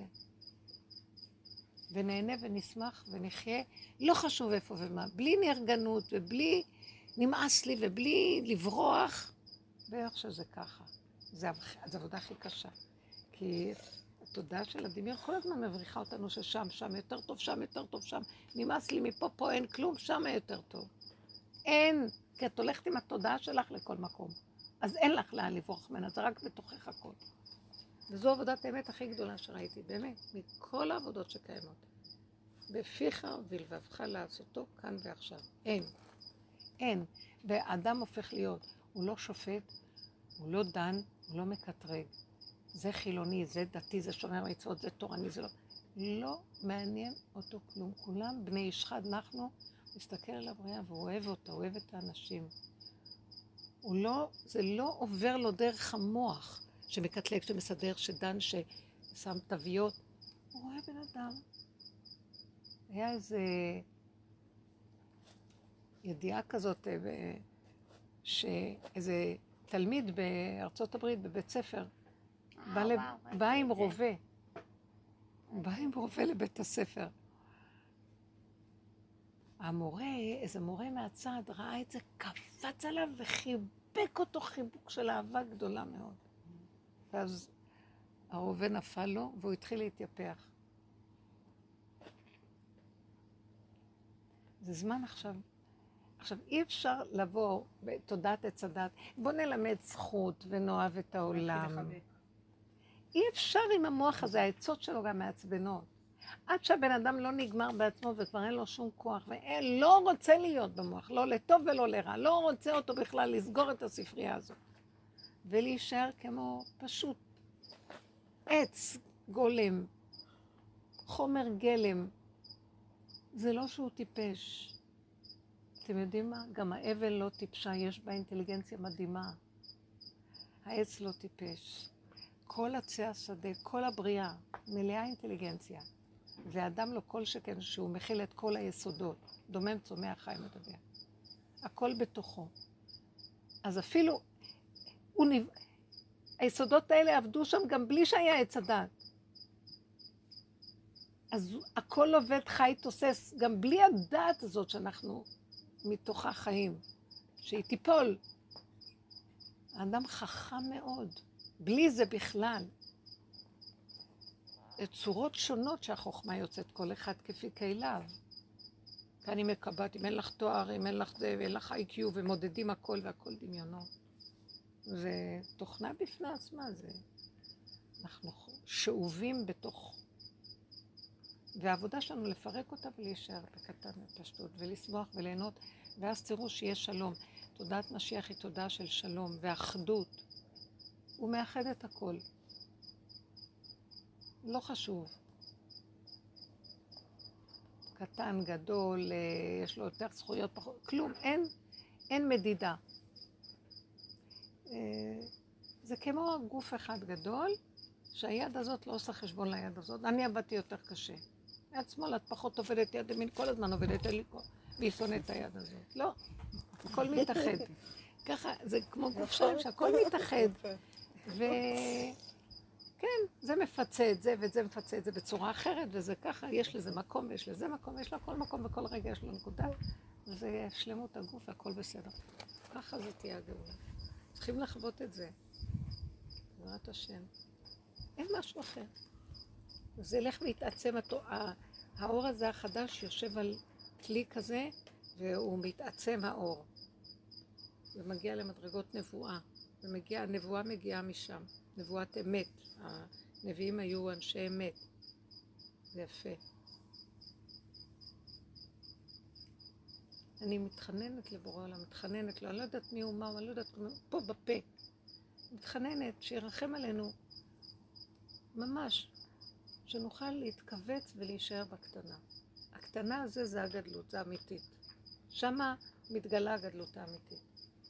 ונהנה ונשמח ונחיה, לא חשוב איפה ומה, בלי נרגנות ובלי נמאס לי ובלי לברוח, ואיך שזה ככה. זה העבודה הכי קשה. כי התודעה של הדמיון כל הזמן מבריחה אותנו ששם, שם יותר טוב, שם יותר טוב, שם. נמאס לי מפה, פה אין כלום, שם יותר טוב. אין, כי את הולכת עם התודעה שלך לכל מקום. אז אין לך לאן לברוח ממנה, זה רק בתוכך הכל. וזו עבודת האמת הכי גדולה שראיתי, באמת, מכל העבודות שקיימות. בפיך ולבבך לעשותו כאן ועכשיו. אין. אין. ואדם הופך להיות, הוא לא שופט, הוא לא דן, הוא לא מקטרג. זה חילוני, זה דתי, זה שומר מצוות, זה תורני, זה לא... לא מעניין אותו כלום. כולם בני איש חד, אנחנו מסתכל על הבריאה והוא אוהב אותה, הוא אוהב את האנשים. הוא לא, זה לא עובר לו דרך המוח שמקטלג, שמסדר, שדן, ששם תוויות. הוא רואה בן אדם. היה איזה ידיעה כזאת, שאיזה תלמיד בארצות הברית, בבית ספר, בא, לב... בא עם רובה. הוא בא עם רובה לבית הספר. המורה, איזה מורה מהצד, ראה את זה, קפץ עליו וחיבק אותו חיבוק של אהבה גדולה מאוד. ואז הרובה נפל לו והוא התחיל להתייפח. זה זמן עכשיו. עכשיו, אי אפשר לבוא בתודעת עץ הדת, בוא נלמד זכות ונאהב את העולם. אי אפשר עם המוח הזה, העצות שלו גם מעצבנות. עד שהבן אדם לא נגמר בעצמו וכבר אין לו שום כוח, ולא רוצה להיות במוח, לא לטוב ולא לרע, לא רוצה אותו בכלל לסגור את הספרייה הזאת. ולהישאר כמו פשוט עץ גולם, חומר גלם. זה לא שהוא טיפש. אתם יודעים מה? גם האבל לא טיפשה, יש בה אינטליגנציה מדהימה. העץ לא טיפש. כל עצי השדה, כל הבריאה, מלאה אינטליגנציה. והאדם לא כל שכן שהוא מכיל את כל היסודות, דומם צומח חי מדבר. הכל בתוכו. אז אפילו, נב... היסודות האלה עבדו שם גם בלי שהיה עץ הדת. אז הכל עובד חי תוסס, גם בלי הדעת הזאת שאנחנו מתוכה חיים, שהיא תיפול. האדם חכם מאוד, בלי זה בכלל. צורות שונות שהחוכמה יוצאת כל אחד כפי כליו. כאן היא מקבעת, אם אין לך תואר, אם אין לך זה, ואין לך איי קיו, ומודדים הכל והכל דמיונות. זה תוכנה בפני עצמה, זה... אנחנו שאובים בתוך... והעבודה שלנו לפרק אותה ולהישאר בקטן בפשטות, ולסמוח וליהנות, ואז תראו שיש שלום. תודעת משיח היא תודעה של שלום ואחדות. הוא מאחד את הכל. לא חשוב. קטן, גדול, יש לו יותר זכויות, פחות, כלום, אין, אין מדידה. זה כמו גוף אחד גדול, שהיד הזאת לא עושה חשבון ליד הזאת. אני עבדתי יותר קשה. יד שמאל, את פחות עובדת יד ימין, כל הזמן עובדת אליקו, והיא שונאת את היד הזאת. לא, הכל מתאחד. ככה, זה כמו גוף שלם שהכל מתאחד. וכן, זה מפצה את זה, וזה מפצה את זה בצורה אחרת, וזה ככה, יש לזה מקום, ויש לזה מקום, יש לה כל מקום, וכל רגע יש לו נקודה, וזה שלמות הגוף, והכל בסדר. ככה זה תהיה הגאולה. צריכים לחוות את זה. בעזרת השם. אין משהו אחר. זה ילך ויתעצם, התו- ה- האור הזה החדש יושב על כלי כזה, והוא מתעצם האור. ומגיע למדרגות נבואה, ומגיע, הנבואה מגיעה משם, נבואת אמת. הנביאים היו אנשי אמת. זה יפה. אני מתחננת לבורא עולם, מתחננת לו, אני לא יודעת מי הוא מה, אני לא יודעת, פה בפה. מתחננת שירחם עלינו, ממש, שנוכל להתכווץ ולהישאר בקטנה. הקטנה הזה זה הגדלות, זה אמיתית. שמה מתגלה הגדלות האמיתית.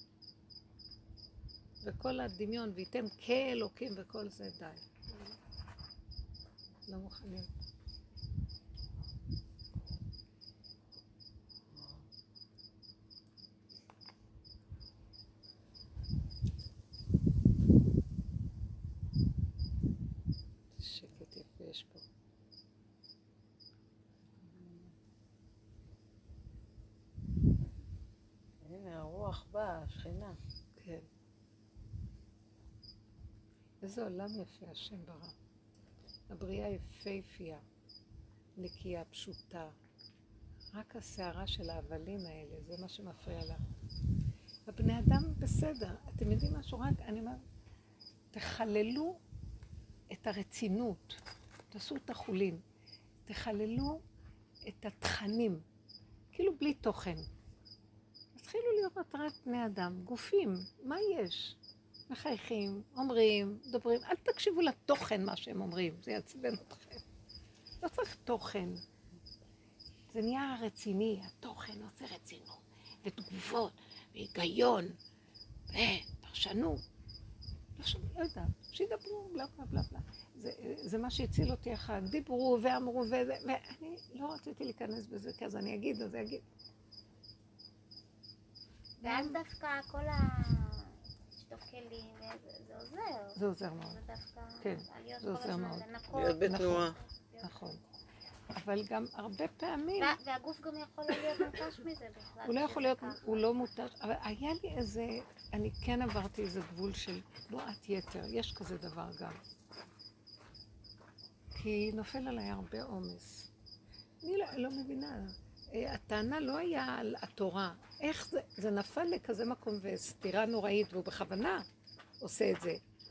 וכל הדמיון, וייתם כאלוקים וכל זה די. לא מוכנים. שקט יפה יש פה. הנה, הרוח באה, השכינה. כן. איזה עולם יפה השם ברא. הבריאה יפהפייה, נקייה, פשוטה. רק השערה של ההבלים האלה, זה מה שמפריע לה. הבני אדם בסדר. אתם יודעים משהו? רק, אני אומר, תחללו את הרצינות. תעשו את החולין. תחללו את התכנים. כאילו בלי תוכן. תתחילו להיות רק בני אדם, גופים. מה יש? מחייכים, אומרים, מדברים. אל תקשיבו לתוכן מה שהם אומרים, זה יעצבן אתכם. לא צריך תוכן. זה נהיה רציני, התוכן עושה רצינות, ותגובות, והיגיון, ופרשנות. לא שם, לא יודעת, שידברו, בלה בלה בלה בלה. זה, זה מה שהציל אותי אחד, דיברו ואמרו וזה, ואני לא רציתי להיכנס בזה, כי אז אני אגיד, אז אני אגיד. ואז דווקא כל ה... שטוף כלים, זה- זה עוזר. זה עוזר מאוד. זה דווקא... כן, להיות זה כל עוזר הזמן מאוד. לנקות. להיות בתנועה. נכון. אבל גם הרבה פעמים, וה- והגוף גם יכול לא להיות מותש מזה בכלל. הוא לא שזה יכול להיות, ככה. הוא לא מותש, אבל היה לי איזה, אני כן עברתי איזה גבול של תנועת יתר, יש כזה דבר גם. כי נופל עליי הרבה עומס. אני לא, לא מבינה, אה, הטענה לא היה על התורה, איך זה, זה נפל לכזה מקום וסתירה נוראית, והוא בכוונה עושה את זה.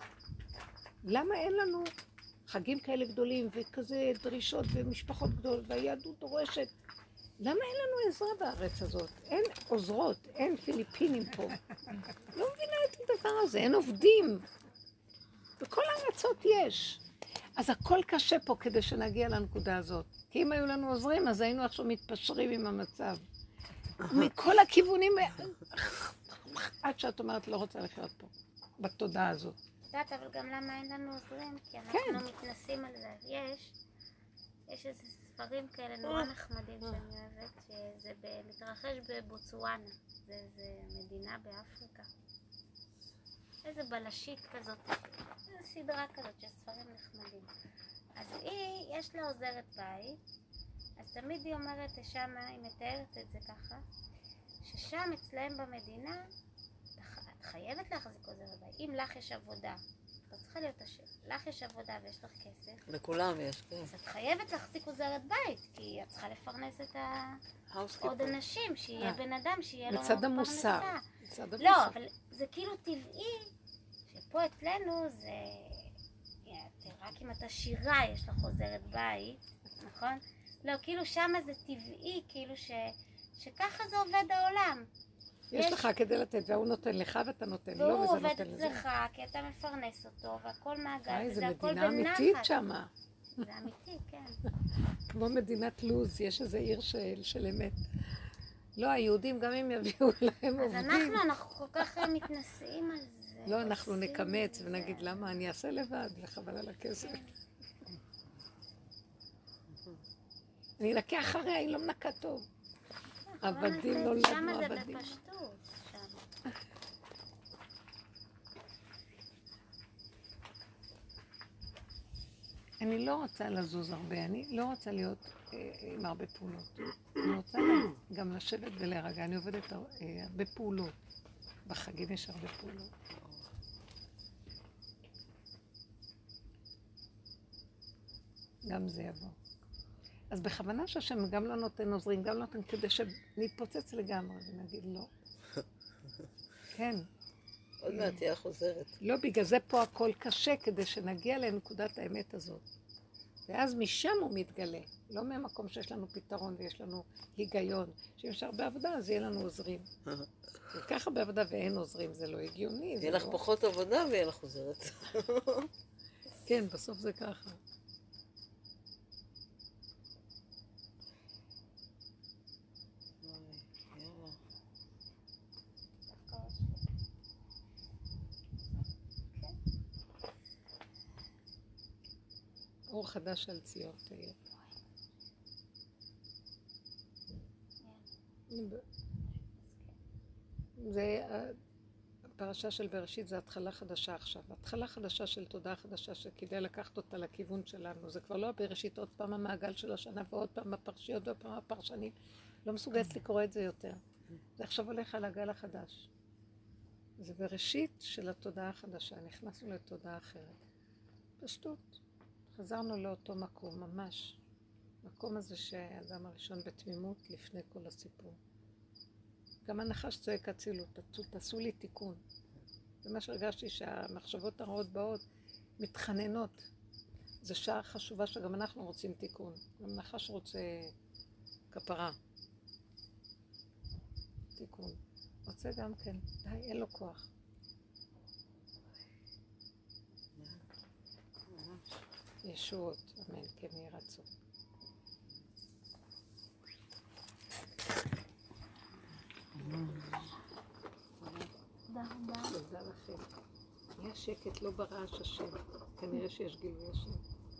למה אין לנו חגים כאלה גדולים וכזה דרישות ומשפחות גדולות והיהדות דורשת? למה אין לנו עזרה בארץ הזאת? אין עוזרות, אין פיליפינים פה. לא מבינה את הדבר הזה, אין עובדים. בכל הארצות יש. אז הכל קשה פה כדי שנגיע לנקודה הזאת. כי אם היו לנו עוזרים, אז היינו עכשיו מתפשרים עם המצב. מכל הכיוונים, עד שאת אומרת, לא רוצה לחיות פה, בתודעה הזאת. את יודעת, אבל גם למה אין לנו עוזרים? כי אנחנו כן. מתנסים על זה. יש, יש איזה ספרים כאלה נורא נחמדים שאני אוהבת, שזה ב- מתרחש בבוצואנה. זה איזה מדינה באפריקה. איזה בלשית כזאת, איזה סדרה כזאת של ספרים נחמדים. אז היא, יש לה עוזרת בית, אז תמיד היא אומרת שמה, היא מתארת את זה ככה, ששם אצלהם במדינה, את ח- את חייבת להחזיק עוזרת בית. אם לך יש עבודה, את צריכה להיות השם, לך יש עבודה ויש לך כסף, לכולם יש, כן. אז את חייבת להחזיק עוזרת בית, כי את צריכה לפרנס את ה... עוד Housekeeper. אנשים, שיהיה אה. בן אדם, שיהיה לו מצד המוסר. פרנסה. מצד המוסר. לא, אבל זה כאילו טבעי, שפה אצלנו זה... רק אם את עשירה יש לך עוזרת בית, נכון? לא, כאילו שמה זה טבעי, כאילו ש... שככה זה עובד העולם. יש לך כדי לתת, והוא נותן לך ואתה נותן לו, והוא וזה עובד נותן לזה. אצלך, כי אתה מפרנס אותו, והכל מעגל, איי, זו וזה הכל מדינה בנחת. אמיתית שמה. זה אמיתי, כן. כמו מדינת לוז, יש איזה עיר של, של אמת. לא, היהודים גם אם יביאו להם אז עובדים. אנחנו, אנחנו כל כך מתנשאים על זה. לא, אנחנו עושים נקמץ את ונגיד זה. למה אני אעשה לבד, וחבל על הכסף. אני אנקה אחריה, היא לא מנקה טוב. בוא עבדים נעשה את נולדנו זה. שמה זה עבדים. בפשטות. שם. אני לא רוצה לזוז הרבה, אני לא רוצה להיות אה, עם הרבה פעולות. אני רוצה לה- גם לשבת ולהירגע, אני עובדת הר- אה, הרבה פעולות. בחגים יש הרבה פעולות. גם זה יבוא. אז בכוונה שהשם גם לא נותן עוזרים, גם לא נותן, כדי שנתפוצץ לגמרי ונגיד לא. כן. עוד מעט תהיה חוזרת. לא, בגלל זה פה הכל קשה, כדי שנגיע לנקודת האמת הזאת. ואז משם הוא מתגלה, לא מהמקום שיש לנו פתרון ויש לנו היגיון. שאם יש הרבה עבודה, אז יהיה לנו עוזרים. וככה בעבודה ואין עוזרים, זה לא הגיוני. יהיה לך פחות עבודה ויהיה לך חוזרת. כן, בסוף זה ככה. אור חדש על ציון תאיר. זה הפרשה של בראשית, זה התחלה חדשה עכשיו. התחלה חדשה של תודעה חדשה שכדאי לקחת אותה לכיוון שלנו. זה כבר לא הבראשית, עוד פעם המעגל של השנה ועוד פעם הפרשיות ועוד פעם הפרשנים. לא מסוגלת לקרוא את זה יותר. זה עכשיו הולך על הגל החדש. זה בראשית של התודעה החדשה. נכנסנו לתודעה אחרת. פשטות. חזרנו לאותו מקום, ממש. מקום הזה שהאדם הראשון בתמימות לפני כל הסיפור. גם הנחש צועק אצילות, תעשו לי תיקון. זה מה שהרגשתי שהמחשבות הרעות באות, מתחננות. זו שעה חשובה שגם אנחנו רוצים תיקון. גם הנחש רוצה כפרה. תיקון. רוצה גם כן, די, אין לו כוח. ישועות, אמן, כן יהיה רצון. תודה לכם. היה שקט, לא ברעש השם. כנראה שיש גילוי השם.